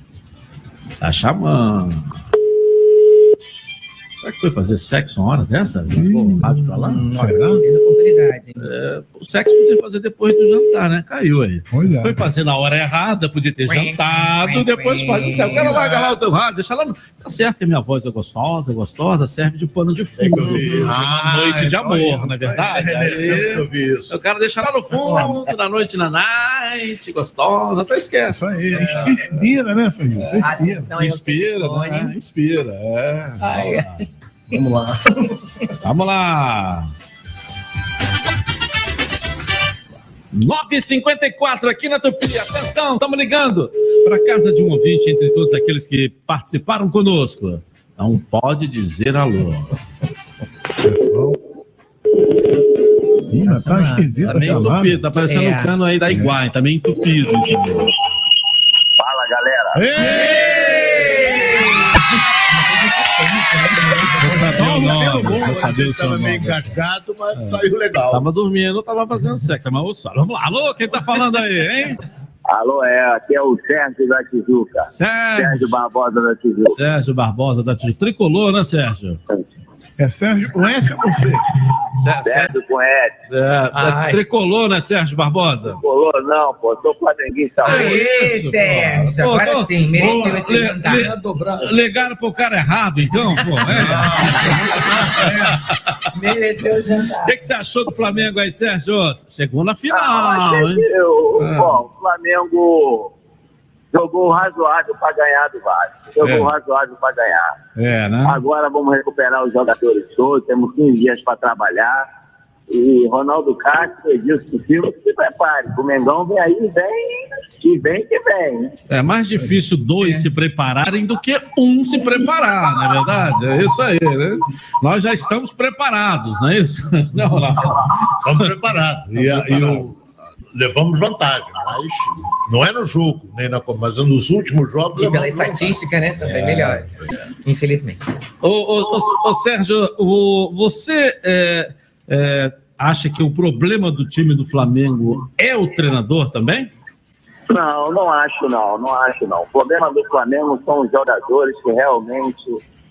Tá chamando. Será que foi fazer sexo uma hora dessa? Levou o rádio pra lá? Será? Ainda com possibilidade. É, o sexo podia fazer depois do jantar, né? Caiu aí. Pois é. Foi fazer na hora errada, podia ter jantado, depois faz o céu. O cara larga lá o teu rádio, deixa lá. No... Tá certo que a minha voz é gostosa, gostosa, serve de pano de fundo. Ah, Noite de então amor, aí, não é verdade? é, Aí, eu vi isso. eu quero deixar lá no fundo, na noite na night, gostosa, até esquece. Isso aí, inspira, né, Sérgio? Você Atenção, Inspira, telefone. né? Inspira, é. Ai. Vamos lá. Vamos lá. nove e cinquenta e quatro aqui na Tupi. Atenção, estamos ligando para a casa de um ouvinte entre todos aqueles que participaram conosco. Não pode dizer alô. Ih, mas tá esquisito. Tá meio entupido, tá parecendo É. um cano aí da Iguai, tá meio entupido. Isso. Fala, galera. Eu sabia o nome, eu sabia o seu Tava meio nome. engasgado, mas saiu legal. Tava dormindo, tava fazendo sexo, mas ouça. Vamos lá, alô, quem tá falando aí, hein? Alô, é, aqui é o Sérgio da Tijuca. Sérgio. Sérgio Barbosa da Tijuca. Sérgio Barbosa da Tijuca. Tricolor, né, Sérgio? É Sérgio com S ou com C? Sé- Sérgio com S. É, Ai. tricolor, né, Sérgio Barbosa? Colou, não, pô, sou flamenguista. Aê, isso, Sérgio, pô. agora Pô, sim, mereceu pô, esse le- jantar. le- Tá dobrado. Ligaram pro cara errado, então, pô. É. Mereceu o jantar. O que, que você achou do Flamengo aí, Sérgio? Chegou na final, Ah, hein? eu, Ah. bom, o Flamengo jogou razoável para ganhar do Vasco. Jogou É. razoável para ganhar. É, né? Agora vamos recuperar os jogadores todos, temos quinze dias para trabalhar. E Ronaldo Castro, Edilson Silva, que se prepare. O Mengão vem aí, vem, e vem que vem. É mais difícil dois se prepararem do que um se preparar, não é verdade? É isso aí, né? Nós já estamos preparados, não é isso? Não, não. Estamos preparados. E, a- e o- levamos vantagem, mas não é no jogo, nem na mas nos últimos jogos. E pela levamos vantagem. estatística, né? Também É. melhores. Infelizmente. Ô, ô, ô, ô, Sérgio, o- você é, é, acha que o problema do time do Flamengo é o treinador também? Não, não acho não, não acho não. O problema do Flamengo são os jogadores que realmente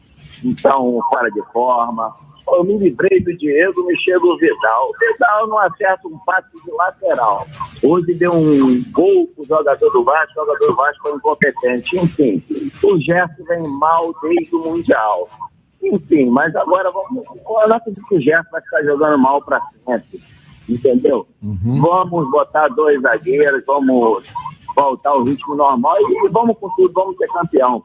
estão fora de forma. Eu me livrei do Diego, me chega o Vidal. O Vidal não acerta um passe de lateral. Hoje deu um gol pro jogador do Vasco, o jogador do Vasco foi incompetente. Enfim, o Gerson vem mal desde o Mundial. Enfim, mas agora vamos. Eu não acredito que o Gerson vai ficar jogando mal para sempre. Entendeu? Vamos botar dois zagueiros, vamos voltar ao ritmo normal e vamos com tudo, vamos ser campeão.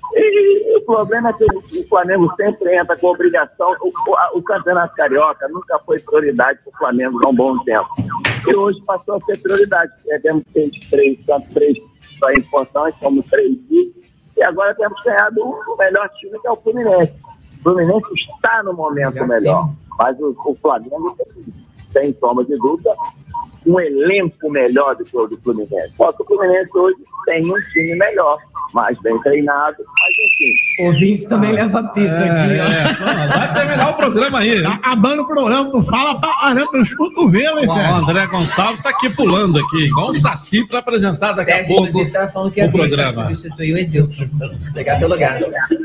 E o problema é que o Flamengo sempre entra com obrigação. O, o, o Campeonato Carioca nunca foi prioridade para o Flamengo há um bom tempo. E hoje passou a ser prioridade. Temos feito três, três só importantes, somos três vices. E agora temos ganhado o melhor time, que é o Fluminense. O Fluminense está no momento melhor. Mas o, o Flamengo, sem sombra de dúvida, um elenco melhor do que o do Fluminense. Só que o Fluminense hoje tem um time melhor, mais bem treinado, mas enfim. O ouvinte também leva pito aqui, ó. É, vai terminar o programa aí. Tá acabando o programa, tu fala pra caramba pelos cotovelos, hein, O Sérgio? André Gonçalves está aqui pulando aqui, igual o Saci para apresentar daqui Sérgio, a pouco inclusive, tava falando que o ia vir pra programa. substituir o Edilson. Pegar teu lugar.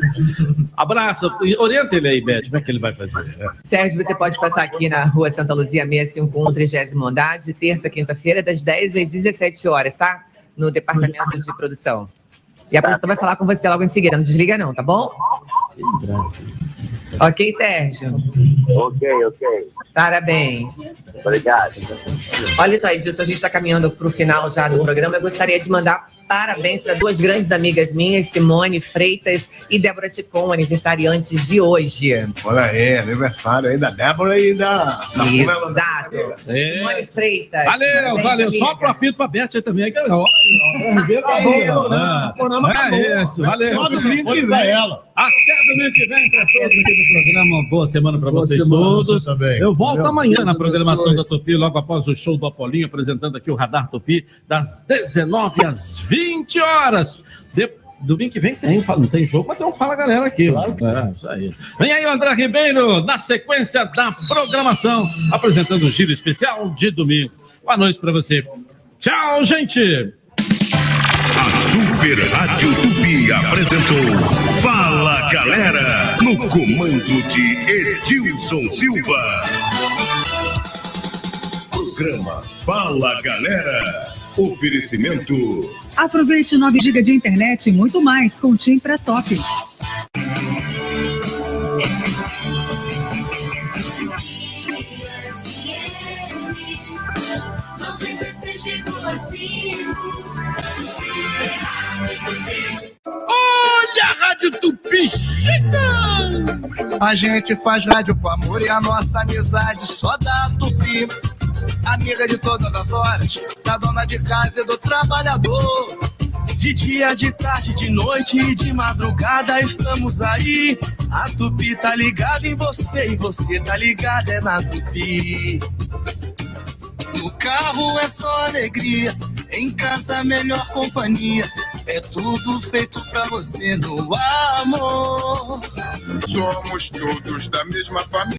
Abraço, e orienta ele aí, Beth, como é que ele vai fazer? É. Sérgio, você pode passar aqui na rua Santa Luzia seiscentos e cinquenta e um, trigésimo andar, de terça a quinta-feira, das dez às dezessete horas, tá? No departamento de produção. E a produção vai falar com você logo em seguida. Não desliga, não, tá bom? Ok, Sérgio? Ok, ok. Parabéns. Obrigado. Olha só, Edilson, a gente está caminhando para o final já do programa. Eu gostaria de mandar parabéns para duas grandes amigas minhas, Simone Freitas e Débora Ticon, aniversariantes de hoje. Olha aí, aniversário aí da Débora e da... da Exato. É. Simone Freitas. Valeu, Parabéns, valeu. amiga. Só pro apito pra Beth aí também. Que legal. É isso, valeu. Só domingo que vem. ela. Até domingo que vem para todos aqui do programa. Uma boa semana para Boa vocês semana, todos. você também. Eu volto Valeu. amanhã na Deus programação abençoe. da Tupi, logo após o show do Apolinho, apresentando aqui o Radar Tupi, das dezenove às vinte horas. De... Domingo que vem tem, não tem jogo, mas tem um Fala Galera aqui. Claro que é, isso aí. Vem aí o André Ribeiro, na sequência da programação, apresentando o giro especial de domingo. Boa noite para você. Tchau, gente! A Super Rádio Tupi apresentou Fala Galera, no comando de Edilson Silva. Programa Fala Galera. Oferecimento. Aproveite nove gigas de internet e muito mais com o Tim Pré-Top. Olha a Rádio Tupi chegando! A gente faz rádio com amor e a nossa amizade só dá Tupi. Amiga de todas as horas, da dona de casa e do trabalhador. De dia, de tarde, de noite e de madrugada estamos aí. A Tupi tá ligada em você e você tá ligada é na Tupi. No carro é só alegria, em casa a melhor companhia. É tudo feito pra você no amor. Somos todos da mesma família.